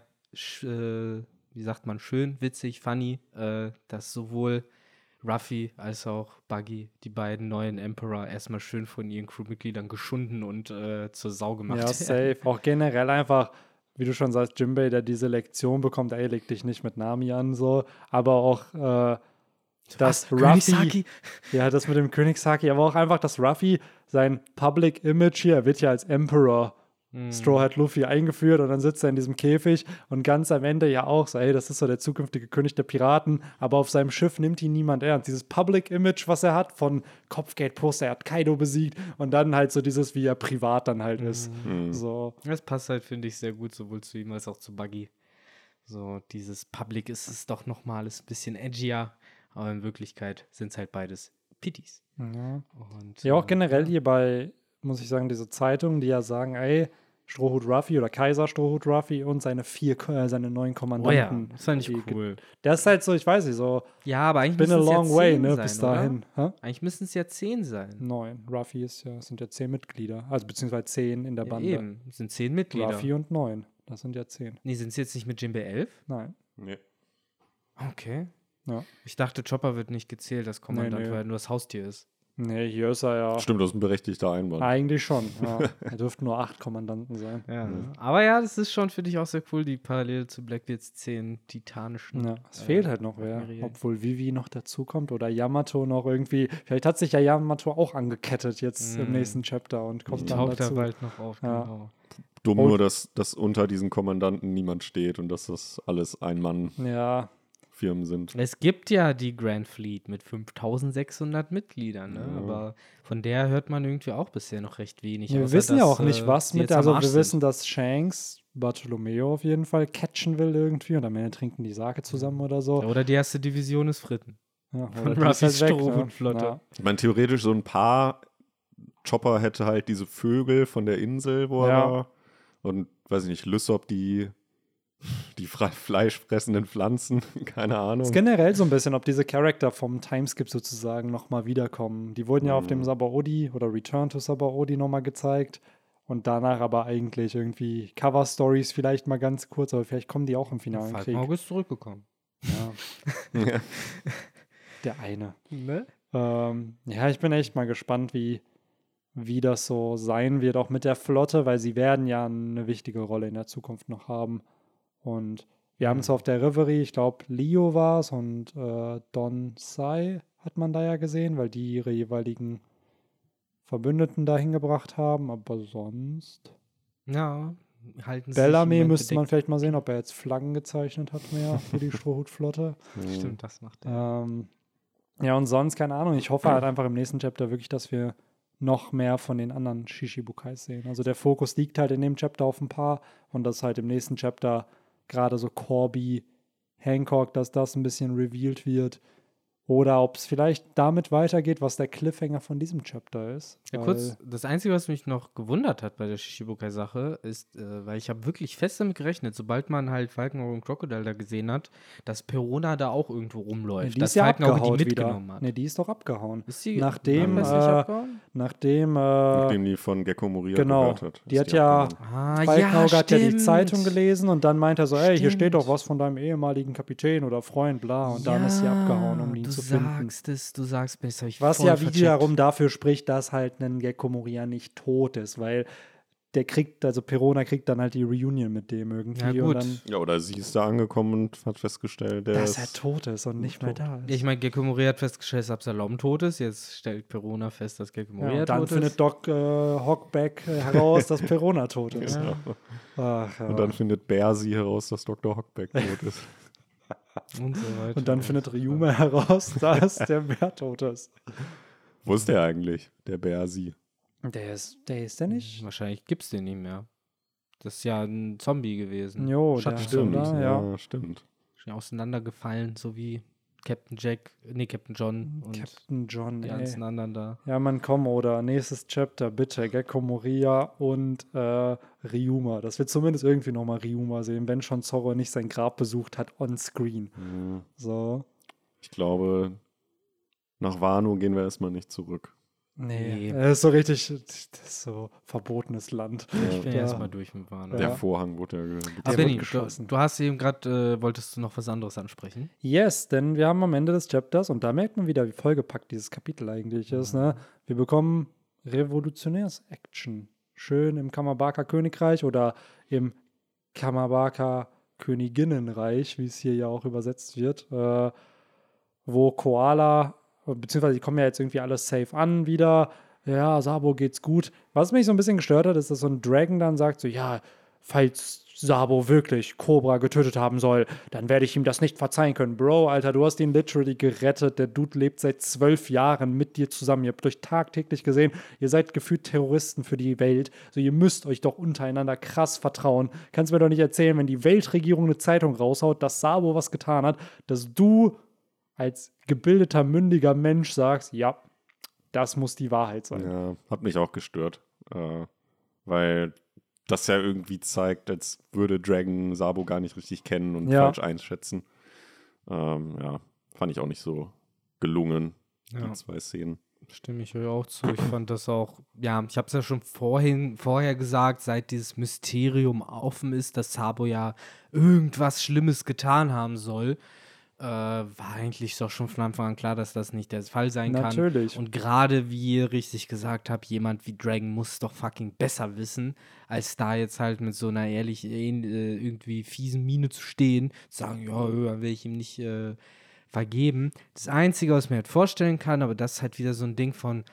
Speaker 3: wie sagt man, schön, witzig, funny, dass sowohl Ruffy als auch Buggy, die beiden neuen Emperor, erstmal schön von ihren Crewmitgliedern geschunden und zur Sau gemacht
Speaker 1: Ja,
Speaker 3: werden.
Speaker 1: safe. Auch generell einfach, wie du schon sagst, Jinbei, der diese Lektion bekommt, ey, leg dich nicht mit Nami an, so. Aber auch, dass
Speaker 3: Was?
Speaker 1: Ruffy,
Speaker 3: Königsaki?
Speaker 1: ja, das mit dem Königshaki, aber auch einfach, dass Ruffy sein Public Image hier, er wird ja als Emperor Straw Hat Luffy eingeführt und dann sitzt er in diesem Käfig und ganz am Ende ja auch so, ey, das ist so der zukünftige König der Piraten, aber auf seinem Schiff nimmt ihn niemand ernst. Dieses Public Image, was er hat von Kopfgeldposter, er hat Kaido besiegt und dann halt so dieses, wie er privat dann halt ist. So.
Speaker 3: Das passt halt, finde ich, sehr gut, sowohl zu ihm als auch zu Buggy. So, dieses Public ist es doch nochmal alles ein bisschen edgier, aber in Wirklichkeit sind es halt beides Pitties.
Speaker 1: Ja.
Speaker 3: Und,
Speaker 1: Ja, auch generell hier bei, muss ich sagen, diese Zeitungen, die ja sagen, ey, Strohhut Ruffy oder Kaiser Strohhut Ruffy und seine neuen
Speaker 3: Oh
Speaker 1: Kommandanten.
Speaker 3: ja, das fand ich
Speaker 1: die-
Speaker 3: cool.
Speaker 1: Der ist halt so, ich weiß nicht, so,
Speaker 3: Ja, aber eigentlich
Speaker 1: been a
Speaker 3: müssen's ja
Speaker 1: long way,
Speaker 3: 10
Speaker 1: ne,
Speaker 3: sein,
Speaker 1: bis
Speaker 3: oder?
Speaker 1: dahin. Hä?
Speaker 3: Eigentlich müssen es ja 10 sein.
Speaker 1: 9. Ruffy ist ja, es sind ja 10 Mitglieder, also beziehungsweise 10 in der
Speaker 3: Ja,
Speaker 1: Bande.
Speaker 3: eben, es sind 10 Mitglieder.
Speaker 1: Ruffy und 9, das sind ja 10.
Speaker 3: Nee, sind es jetzt nicht mit Jinbei 11?
Speaker 1: Nein.
Speaker 2: Nee.
Speaker 3: Okay.
Speaker 1: Ja.
Speaker 3: Ich dachte, Chopper wird nicht gezählt als Kommandant,
Speaker 1: Nee.
Speaker 3: weil er nur das Haustier ist.
Speaker 1: Nee, hier ist er ja
Speaker 2: Stimmt, das ist ein berechtigter Einwand.
Speaker 1: eigentlich schon. Ja. Er dürften nur 8 Kommandanten sein.
Speaker 3: Ja. Aber ja, das ist schon, finde ich, auch sehr cool, die Parallele zu Blackbeards 10 titanischen.
Speaker 1: Ja, es fehlt halt noch wer.
Speaker 3: Admiral.
Speaker 1: Obwohl Vivi noch dazukommt oder Yamato noch irgendwie. Vielleicht hat sich ja Yamato auch angekettet jetzt im nächsten Chapter und kommt dann
Speaker 3: Taucht da
Speaker 1: dazu.
Speaker 3: bald noch auf,
Speaker 1: Ja.
Speaker 3: genau.
Speaker 2: Dumm
Speaker 1: Und-
Speaker 2: nur, dass unter diesen Kommandanten niemand steht und dass das alles Ein-Mann-Firmen
Speaker 1: Ja,
Speaker 2: sind.
Speaker 3: Es gibt ja die Grand Fleet mit 5600 Mitgliedern, ne?
Speaker 2: Ja.
Speaker 3: Aber von der hört man irgendwie auch bisher noch recht wenig.
Speaker 1: wir
Speaker 3: außer
Speaker 1: wissen ja
Speaker 3: dass,
Speaker 1: auch nicht, was
Speaker 3: die
Speaker 1: mit.
Speaker 3: jetzt am
Speaker 1: Also,
Speaker 3: Arsch
Speaker 1: wir
Speaker 3: sind.
Speaker 1: wissen, dass Shanks Bartolomeo auf jeden Fall catchen will irgendwie und am Ende trinken die Sake zusammen oder so.
Speaker 3: Ja, oder die erste Division ist Fritten.
Speaker 1: Ja,
Speaker 3: von
Speaker 1: oder die ist
Speaker 3: Ruffys
Speaker 1: halt weg,
Speaker 3: Strohhutflotte.
Speaker 1: Ja.
Speaker 2: Ich meine, theoretisch so ein paar Chopper hätte halt diese Vögel von der Insel, wo er
Speaker 1: Ja.
Speaker 2: war. Und, weiß ich nicht, Lysop, die fleischfressenden Pflanzen, keine Ahnung.
Speaker 1: Ist generell so ein bisschen, ob diese Charakter vom Timeskip sozusagen nochmal wiederkommen. Die wurden ja auf dem Sabaody oder Return to Sabaody nochmal gezeigt und danach aber eigentlich irgendwie Cover-Stories vielleicht mal ganz kurz, aber vielleicht kommen die auch im finalen Krieg.
Speaker 3: Falkenauge ist zurückgekommen.
Speaker 1: Ja,
Speaker 2: Ja.
Speaker 1: der eine.
Speaker 3: Ne?
Speaker 1: Ja, ich bin echt mal gespannt, wie das so sein wird, auch mit der Flotte, weil sie werden ja eine wichtige Rolle in der Zukunft noch haben. Und wir haben es auf der Reverie, ich glaube, Leo war es und Don Sai hat man da ja gesehen, weil die ihre jeweiligen Verbündeten dahin gebracht haben, aber sonst.
Speaker 3: Ja, halten sie
Speaker 1: Bellamy
Speaker 3: sich im
Speaker 1: müsste man
Speaker 3: Moment
Speaker 1: vielleicht mal sehen, ob er jetzt Flaggen gezeichnet hat mehr für die Strohhutflotte.
Speaker 3: bedeckt. Stimmt, das macht er.
Speaker 1: Ja, und sonst, keine Ahnung, ich hoffe halt einfach im nächsten Chapter wirklich, dass wir noch mehr von den anderen Shishibukais sehen. Also der Fokus liegt halt in dem Chapter auf ein paar und dass halt im nächsten Chapter gerade so Corby, Hancock, dass das ein bisschen revealed wird. Oder ob es vielleicht damit weitergeht, was der Cliffhanger von diesem Chapter ist.
Speaker 3: Ja,
Speaker 1: Weil-
Speaker 3: kurz, das Einzige, was mich noch gewundert hat bei der Shishibukai-Sache, ist, weil ich habe wirklich fest damit gerechnet, sobald man halt Falkenauge und Crocodile da gesehen hat, dass Perona da auch irgendwo
Speaker 1: Nee,
Speaker 3: rumläuft.
Speaker 1: die
Speaker 3: dass
Speaker 1: ist ja
Speaker 3: Falkenauge
Speaker 1: abgehauen
Speaker 3: die
Speaker 1: wieder.
Speaker 3: mitgenommen hat.
Speaker 1: Nee, die ist doch abgehauen.
Speaker 3: Ist sie
Speaker 1: Nachdem,
Speaker 3: nachlässig abgehauen?
Speaker 1: Nachdem
Speaker 2: die von Gecko Moria
Speaker 1: genau,
Speaker 2: gehört hat.
Speaker 1: die
Speaker 2: ist
Speaker 1: hat ja
Speaker 2: abgehauen.
Speaker 3: Ah,
Speaker 1: Falkenauge hat ja die
Speaker 3: stimmt.
Speaker 1: Zeitung gelesen und dann meint er so, ey, hier steht
Speaker 3: Stimmt.
Speaker 1: doch was von deinem ehemaligen Kapitän oder Freund, bla. Und dann ist sie abgehauen, um ihn zu finden.
Speaker 3: Du sagst mir, das habe ich
Speaker 1: Was
Speaker 3: voll
Speaker 1: ja
Speaker 3: vercheckt.
Speaker 1: wiederum dafür spricht, dass halt ein Gecko Moria nicht tot ist, weil der kriegt, also Perona kriegt dann halt die Reunion mit dem irgendwie
Speaker 3: Ja, gut.
Speaker 1: und dann,
Speaker 2: Ja, oder sie ist da angekommen und hat festgestellt, der
Speaker 1: dass er
Speaker 2: ist
Speaker 1: tot ist und nicht mehr da ist.
Speaker 3: Ich meine, Gecko Moria hat festgestellt, dass Absalom tot ist. Jetzt stellt Perona fest, dass Gecko
Speaker 1: Ja,
Speaker 3: Moria
Speaker 1: und dann
Speaker 3: tot
Speaker 1: findet
Speaker 3: ist.
Speaker 1: Doc Hockback heraus, dass Perona tot ist.
Speaker 3: Ja.
Speaker 1: Ach, ja.
Speaker 2: Und dann findet Bersi heraus, dass Dr. Hockback tot ist.
Speaker 3: Und so weiter.
Speaker 1: Und dann findet Ryuma heraus, dass der Bär tot ist.
Speaker 2: Wo ist der eigentlich, der Bersi?
Speaker 1: Der ist der nicht?
Speaker 3: Wahrscheinlich gibt es den nicht mehr. Das ist ja ein Zombie gewesen.
Speaker 1: Jo, der
Speaker 3: Schattenzombie.
Speaker 1: stimmt. Ja.
Speaker 2: Stimmt.
Speaker 3: Schon auseinandergefallen, so wie Captain John und
Speaker 1: Captain John,
Speaker 3: die
Speaker 1: ey.
Speaker 3: ganzen anderen da.
Speaker 1: Ja, man, komm, oder nächstes Chapter, bitte. Gecko Moria und Ryuma. Dass wir zumindest irgendwie nochmal Ryuma sehen, wenn schon Zorro nicht sein Grab besucht hat, on-screen. So.
Speaker 2: Ich glaube, nach Wano gehen wir erstmal nicht zurück.
Speaker 1: Nee,
Speaker 3: Nee.
Speaker 1: das ist so richtig, das ist so verbotenes Land.
Speaker 3: Ich bin
Speaker 1: Ja.
Speaker 3: erstmal durch mit Wano.
Speaker 2: Der
Speaker 1: Ja.
Speaker 2: Vorhang wurde ja
Speaker 3: Aber
Speaker 1: wird
Speaker 3: Benni,
Speaker 1: geschlossen.
Speaker 3: du hast eben gerade, wolltest du noch was anderes ansprechen?
Speaker 1: Yes, denn wir haben am Ende des Chapters, und da merkt man wieder, wie vollgepackt dieses Kapitel eigentlich ist, ne? Wir bekommen Revolutionärs-Action. Schön im Kamabaka-Königreich oder im Kamabaka-Königinnenreich, wie es hier ja auch übersetzt wird, wo Koala, beziehungsweise die kommen ja jetzt irgendwie alles safe an wieder. Ja, Sabo geht's gut. Was mich so ein bisschen gestört hat, ist, dass so ein Dragon dann sagt so, ja, falls Sabo wirklich Cobra getötet haben soll, dann werde ich ihm das nicht verzeihen können. Bro, Alter, du hast ihn literally gerettet. Der Dude lebt seit 12 Jahren mit dir zusammen. Ihr habt euch tagtäglich gesehen. Ihr seid gefühlt Terroristen für die Welt. So, ihr müsst euch doch untereinander krass vertrauen. Kannst mir doch nicht erzählen, wenn die Weltregierung eine Zeitung raushaut, dass Sabo was getan hat, dass du als gebildeter, mündiger Mensch sagst, ja, das muss die Wahrheit sein.
Speaker 2: Ja, hat mich auch gestört. Weil das ja irgendwie zeigt, als würde Dragon Sabo gar nicht richtig kennen und
Speaker 1: Ja.
Speaker 2: falsch einschätzen. Ja, fand ich auch nicht so gelungen,
Speaker 3: Ja.
Speaker 2: die zwei Szenen.
Speaker 3: Stimme ich euch auch zu. Ich fand das auch, ja, ich habe es ja schon vorher gesagt, seit dieses Mysterium offen ist, dass Sabo ja irgendwas Schlimmes getan haben soll, war eigentlich doch schon von Anfang an klar, dass das nicht der Fall sein
Speaker 1: Natürlich.
Speaker 3: kann. Und gerade, wie ihr richtig gesagt habt, jemand wie Dragon muss doch fucking besser wissen, als da jetzt halt mit so einer ehrlich irgendwie fiesen Miene zu stehen, zu sagen, ja, dann will ich ihm nicht vergeben. Das Einzige, was ich mir halt vorstellen kann, aber das ist halt wieder so ein Ding von,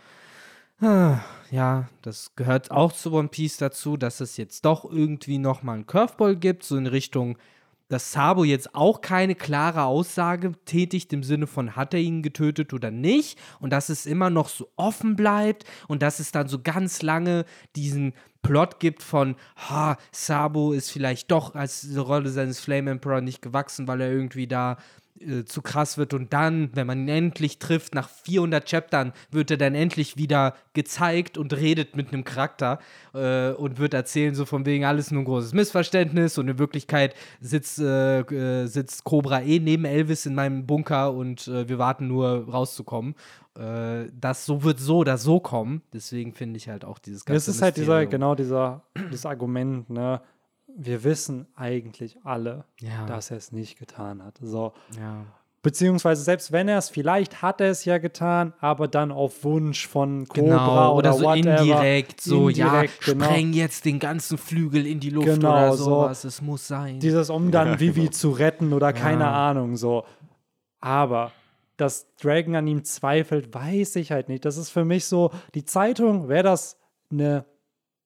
Speaker 3: ja, das gehört auch zu One Piece dazu, dass es jetzt doch irgendwie nochmal einen Curveball gibt, so in Richtung, dass Sabo jetzt auch keine klare Aussage tätigt im Sinne von, hat er ihn getötet oder nicht, und dass es immer noch so offen bleibt und dass es dann so ganz lange diesen Plot gibt von, Sabo ist vielleicht doch als die Rolle seines Flame Emperor nicht gewachsen, weil er irgendwie da zu krass wird, und dann, wenn man ihn endlich trifft, nach 400 Chaptern, wird er dann endlich wieder gezeigt und redet mit einem Charakter und wird erzählen, so von wegen, alles nur ein großes Missverständnis, und in Wirklichkeit sitzt Cobra neben Elvis in meinem Bunker und wir warten nur rauszukommen. Das wird so oder so kommen, deswegen finde ich halt auch dieses ganze
Speaker 1: Das ist halt
Speaker 3: Mysterium.
Speaker 1: dieses Argument, ne? Wir wissen eigentlich alle,
Speaker 3: Ja.
Speaker 1: dass er es nicht getan hat. So.
Speaker 3: Ja.
Speaker 1: Beziehungsweise selbst wenn er es, vielleicht hat er es ja getan, aber dann auf Wunsch von Cobra
Speaker 3: Genau, oder so
Speaker 1: whatever.
Speaker 3: indirekt, so,
Speaker 1: Indirekt,
Speaker 3: ja,
Speaker 1: genau.
Speaker 3: spreng jetzt den ganzen Flügel in die Luft
Speaker 1: Genau,
Speaker 3: oder
Speaker 1: so.
Speaker 3: sowas, es muss sein.
Speaker 1: Dieses, um dann Vivi zu retten oder keine
Speaker 3: Ja.
Speaker 1: Ahnung, so. Aber dass Dragon an ihm zweifelt, weiß ich halt nicht. Das ist für mich so, die Zeitung, wäre das eine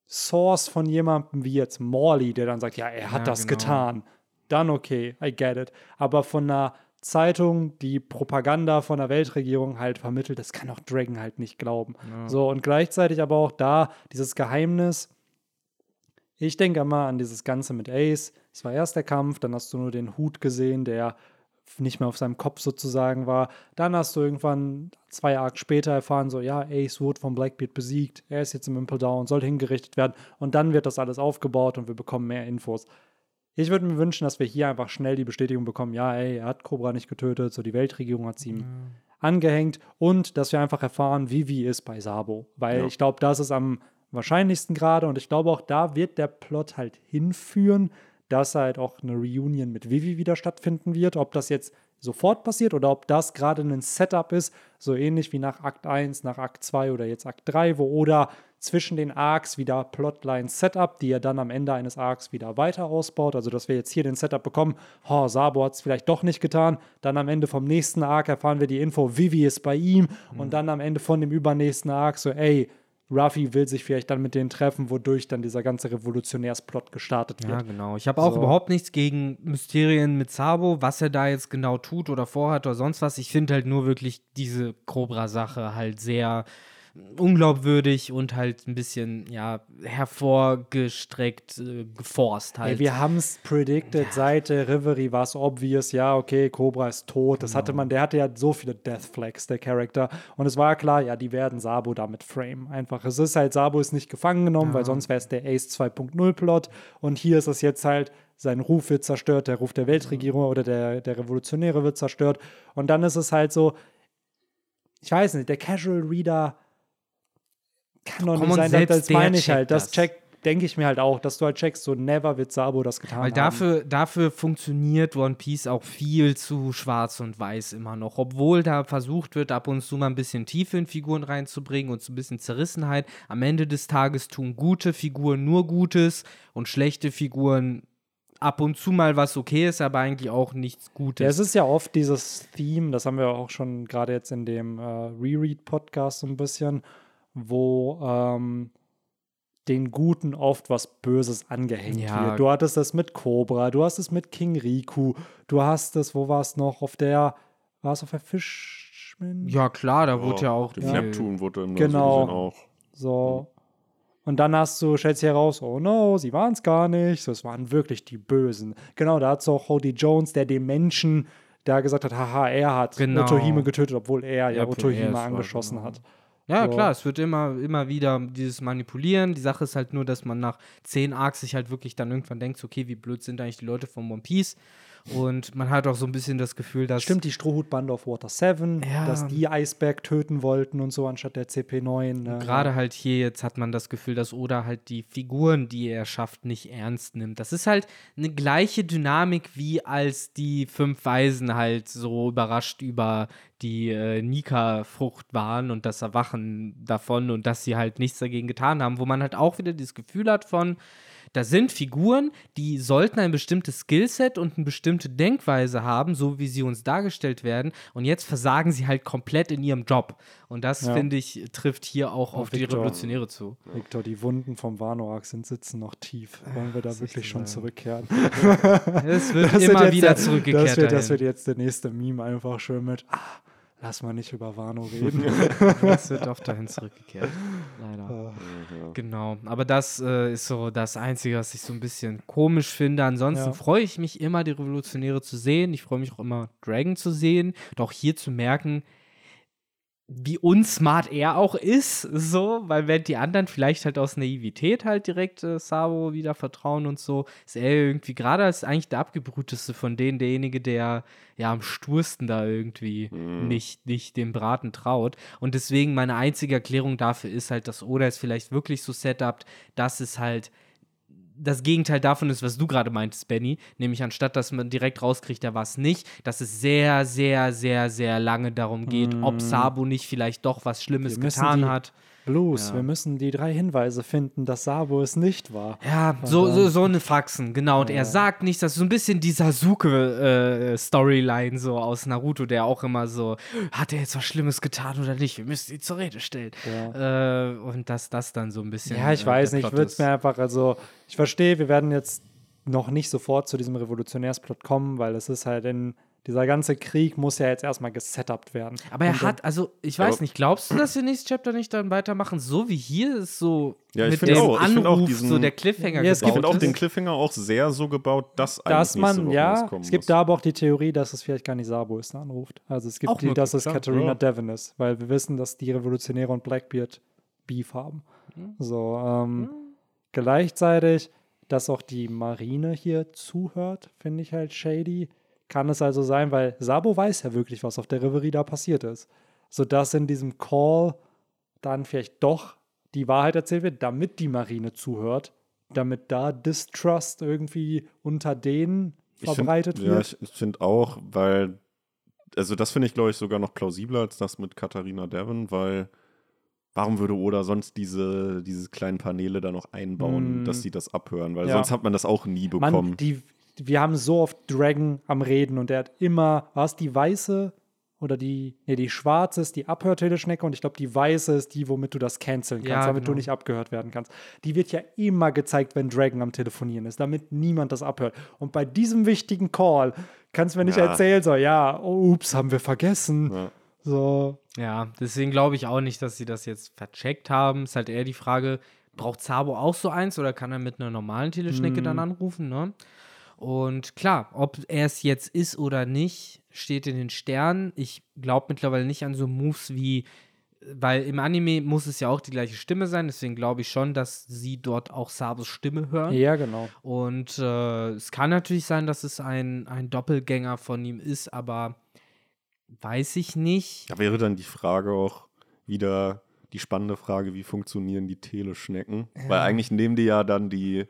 Speaker 1: Source von jemandem wie jetzt Morley, der dann sagt, ja, er hat das getan, dann okay, I get it. Aber von einer Zeitung, die Propaganda von der Weltregierung halt vermittelt, das kann auch Dragon halt nicht glauben.
Speaker 3: Ja.
Speaker 1: So, und gleichzeitig aber auch da dieses Geheimnis. Ich denke immer an dieses Ganze mit Ace. Es war erst der Kampf, dann hast du nur den Hut gesehen, der nicht mehr auf seinem Kopf sozusagen war. Dann hast du irgendwann 2 Arcs später erfahren, so, ja, Ace wurde von Blackbeard besiegt, er ist jetzt im Impel Down, soll hingerichtet werden. Und dann wird das alles aufgebaut und wir bekommen mehr Infos. Ich würde mir wünschen, dass wir hier einfach schnell die Bestätigung bekommen, ja, ey, er hat Cobra nicht getötet, so die Weltregierung hat es ihm angehängt und dass wir einfach erfahren, Vivi ist bei Sabo. Weil ich glaube, das ist am wahrscheinlichsten gerade und ich glaube auch, da wird der Plot halt hinführen, dass halt auch eine Reunion mit Vivi wieder stattfinden wird. Ob das jetzt sofort passiert oder ob das gerade ein Setup ist, so ähnlich wie nach Akt 1, nach Akt 2 oder jetzt Akt 3, wo Oda zwischen den Arcs wieder Plotline-Setup, die er dann am Ende eines Arcs wieder weiter ausbaut. Also, dass wir jetzt hier den Setup bekommen, Sabo hat es vielleicht doch nicht getan. Dann am Ende vom nächsten Arc erfahren wir die Info, Vivi ist bei ihm. Und dann am Ende von dem übernächsten Arc so, ey, Ruffy will sich vielleicht dann mit denen treffen, wodurch dann dieser ganze Revolutionärsplot gestartet wird.
Speaker 3: Ja, genau. Ich habe auch überhaupt nichts gegen Mysterien mit Sabo, was er da jetzt genau tut oder vorhat oder sonst was. Ich finde halt nur wirklich diese Cobra-Sache halt sehr unglaubwürdig und halt ein bisschen, ja, hervorgestreckt, geforst halt.
Speaker 1: Ey, wir haben es predicted, seit der Reverie war es obvious, ja, okay, Cobra ist tot. Das hatte man, der hatte ja so viele Death Flags, der Charakter. Und es war klar, ja, die werden Sabo damit frame. Einfach, es ist halt, Sabo ist nicht gefangen genommen, weil sonst wäre es der Ace 2.0 Plot. Und hier ist es jetzt halt, sein Ruf wird zerstört, der Ruf der Weltregierung oder der Revolutionäre wird zerstört. Und dann ist es halt so, ich weiß nicht, der Casual Reader kann doch nicht sein, das meine ich halt. Das denke ich mir halt auch, dass du halt checkst, so never wird Sabo das getan
Speaker 3: Weil
Speaker 1: haben.
Speaker 3: dafür funktioniert One Piece auch viel zu schwarz und weiß immer noch. Obwohl da versucht wird, ab und zu mal ein bisschen Tiefe in Figuren reinzubringen und so ein bisschen Zerrissenheit. Am Ende des Tages tun gute Figuren nur Gutes und schlechte Figuren ab und zu mal was okay ist, aber eigentlich auch nichts Gutes.
Speaker 1: Ja, es ist ja oft dieses Theme, das haben wir auch schon gerade jetzt in dem Reread-Podcast so ein bisschen, wo den Guten oft was Böses angehängt wird. Du hattest das mit Cobra, du hast es mit King Riku, du hast es, wo war es noch, war es auf der Fischmensch?
Speaker 3: Ja, klar, da wurde ja auch
Speaker 2: die Neptun wurde immer
Speaker 1: genau.
Speaker 2: so gesehen auch.
Speaker 1: So. Und dann stellst du heraus, oh no, sie waren es gar nicht, so, es waren wirklich die Bösen. Genau, da hat es auch Hody Jones, der dem Menschen, der gesagt hat, haha, er hat Otohime getötet, obwohl er ja Otohime angeschossen hat.
Speaker 3: Ja, klar, es wird immer wieder dieses Manipulieren. Die Sache ist halt nur, dass man nach 10 Arcs sich halt wirklich dann irgendwann denkt, okay, wie blöd sind eigentlich die Leute von One Piece? Und man hat auch so ein bisschen das Gefühl, dass
Speaker 1: stimmt, die Strohhutbande auf Water 7, dass die Iceberg töten wollten und so, anstatt der CP9.
Speaker 3: Gerade halt hier jetzt hat man das Gefühl, dass Oda halt die Figuren, die er schafft, nicht ernst nimmt. Das ist halt eine gleiche Dynamik, wie als die 5 Weisen halt so überrascht über die Nika-Frucht waren und das Erwachen davon und dass sie halt nichts dagegen getan haben, wo man halt auch wieder dieses Gefühl hat von, da sind Figuren, die sollten ein bestimmtes Skillset und eine bestimmte Denkweise haben, so wie sie uns dargestellt werden. Und jetzt versagen sie halt komplett in ihrem Job. Und das, finde ich, trifft hier auch auf die Revolutionäre zu.
Speaker 1: Victor, die Wunden vom Wano-Arc sitzen noch tief. Wollen wir da wirklich schon zurückkehren?
Speaker 3: Es wird immer wieder zurückgekehrt.
Speaker 1: Das wird jetzt der nächste Meme einfach schön mit lass mal nicht über Wano reden.
Speaker 3: Das wird oft dahin zurückgekehrt. Leider. Genau. Aber das ist so das Einzige, was ich so ein bisschen komisch finde. Ansonsten freue ich mich immer, die Revolutionäre zu sehen. Ich freue mich auch immer, Dragon zu sehen. Und auch hier zu merken, wie unsmart er auch ist, so, weil wenn die anderen vielleicht halt aus Naivität halt direkt Sabo wieder vertrauen und so, ist er irgendwie gerade als eigentlich der abgebrühteste von denen, derjenige, der ja am stursten da irgendwie nicht dem Braten traut. Und deswegen meine einzige Erklärung dafür ist halt, dass Oda es vielleicht wirklich so setupt, dass es halt das Gegenteil davon ist, was du gerade meintest, Benny, nämlich anstatt, dass man direkt rauskriegt, da war es nicht, dass es sehr, sehr, sehr, sehr lange darum geht, ob Sabo nicht vielleicht doch was Schlimmes getan hat.
Speaker 1: Blues,
Speaker 3: Ja.
Speaker 1: wir müssen die 3 Hinweise finden, dass Sabo es nicht war.
Speaker 3: Ja,
Speaker 1: Und
Speaker 3: so eine Faxen, genau. Und
Speaker 1: Ja.
Speaker 3: er sagt nichts, das ist so ein bisschen die Sasuke-Storyline so aus Naruto, der auch immer so, hat er jetzt was Schlimmes getan oder nicht? Wir müssen ihn zur Rede stellen. Und dass das dann so ein bisschen
Speaker 1: Ja, ich weiß
Speaker 3: der
Speaker 1: nicht, ich
Speaker 3: Plot
Speaker 1: würde es
Speaker 3: ist.
Speaker 1: mir einfach, also ich verstehe, wir werden jetzt noch nicht sofort zu diesem Revolutionärsplot kommen, weil es ist halt dieser ganze Krieg muss ja jetzt erstmal gesetupt werden.
Speaker 3: Aber er
Speaker 1: Und
Speaker 3: hat, also ich weiß
Speaker 2: aber-
Speaker 3: nicht, glaubst du, dass wir nächstes Chapter nicht dann weitermachen? So wie hier ist so
Speaker 2: Ja, ich
Speaker 3: mit
Speaker 2: finde
Speaker 3: dem
Speaker 2: auch- ich finde auch
Speaker 3: Anruf
Speaker 2: diesen-
Speaker 3: so der Cliffhanger
Speaker 1: Ja, es
Speaker 2: Ich
Speaker 1: gibt
Speaker 2: finde auch
Speaker 3: gebaut
Speaker 2: den
Speaker 3: ist.
Speaker 2: Cliffhanger auch sehr so gebaut, dass
Speaker 1: dass
Speaker 2: eigentlich nächste
Speaker 1: man,
Speaker 2: Woche
Speaker 1: ja,
Speaker 2: was kommen
Speaker 1: es gibt
Speaker 2: muss.
Speaker 1: da aber auch die Theorie, dass es vielleicht gar nicht Sabo ist, der anruft. Also es gibt
Speaker 3: Auch
Speaker 1: dass
Speaker 3: möglich,
Speaker 1: es
Speaker 3: klar.
Speaker 1: Katharina
Speaker 2: Ja.
Speaker 1: Devon ist, weil wir wissen, dass die Revolutionäre und Blackbeard Beef haben. So, gleichzeitig, dass auch die Marine hier zuhört, finde ich halt shady. Kann es also sein, weil Sabo weiß ja wirklich, was auf der Reverie da passiert ist. Sodass in diesem Call dann vielleicht doch die Wahrheit erzählt wird, damit die Marine zuhört, damit da Distrust irgendwie unter denen verbreitet
Speaker 2: Ja,
Speaker 1: wird.
Speaker 2: ich finde auch, weil, also das finde ich, glaube ich, sogar noch plausibler als das mit Katharina Devon, weil warum würde Oda sonst diese kleinen Paneele da noch einbauen, dass sie das abhören? Weil
Speaker 1: Ja.
Speaker 2: sonst hat man das auch nie bekommen.
Speaker 1: Mann, wir haben so oft Dragon am Reden und der hat immer, war es die weiße oder die schwarze ist die Abhörteleschnecke und ich glaube, die weiße ist die, womit du das canceln kannst,
Speaker 3: Ja,
Speaker 1: damit du
Speaker 3: genau.
Speaker 1: nicht abgehört werden kannst. Die wird ja immer gezeigt, wenn Dragon am Telefonieren ist, damit niemand das abhört. Und bei diesem wichtigen Call kannst du mir nicht
Speaker 2: Ja.
Speaker 1: erzählen, so, ja, oh, ups, haben wir vergessen.
Speaker 2: Ja.
Speaker 1: So,
Speaker 3: Ja, deswegen glaube ich auch nicht, dass sie das jetzt vercheckt haben. Ist halt eher die Frage, braucht Sabo auch so eins oder kann er mit einer normalen Teleschnecke dann anrufen, ne? Und klar, ob er es jetzt ist oder nicht, steht in den Sternen. Ich glaube mittlerweile nicht an so Moves wie, weil im Anime muss es ja auch die gleiche Stimme sein, deswegen glaube ich schon, dass sie dort auch Sabos Stimme hören.
Speaker 1: ja, genau.
Speaker 3: Und es kann natürlich sein, dass es ein Doppelgänger von ihm ist, aber weiß ich nicht.
Speaker 2: Da wäre dann die Frage auch wieder die spannende Frage, wie funktionieren die Teleschnecken? Weil eigentlich nehmen die ja dann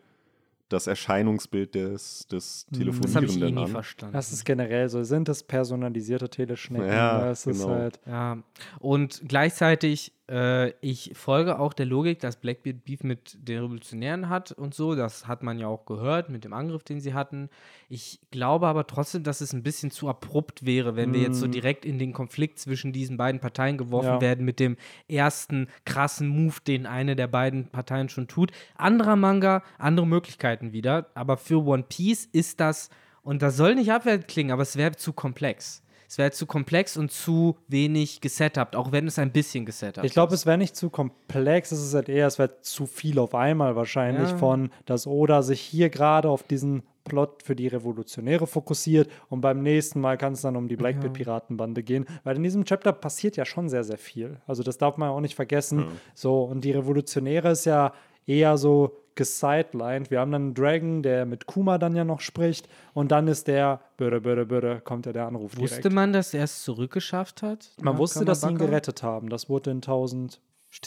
Speaker 2: das Erscheinungsbild des
Speaker 3: Das habe ich
Speaker 2: Telefonierenden
Speaker 3: nie
Speaker 2: an.
Speaker 3: verstanden.
Speaker 1: Das ist generell so. Sind es personalisierte Teleschnecken?
Speaker 2: Ja,
Speaker 1: Das ist
Speaker 2: genau.
Speaker 1: halt.
Speaker 3: Ja, und gleichzeitig, ich folge auch der Logik, dass Blackbeard Beef mit den Revolutionären hat und so. Das hat man ja auch gehört mit dem Angriff, den sie hatten. Ich glaube aber trotzdem, dass es ein bisschen zu abrupt wäre, wenn wir jetzt so direkt in den Konflikt zwischen diesen beiden Parteien geworfen
Speaker 1: Ja.
Speaker 3: werden mit dem ersten krassen Move, den eine der beiden Parteien schon tut. Anderer Manga, andere Möglichkeiten wieder. Aber für One Piece ist das, und das soll nicht abwertend klingen, aber es wäre zu komplex. Es wäre zu komplex und zu wenig gesetupt, auch wenn es ein bisschen gesetupt
Speaker 1: Ich glaube,
Speaker 3: ist.
Speaker 1: es wäre nicht zu komplex, es ist halt eher, es wäre zu viel auf einmal wahrscheinlich
Speaker 3: Ja.
Speaker 1: von, dass Oda sich hier gerade auf diesen Plot für die Revolutionäre fokussiert und beim nächsten Mal kann es dann um die Blackbeard-Piratenbande gehen, weil in diesem Chapter passiert ja schon sehr, sehr viel. Also das darf man auch nicht vergessen. So, und die Revolutionäre ist ja eher so gesidelined. Wir haben dann einen Dragon, der mit Kuma dann ja noch spricht und dann ist der, kommt ja der Anruf direkt.
Speaker 3: Wusste man, dass er es zurückgeschafft hat?
Speaker 1: Man
Speaker 3: Ja,
Speaker 1: wusste, dass sie ihn
Speaker 3: Kamabaka?
Speaker 1: gerettet haben. Das wurde in 1054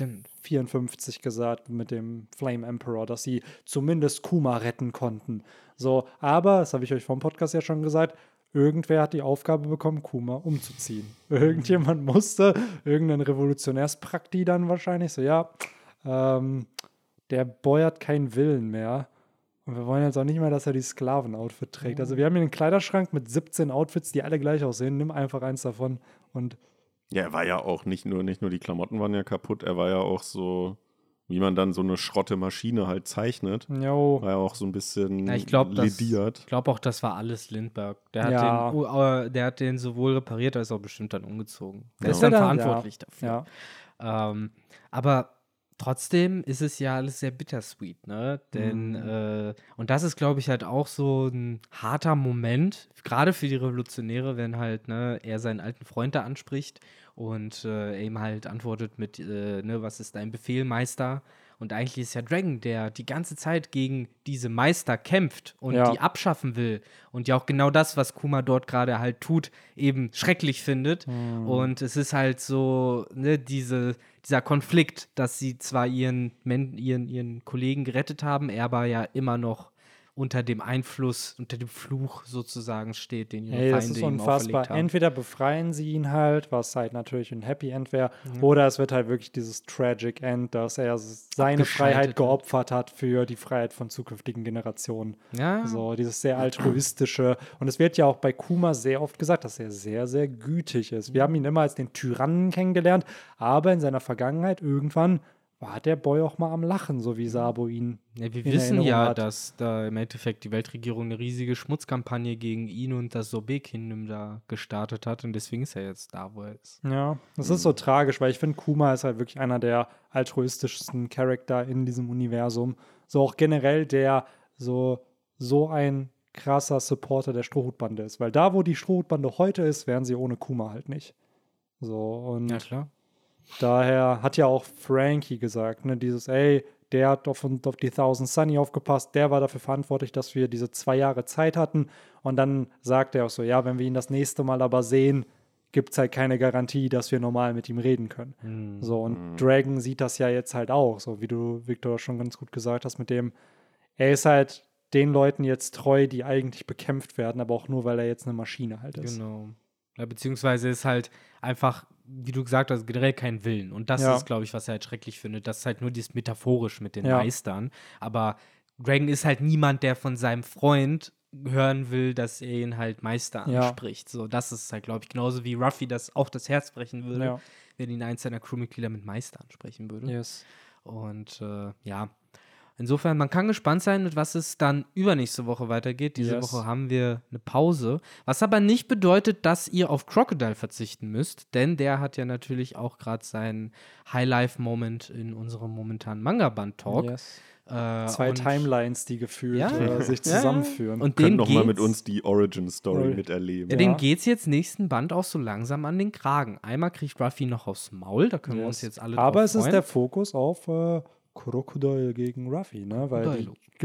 Speaker 3: Stimmt.
Speaker 1: gesagt mit dem Flame Emperor, dass sie zumindest Kuma retten konnten. So, aber, das habe ich euch vom Podcast ja schon gesagt, irgendwer hat die Aufgabe bekommen, Kuma umzuziehen. Irgendjemand musste, irgendein Revolutionärsprakti dann wahrscheinlich, so, ja, der Boy hat keinen Willen mehr. Und wir wollen jetzt auch nicht mehr, dass er die Sklaven-Outfit trägt. Also wir haben hier einen Kleiderschrank mit 17 Outfits, die alle gleich aussehen. Nimm einfach eins davon und
Speaker 2: Ja, er war ja auch nicht nur die Klamotten waren ja kaputt, er war ja auch so, wie man dann so eine schrotte Maschine halt zeichnet.
Speaker 1: jo,
Speaker 2: War ja auch so ein bisschen
Speaker 3: Ja, ich glaube
Speaker 2: lediert.
Speaker 3: auch, das war alles Lindbergh. Der hat, der hat den sowohl repariert als auch bestimmt dann umgezogen. Der
Speaker 2: Ja.
Speaker 3: ist dann
Speaker 1: Ja,
Speaker 3: verantwortlich dafür.
Speaker 1: ja.
Speaker 3: Aber trotzdem ist es ja alles sehr bittersweet, ne? Denn, und das ist, glaube ich, halt auch so ein harter Moment, gerade für die Revolutionäre, wenn halt, ne, er seinen alten Freund da anspricht und er ihm halt antwortet mit, ne, was ist dein Befehl, Meister? Und eigentlich ist ja Dragon, der die ganze Zeit gegen diese Meister kämpft und
Speaker 1: Ja.
Speaker 3: die abschaffen will. Und ja auch genau das, was Kuma dort gerade halt tut, eben schrecklich findet. Und es ist halt so, ne, dieser Konflikt, dass sie zwar ihren Kollegen gerettet haben, er aber ja immer noch unter dem Einfluss, unter dem Fluch sozusagen steht, den ihre
Speaker 1: Ey, das
Speaker 3: Feinde
Speaker 1: ist
Speaker 3: ihm
Speaker 1: unfassbar.
Speaker 3: auferlegt haben.
Speaker 1: Entweder befreien sie ihn halt, was halt natürlich ein Happy End wäre, oder es wird halt wirklich dieses Tragic End, dass er seine
Speaker 3: Abgeschaltet
Speaker 1: Freiheit
Speaker 3: wird.
Speaker 1: geopfert hat für die Freiheit von zukünftigen Generationen.
Speaker 3: Ja.
Speaker 1: So, dieses sehr altruistische. Und es wird ja auch bei Kuma sehr oft gesagt, dass er sehr, sehr gütig ist. Wir haben ihn immer als den Tyrannen kennengelernt, aber in seiner Vergangenheit irgendwann war der Boy auch mal am Lachen, so wie Sabo ihn
Speaker 3: Ja, wir
Speaker 1: in
Speaker 3: wissen
Speaker 1: Erinnerung
Speaker 3: ja,
Speaker 1: hat.
Speaker 3: dass da im Endeffekt die Weltregierung eine riesige Schmutzkampagne gegen ihn und das Sobe-Kingdom da gestartet hat und deswegen ist er jetzt da, wo er ist.
Speaker 1: Ja, das ist so tragisch, weil ich finde, Kuma ist halt wirklich einer der altruistischsten Charakter in diesem Universum. So auch generell der so ein krasser Supporter der Strohhutbande ist. Weil da, wo die Strohhutbande heute ist, wären sie ohne Kuma halt nicht. So, und
Speaker 3: Ja, klar.
Speaker 1: daher hat ja auch Frankie gesagt, ne, der hat auf die Thousand Sunny aufgepasst, der war dafür verantwortlich, dass wir diese 2 Jahre Zeit hatten. Und dann sagt er auch so, ja, wenn wir ihn das nächste Mal aber sehen, gibt es halt keine Garantie, dass wir normal mit ihm reden können. So, und Dragon sieht das ja jetzt halt auch, so wie du, Victor, schon ganz gut gesagt hast, mit dem, er ist halt den Leuten jetzt treu, die eigentlich bekämpft werden, aber auch nur, weil er jetzt eine Maschine halt ist.
Speaker 3: Genau. Ja, beziehungsweise ist halt einfach, wie du gesagt hast, generell kein Willen. Und das
Speaker 1: Ja.
Speaker 3: ist, glaube ich, was er halt schrecklich findet. Das ist halt nur dieses metaphorisch mit den
Speaker 1: Ja.
Speaker 3: Meistern. Aber Dragon ist halt niemand, der von seinem Freund hören will, dass er ihn halt Meister
Speaker 1: Ja.
Speaker 3: anspricht. So, das ist halt, glaube ich, genauso wie Ruffy das auch das Herz brechen würde,
Speaker 1: Ja.
Speaker 3: wenn ihn eins seiner Crewmitglieder mit Meister ansprechen würde.
Speaker 1: Yes.
Speaker 3: Und ja, insofern, man kann gespannt sein, mit was es dann übernächste Woche weitergeht. Diese
Speaker 1: Yes.
Speaker 3: Woche haben wir eine Pause, was aber nicht bedeutet, dass ihr auf Crocodile verzichten müsst, denn der hat ja natürlich auch gerade seinen High-Life-Moment in unserem momentanen Manga-Band-Talk.
Speaker 1: Yes.
Speaker 3: Äh,
Speaker 1: 2
Speaker 3: und-
Speaker 1: Timelines, die gefühlt
Speaker 3: Ja.
Speaker 1: sich
Speaker 3: Ja.
Speaker 1: zusammenführen.
Speaker 3: Und
Speaker 2: Könnt
Speaker 3: dem
Speaker 2: noch mal mit
Speaker 3: geht's-
Speaker 2: uns die Origin-Story
Speaker 1: Ja.
Speaker 2: miterleben.
Speaker 3: Ja,
Speaker 1: Ja.
Speaker 3: dem geht's jetzt nächsten Band auch so langsam an den Kragen. Einmal kriegt Ruffy noch aufs Maul, da können wir uns jetzt alle
Speaker 1: Aber
Speaker 3: drauf
Speaker 1: es ist
Speaker 3: freuen.
Speaker 1: der Fokus auf Crocodile gegen Ruffy, ne? Weil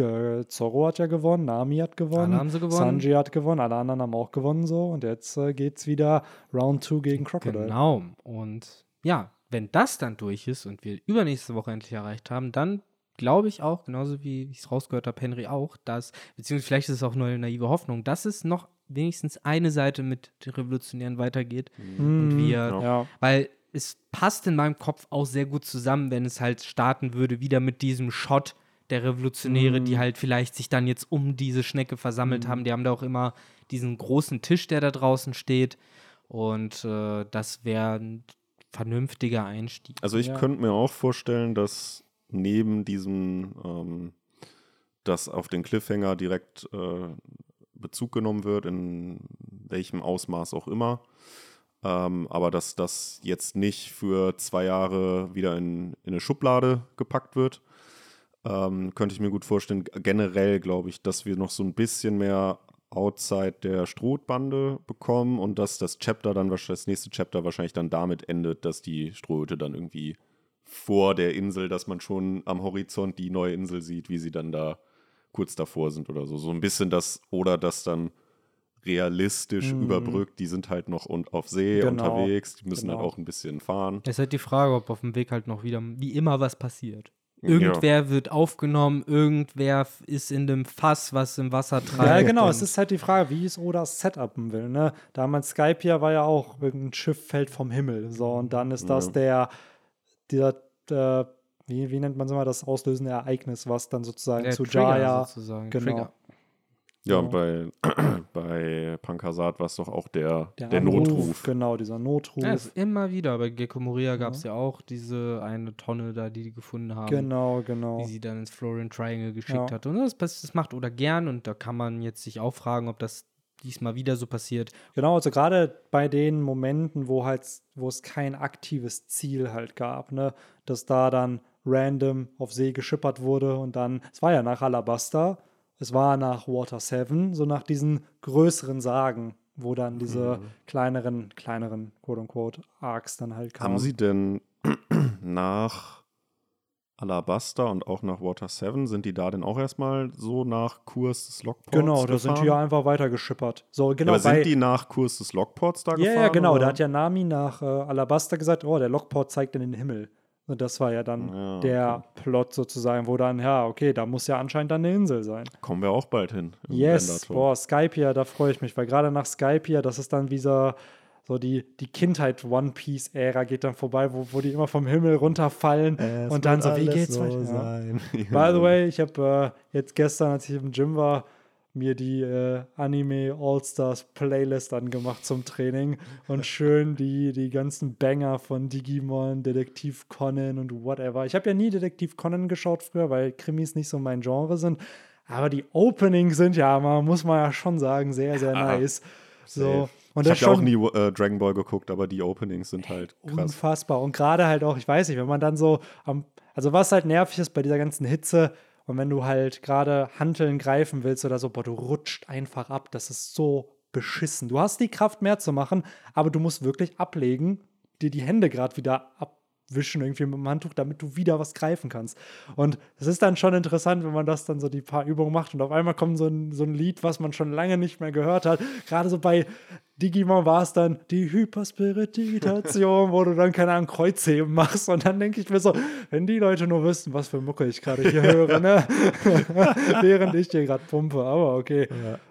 Speaker 1: Zorro hat ja gewonnen, Nami hat gewonnen,
Speaker 3: Alle haben sie gewonnen.
Speaker 1: Sanji hat gewonnen, alle anderen haben auch gewonnen so und jetzt geht's wieder Round 2 gegen Crocodile.
Speaker 3: Genau. Und ja, wenn das dann durch ist und wir übernächste Woche endlich erreicht haben, dann glaube ich auch, genauso wie ich es rausgehört habe, Henry auch, beziehungsweise vielleicht ist es auch nur eine naive Hoffnung, dass es noch wenigstens eine Seite mit den Revolutionären weitergeht. Und wir,
Speaker 1: Ja.
Speaker 3: weil es passt in meinem Kopf auch sehr gut zusammen, wenn es halt starten würde, wieder mit diesem Shot der Revolutionäre, die halt vielleicht sich dann jetzt um diese Schnecke versammelt haben. Die haben da auch immer diesen großen Tisch, der da draußen steht. Und das wäre ein vernünftiger Einstieg.
Speaker 2: Also ich
Speaker 1: Ja.
Speaker 2: könnte mir auch vorstellen, dass neben diesem, dass auf den Cliffhanger direkt Bezug genommen wird, in welchem Ausmaß auch immer, aber dass das jetzt nicht für 2 Jahre wieder in eine Schublade gepackt wird, könnte ich mir gut vorstellen. Generell glaube ich, dass wir noch so ein bisschen mehr Outside der Strohhutbande bekommen und dass das nächste Chapter wahrscheinlich dann damit endet, dass die Strohhüte dann irgendwie vor der Insel, dass man schon am Horizont die neue Insel sieht, wie sie dann da kurz davor sind oder so. So ein bisschen das, oder das dann realistisch überbrückt, die sind halt noch auf See
Speaker 1: Genau,
Speaker 2: unterwegs, die müssen
Speaker 1: genau.
Speaker 2: halt auch ein bisschen fahren.
Speaker 3: Es ist halt die Frage, ob auf dem Weg halt noch wieder, wie immer, was passiert. Irgendwer wird aufgenommen, irgendwer ist in dem Fass, was im Wasser treibt.
Speaker 1: Ja, genau,
Speaker 3: und-
Speaker 1: es ist halt die Frage, wie es Oda setupen will, ne? Damals Skype hier war ja auch, irgendein Schiff fällt vom Himmel, so, und dann ist das wie nennt man es mal, das auslösende Ereignis, was dann sozusagen
Speaker 3: der
Speaker 1: zu
Speaker 3: Trigger
Speaker 1: Jaya,
Speaker 3: sozusagen.
Speaker 1: genau.
Speaker 3: Trigger.
Speaker 2: Ja,
Speaker 1: Ja.
Speaker 2: und bei Pankasat war es doch auch der
Speaker 1: Anruf,
Speaker 2: Notruf.
Speaker 1: Genau, dieser Notruf.
Speaker 3: Ja, es ist immer wieder. Bei Gecko Moria gab es ja auch diese eine Tonne da, die gefunden haben.
Speaker 1: Genau.
Speaker 3: Die sie dann ins Florian Triangle geschickt
Speaker 1: Ja.
Speaker 3: hat. Und das macht Oda gern und da kann man jetzt sich auch fragen, ob das diesmal wieder so passiert.
Speaker 1: Genau, also gerade bei den Momenten, wo es kein aktives Ziel halt gab, ne, dass da dann random auf See geschippert wurde und dann, es war ja nach Alabasta, es war nach Water 7, so nach diesen größeren Sagen, wo dann diese kleineren, quote-unquote, Arcs dann halt kamen.
Speaker 2: Haben Sie denn nach Alabasta und auch nach Water 7, sind die da denn auch erstmal so nach Kurs des Lockports
Speaker 1: Genau, da sind die ja
Speaker 2: gefahren?
Speaker 1: einfach weiter geschippert. So,
Speaker 2: Ja,
Speaker 1: genau,
Speaker 2: aber sind die nach Kurs des Lockports da
Speaker 1: ja,
Speaker 2: gefahren?
Speaker 1: ja, genau.
Speaker 2: oder?
Speaker 1: Da hat ja Nami nach Alabasta gesagt, oh, der Lockport zeigt in den Himmel. Und das war ja dann
Speaker 2: Ja,
Speaker 1: der Plot sozusagen, wo dann, ja, okay, da muss ja anscheinend dann eine Insel sein.
Speaker 2: Kommen wir auch bald hin. im
Speaker 1: Yes,
Speaker 2: Endertalk.
Speaker 1: boah, Skypiea, da freue ich mich, weil gerade nach Skypiea, das ist dann wieder so die Kindheit One Piece-Ära geht dann vorbei, wo die immer vom Himmel runterfallen und dann so, wie geht's weiter? Ja.
Speaker 2: sein.
Speaker 1: By the way, ich habe jetzt gestern, als ich im Gym war, mir die Anime All-Stars Playlist angemacht zum Training und schön die ganzen Banger von Digimon, Detektiv Conan und whatever. Ich habe ja nie Detektiv Conan geschaut früher, weil Krimis nicht so mein Genre sind, aber die Openings sind ja, muss man ja schon sagen, sehr, sehr nice. So. Und
Speaker 2: Ich
Speaker 1: das
Speaker 2: habe ja auch
Speaker 1: schon
Speaker 2: nie Dragon Ball geguckt, aber die Openings sind halt krass.
Speaker 1: unfassbar. Und gerade halt auch, ich weiß nicht, wenn man dann so also was halt nervig ist bei dieser ganzen Hitze und wenn du halt gerade Hanteln greifen willst oder so, boah, du rutscht einfach ab. Das ist so beschissen. Du hast die Kraft mehr zu machen, aber du musst wirklich ablegen, dir die Hände gerade wieder abwischen irgendwie mit dem Handtuch, damit du wieder was greifen kannst. Und es ist dann schon interessant, wenn man das dann so die paar Übungen macht und auf einmal kommt so ein Lied, was man schon lange nicht mehr gehört hat. Gerade so bei Digimon war es dann die Hyperspiritation, wo du dann, keine Ahnung, Kreuzheben machst. Und dann denke ich mir so, wenn die Leute nur wüssten, was für Mucke ich gerade hier höre, ne? Während ich hier gerade pumpe. Aber okay.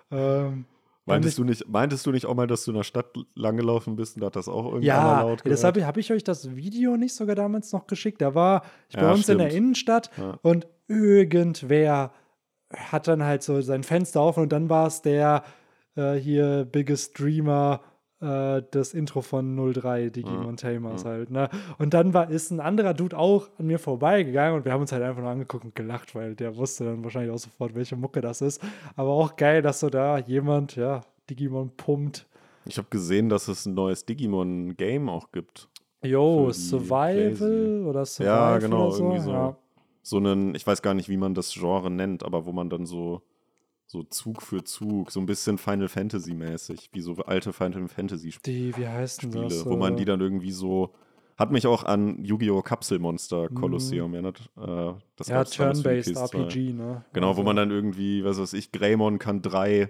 Speaker 2: Meintest du nicht auch mal, dass du in der Stadt langgelaufen bist und da hat das auch irgendwann
Speaker 1: Ja,
Speaker 2: laut
Speaker 1: das
Speaker 2: gehört?
Speaker 1: hab ich euch das Video nicht sogar damals noch geschickt. Da war ich bei
Speaker 2: Ja,
Speaker 1: uns in der
Speaker 2: stimmt.
Speaker 1: Innenstadt
Speaker 2: Ja.
Speaker 1: und irgendwer hat dann halt so sein Fenster auf und dann war es der hier Biggest Streamer, das Intro von 03, Digimon Tamers halt, ne? Und dann ist ein anderer Dude auch an mir vorbeigegangen und wir haben uns halt einfach nur angeguckt und gelacht, weil der wusste dann wahrscheinlich auch sofort, welche Mucke das ist. Aber auch geil, dass so da jemand, ja, Digimon pumpt.
Speaker 2: Ich habe gesehen, dass es ein neues Digimon-Game auch gibt.
Speaker 1: Jo,
Speaker 2: Für die
Speaker 1: Survival
Speaker 2: Playsee.
Speaker 1: oder Survival
Speaker 2: Ja, genau,
Speaker 1: oder so.
Speaker 2: irgendwie so.
Speaker 1: Ja.
Speaker 2: So einen, ich weiß gar nicht, wie man das Genre nennt, aber wo man dann so Zug für Zug, so ein bisschen Final Fantasy-mäßig, wie so alte Final Fantasy-Spiele,
Speaker 1: Wie heißt denn das?
Speaker 2: wo man die dann irgendwie so. Hat mich auch an Yu-Gi-Oh! Kapselmonster Kolosseum erinnert. Das
Speaker 1: ja,
Speaker 2: gab's damals für die
Speaker 1: Turn-Based
Speaker 2: PS2.
Speaker 1: RPG, ne?
Speaker 2: Genau,
Speaker 1: Also,
Speaker 2: wo man dann irgendwie, was weiß ich, Greymon kann 3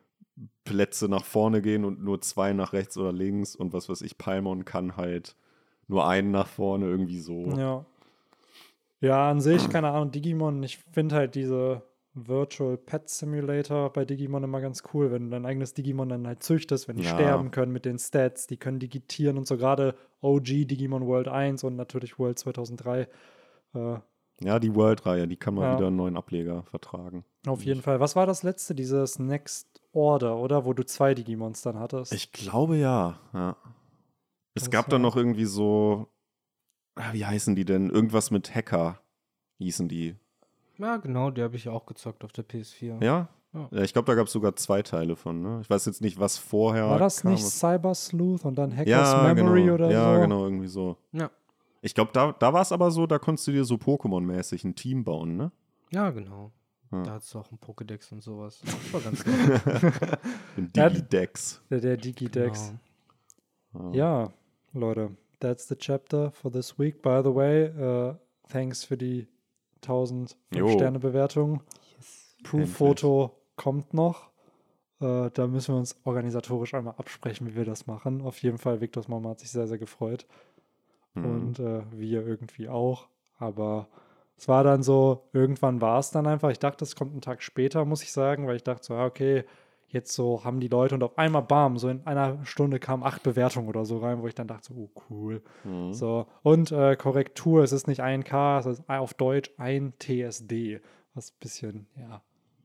Speaker 2: Plätze nach vorne gehen und nur 2 nach rechts oder links und was weiß ich, Palmon kann halt nur einen nach vorne, irgendwie so.
Speaker 1: Ja. Ja, an sich, keine Ahnung, Digimon, ich finde halt diese Virtual Pet Simulator bei Digimon immer ganz cool, wenn du dein eigenes Digimon dann halt züchtest, wenn die
Speaker 2: Ja.
Speaker 1: sterben können mit den Stats, die können digitieren und so gerade OG Digimon World 1 und natürlich World 2003.
Speaker 2: Ja, die World-Reihe, die kann mal
Speaker 1: Ja.
Speaker 2: wieder einen neuen Ableger vertragen.
Speaker 1: Auf jeden Fall. Was war das letzte? Dieses Next Order, oder? Wo du 2 Digimons dann hattest.
Speaker 2: Ich glaube ja. Es
Speaker 1: Das
Speaker 2: gab dann
Speaker 1: war-
Speaker 2: noch irgendwie so, wie heißen die denn? Irgendwas mit Hacker hießen die.
Speaker 3: Ja, genau, die habe ich auch gezockt auf der PS4.
Speaker 2: Ja?
Speaker 3: Ja.
Speaker 2: Ja, ich glaube, da gab es sogar 2 Teile von. Ne? Ich weiß jetzt nicht, was vorher
Speaker 1: War das
Speaker 2: kam.
Speaker 1: nicht Cyber Sleuth und dann Hackers
Speaker 2: Ja,
Speaker 1: Memory
Speaker 2: genau.
Speaker 1: oder
Speaker 2: Ja,
Speaker 1: so?
Speaker 2: genau, irgendwie so.
Speaker 3: Ja.
Speaker 2: Ich glaube, da war es aber so, da konntest du dir so Pokémon-mäßig ein Team bauen, ne?
Speaker 3: Ja, genau.
Speaker 2: Ja.
Speaker 3: Da hattest du auch einen Pokédex und sowas. Das war ganz nett.
Speaker 2: Ein
Speaker 1: Ja,
Speaker 2: Digidex.
Speaker 1: Der Digidex.
Speaker 3: Genau.
Speaker 1: Ja, Leute, that's the chapter for this week. By the way, thanks für die 1000
Speaker 2: Jo.
Speaker 1: 5-Sterne-Bewertungen.
Speaker 3: Yes.
Speaker 1: Proof-Foto kommt noch. Da müssen wir uns organisatorisch einmal absprechen, wie wir das machen. Auf jeden Fall, Viktors Mama hat sich sehr, sehr gefreut. Und wir irgendwie auch. Aber es war dann so, irgendwann war es dann einfach. Ich dachte, es kommt einen Tag später, muss ich sagen, weil ich dachte so, ja, okay, jetzt so haben die Leute und auf einmal, bam, so in einer Stunde kamen 8 Bewertungen oder so rein, wo ich dann dachte, so, oh, cool. So, und Korrektur, es ist nicht 1K, es ist auf Deutsch ein TSD. Was ein bisschen, ja,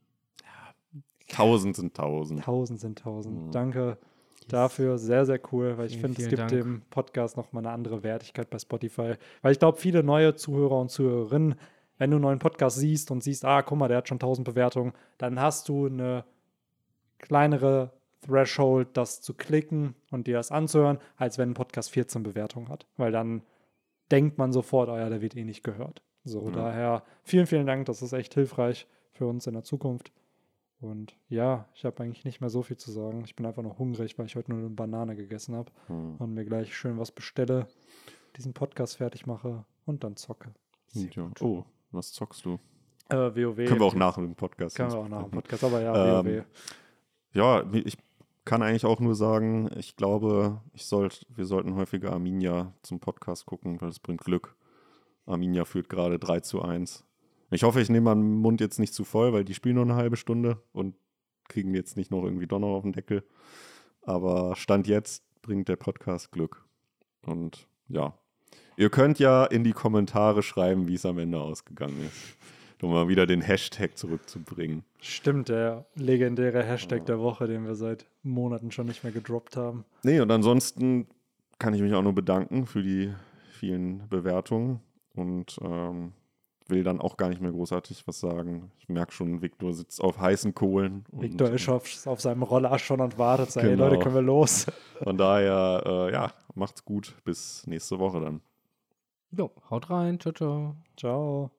Speaker 2: 1000 sind 1000.
Speaker 1: 1000 sind 1000. Danke dafür, sehr, sehr cool, weil ich
Speaker 3: Vielen,
Speaker 1: finde, es
Speaker 3: vielen
Speaker 1: gibt
Speaker 3: Dank.
Speaker 1: dem Podcast nochmal eine andere Wertigkeit bei Spotify. Weil ich glaube, viele neue Zuhörer und Zuhörerinnen, wenn du einen neuen Podcast siehst und siehst, guck mal, der hat schon 1000 Bewertungen, dann hast du eine kleinere Threshold, das zu klicken und dir das anzuhören, als wenn ein Podcast 14 Bewertungen hat. Weil dann denkt man sofort, ja, der wird eh nicht gehört. So, daher vielen, vielen Dank, das ist echt hilfreich für uns in der Zukunft. Und ja, ich habe eigentlich nicht mehr so viel zu sagen. Ich bin einfach noch hungrig, weil ich heute nur eine Banane gegessen habe und mir gleich schön was bestelle, diesen Podcast fertig mache und dann zocke.
Speaker 2: Ja. Oh, was zockst du?
Speaker 1: WoW.
Speaker 2: Können wir auch nach dem Podcast.
Speaker 1: Können wir auch nach dem Podcast, aber ja, WoW.
Speaker 2: Ja, ich kann eigentlich auch nur sagen, ich glaube, wir sollten häufiger Arminia zum Podcast gucken, weil es bringt Glück. Arminia führt gerade 3:1. Ich hoffe, ich nehme meinen Mund jetzt nicht zu voll, weil die spielen nur eine halbe Stunde und kriegen jetzt nicht noch irgendwie Donner auf den Deckel. Aber Stand jetzt bringt der Podcast Glück. Und ja, ihr könnt ja in die Kommentare schreiben, wie es am Ende ausgegangen ist. Um mal wieder den Hashtag zurückzubringen.
Speaker 1: Stimmt, der legendäre Hashtag der Woche, den wir seit Monaten schon nicht mehr gedroppt haben.
Speaker 2: Nee, und ansonsten kann ich mich auch nur bedanken für die vielen Bewertungen und will dann auch gar nicht mehr großartig was sagen. Ich merke schon, Viktor sitzt auf heißen Kohlen.
Speaker 1: Viktor ist auf seinem Roller schon und wartet. Sagt,
Speaker 2: Genau.
Speaker 1: hey Leute, können wir los?
Speaker 2: Von daher, ja, macht's gut. Bis nächste Woche dann.
Speaker 3: Jo, haut rein. Ciao, ciao.
Speaker 1: Ciao.